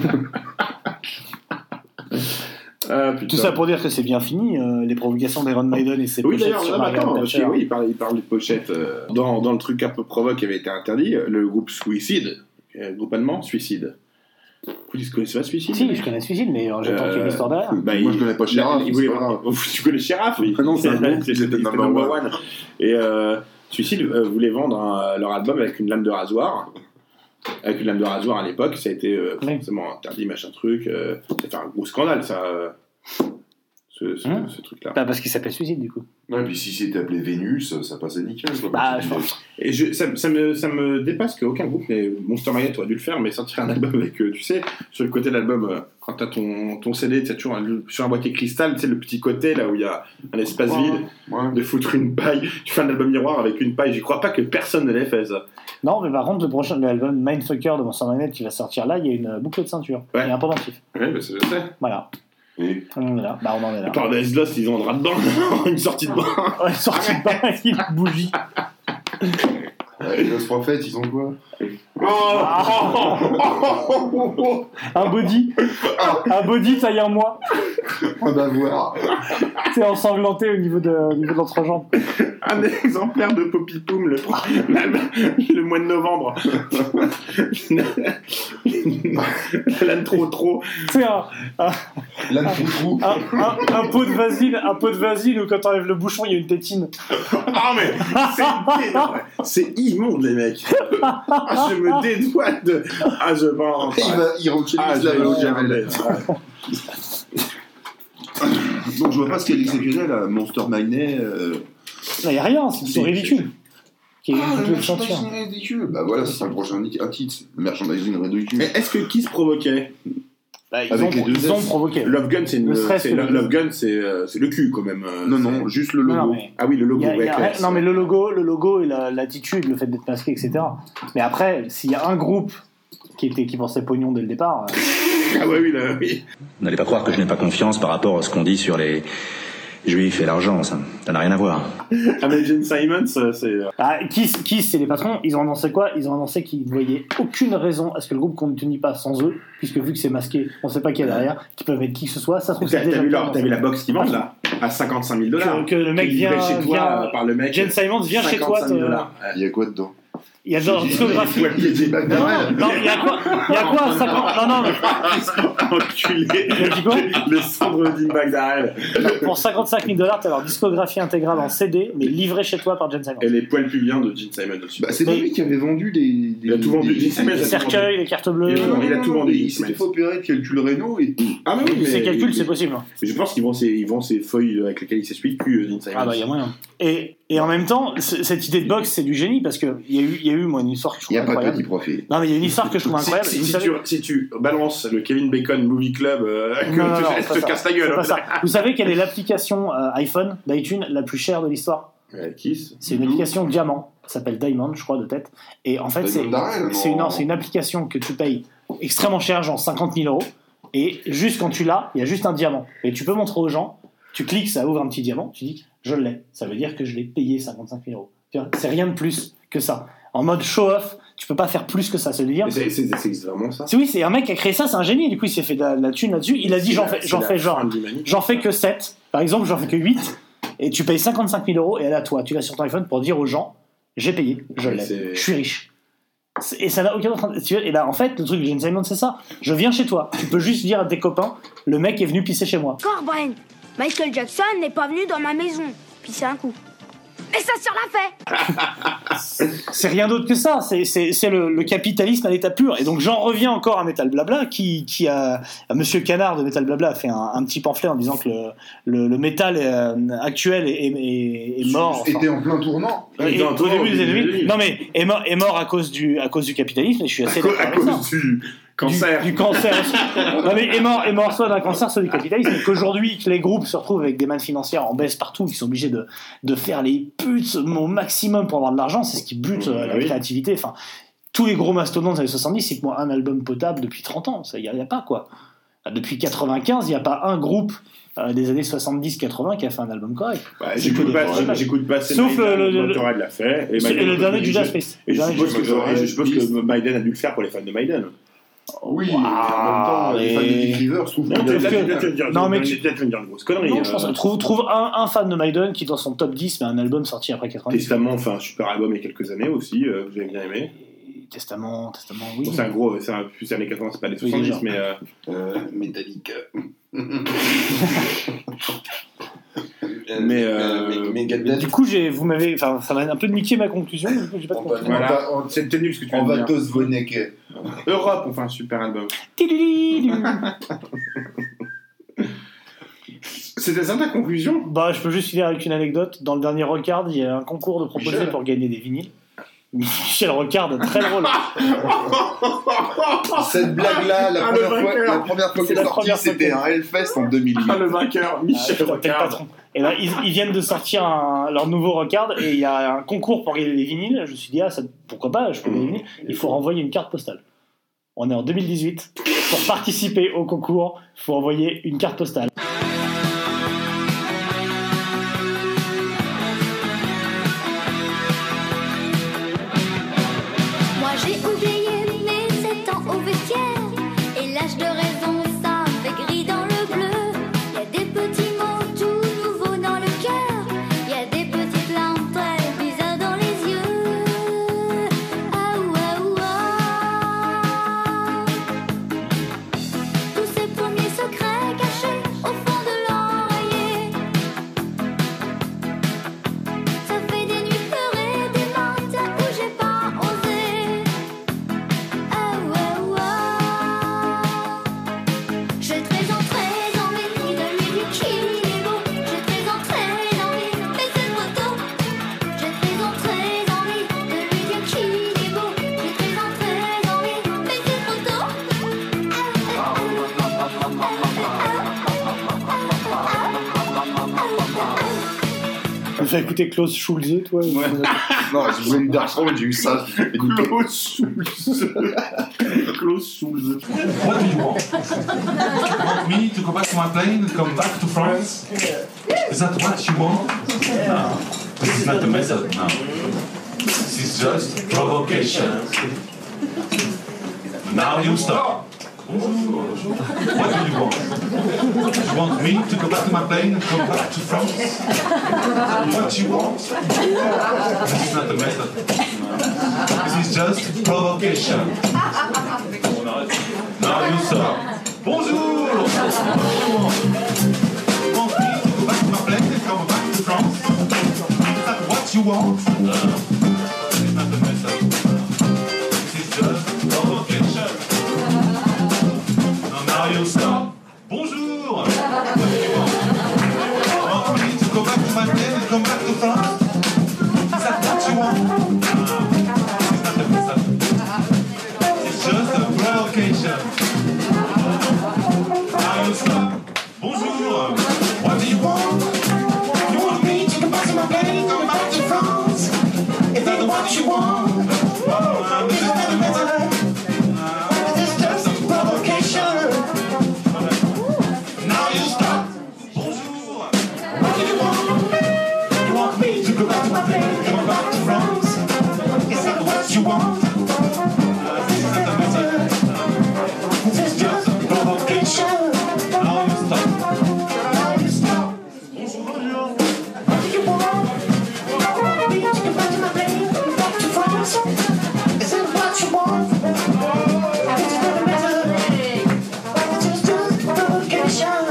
Tout ça pour dire que c'est bien fini, les provocations d'Iron Maiden et ses pochettes sur Margaret Thatcher. Oui, il parle de pochettes. Dans le truc un peu provoque qui avait été interdit, le groupe Suicide, groupe allemand, Suicide. Vous connaissez pas Suicide? Si, je connais Suicide, mais j'attends qu'il y ait une histoire derrière. Moi je connais pas Sheriff. Tu connais Sheriff? Oui. Non, c'est un groupe qui était number one. Et Suicide voulait vendre leur album avec une lame de rasoir. Avec une lame de rasoir à l'époque, ça a été forcément interdit, machin truc. C'était un gros scandale, ça. Ce truc-là. Parce qu'il s'appelle Suicide, du coup. Ouais, puis si c'était appelé Vénus, ça passait nickel. Je pense. Et ça me dépasse qu'aucun groupe, mais Monster Magnet aurait dû le faire, mais sortir un album avec, tu sais, sur le côté de l'album, quand t'as ton CD, t'as toujours sur un boîtier cristal, tu sais, le petit côté là où il y a un espace vide, de foutre une paille. Tu fais un album miroir avec une paille, j'y crois pas que personne ne l'ait fait ça. Non, mais par contre, l'album Mindfucker de Monster Magnet qui va sortir là, il y a une boucle de ceinture. Il y a un pendentif. Ouais, bah ça je sais. Voilà. On en est là. On en est là. Par les Lost, ils ont un drap de bain. Une sortie de bain. Une sortie de bain avec une bougie. Les prophètes, ils ont quoi? Un body taille en moi. On va voir. C'est ensanglanté au niveau de l'entrejambe. Un exemplaire de Poppy Poum le mois de novembre. L'âne trop. C'est un pot de vasine où quand t'enlèves le bouchon il y a une tétine. Ah mais c'est immonde les mecs. Je me dédouane de. Je pense. Il rentre chez lui, il se lave l'eau de Javel. Donc je vois pas ce qu'il y a d'exceptionnel à Monster Magnet. Il n'y a rien, c'est ridicule. Qui est ridicule. Bah voilà, c'est un prochain titre. Merchandising ridicule. Mais est-ce que Kiss provoquait? Ils ont provoqué. Love Gun, c'est le cul quand même. Non, juste le logo. Ah oui, le logo. Non, mais le logo et l'attitude, le fait d'être masqué, etc. Mais après, s'il y a un groupe qui pensait pognon dès le départ. Ah oui. N'allez pas croire que je n'ai pas confiance par rapport à ce qu'on dit sur les Juifs et l'argent, ça n'a rien à voir. Ah mais Gene Simmons, c'est... Kiss, c'est les patrons, ils ont annoncé quoi ? Ils ont annoncé qu'ils ne voyaient aucune raison à ce que le groupe continue pas sans eux, puisque vu que c'est masqué, on ne sait pas qui est derrière, qu'ils peuvent être qui que ce soit, ça se trouve... T'as vu la box qu'ils vendent là ? À $55 000. Que le mec vient chez toi par le mec. Gene Simmons vient chez toi. Il y a quoi dedans ? Il y a genre discographie. Non, il y a quoi à 50... Non, mais... Enculé. Les cendres de Dean McDarrell. Pour $55 000, t'as leur discographie intégrale en CD, mais livrée chez toi par Gene Simmons. Et les poils pubiens de Gene Simmons aussi. C'est lui qui avait vendu des... Il a tout vendu. Les cercueils, les cartes bleues. Il a tout vendu. Il s'était fait opérer de calcul rénaux et... Ah mais oui, ces calculs, c'est possible. Mais je pense qu'ils vont ces feuilles avec lesquelles il s'essuie plus, Gene Simmons. Ah bah, il y a moyen. Et en même temps, cette idée de box, c'est du génie, parce qu'il y a eu moi, une histoire que je trouve incroyable. Il n'y a pas de petit profit. Non, mais il y a une histoire que je trouve incroyable. Si tu balances le Kevin Bacon Movie Club, te casse ta gueule. Vous savez quelle est l'application iPhone d'iTunes la plus chère de l'histoire ? Kiss. C'est une application diamant, ça s'appelle Diamond, je crois, de tête. Et en fait, c'est une application que tu payes extrêmement cher, genre 50 000 €. Et juste quand tu l'as, il y a juste un diamant. Et tu peux montrer aux gens, tu cliques, ça ouvre un petit diamant, tu dis je l'ai. Ça veut dire que je l'ai payé 55 000 €. C'est rien de plus que ça. En mode show-off, tu peux pas faire plus que ça. Ça veut dire. C'est vraiment ça. Oui, c'est un mec qui a créé ça, c'est un génie. Du coup, il s'est fait de la thune là-dessus. Il a dit j'en fais que 7. Par exemple, j'en fais que 8. Et tu payes 55 000 € et elle est à toi. Tu l'as sur ton iPhone pour dire aux gens j'ai payé, je l'ai, je suis riche. Et ça n'a aucun autre. Et là, en fait, le truc de Gene Simmons, c'est ça. Je viens chez toi. Tu peux juste dire à tes copains le mec est venu pisser chez moi. Corben, Michael Jackson n'est pas venu dans ma maison pisser un coup. Et ça sur la fait. C'est rien d'autre que ça. C'est le capitalisme à l'état pur. Et donc j'en reviens encore à Metal Blabla, qui a Monsieur Canard de Metal Blabla a fait un petit pamphlet en disant que le métal actuel est mort. Était en plein tournant. Au début des années 2000. Non mais est mort à cause du capitalisme. Et je suis assez d'accord avec ça. Cancer. Du cancer aussi. Non mais est mort soit d'un cancer, soit du capitalisme. Et qu'aujourd'hui, que les groupes se retrouvent avec des mannes financières en baisse partout, qui sont obligés de faire les putes au maximum pour avoir de l'argent, c'est ce qui bute la créativité. Enfin, tous les gros mastodontes des années 70, c'est que moi, un album potable depuis 30 ans, il n'y a pas quoi. Depuis 95, il n'y a pas un groupe des années 70-80 qui a fait un album correct. J'écoute pas sauf Motorhead l'a fait. Et le dernier Judas Priest. Et je suppose que Maiden a dû le faire pour les fans de Maiden. Oui, en même temps, les fans de Dick Rivers trouvent que... Non, mais tu viens de dire une grosse connerie. Non, je pense trouve un fan de Maiden qui, dans son top 10, met un album sorti après 90. Testament fait un super album il y a quelques années aussi, que j'avais bien aimé. Testament, oui. Bon, c'est un gros, c'est plus années 80, c'est pas les 70, mais... Metallica. Mais du coup, vous m'avez, ça m'a un peu niqué ma conclusion. Du coup, j'ai pas de conclusion. Voilà, c'est tenu ce que tu on va tous vous niquer. Europe, on fait un super album. C'était ça ta conclusion ? Bah, je peux juste finir avec une anecdote. Dans le dernier Rockard, il y a un concours de proposés pour gagner des vinyles. Michel Rocard, très drôle. Cette blague-là, la première fois que c'est sorti, c'était un Hellfest en 2008. Ah, le vainqueur, Michel Rocard. Et là, ils viennent de sortir leur nouveau Rocard et il y a un concours pour gagner des vinyles. Je me suis dit, pourquoi pas, je peux gagner des vinyles. Il faut renvoyer une carte postale. On est en 2018. Pour participer au concours, il faut envoyer une carte postale. Tous ces premiers secrets cachés préfères écouter Klaus Schulze, toi Non, si vous voulez du Dark Throne, j'ai eu ça. Klaus Schulze. Klaus Schulze. What do you want? You want me to go back to my plane and come back to France? Is that what you want? No. This is not the method, no. This is just provocation. Now you stop. What do you want? You want me to go back to my plane and come back to France? What you want? This is not the method. This is just provocation. Now you stop. Bonjour! You want me to go back to my plane and come back to France? Is that what you want? This is not the method. This is just provocation. Now you stop. Bonjour! What do you want? You want me to go back to my plane and come back to France? Is that what you want? This is not the method. It's just a provocation. Now you stop. Bonjour! What do you want? You want me to go back to my plane and come back to France? Is that what you want? This is not the method. It's just a provocation. Now you stop. Bonjour. What do you want? You want me to go back to my plane and come back to France? Is that what you want? This is not the method. It's just a provocation. Now you stop. Now you stop. Bonjour. What do you want? You want me to go back to my plane and come back to France? Is that what you want? This is not the method. It's just a provocation.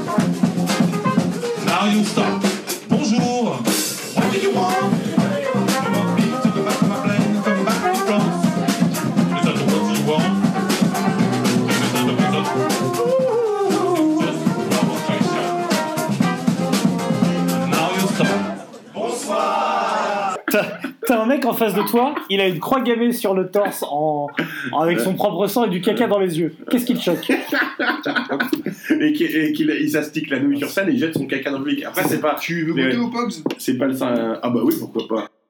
Now you stop. Bonjour. What do you want? You want me to go back to my plane and come back to France? Is that what you want? This is not the method. Just provocation. Now you stop. Bonsoir. T'as un mec en face de toi, il a une croix gammée sur le torse avec son propre sang et du caca dans les yeux. Qu'est-ce qui te choque? Et qu'il s'astique la nouille sur scène et il jette son caca dans le public. Après, c'est pas. Tu veux goûter au Pogs? C'est pas le sein. Ah bah oui, pourquoi pas.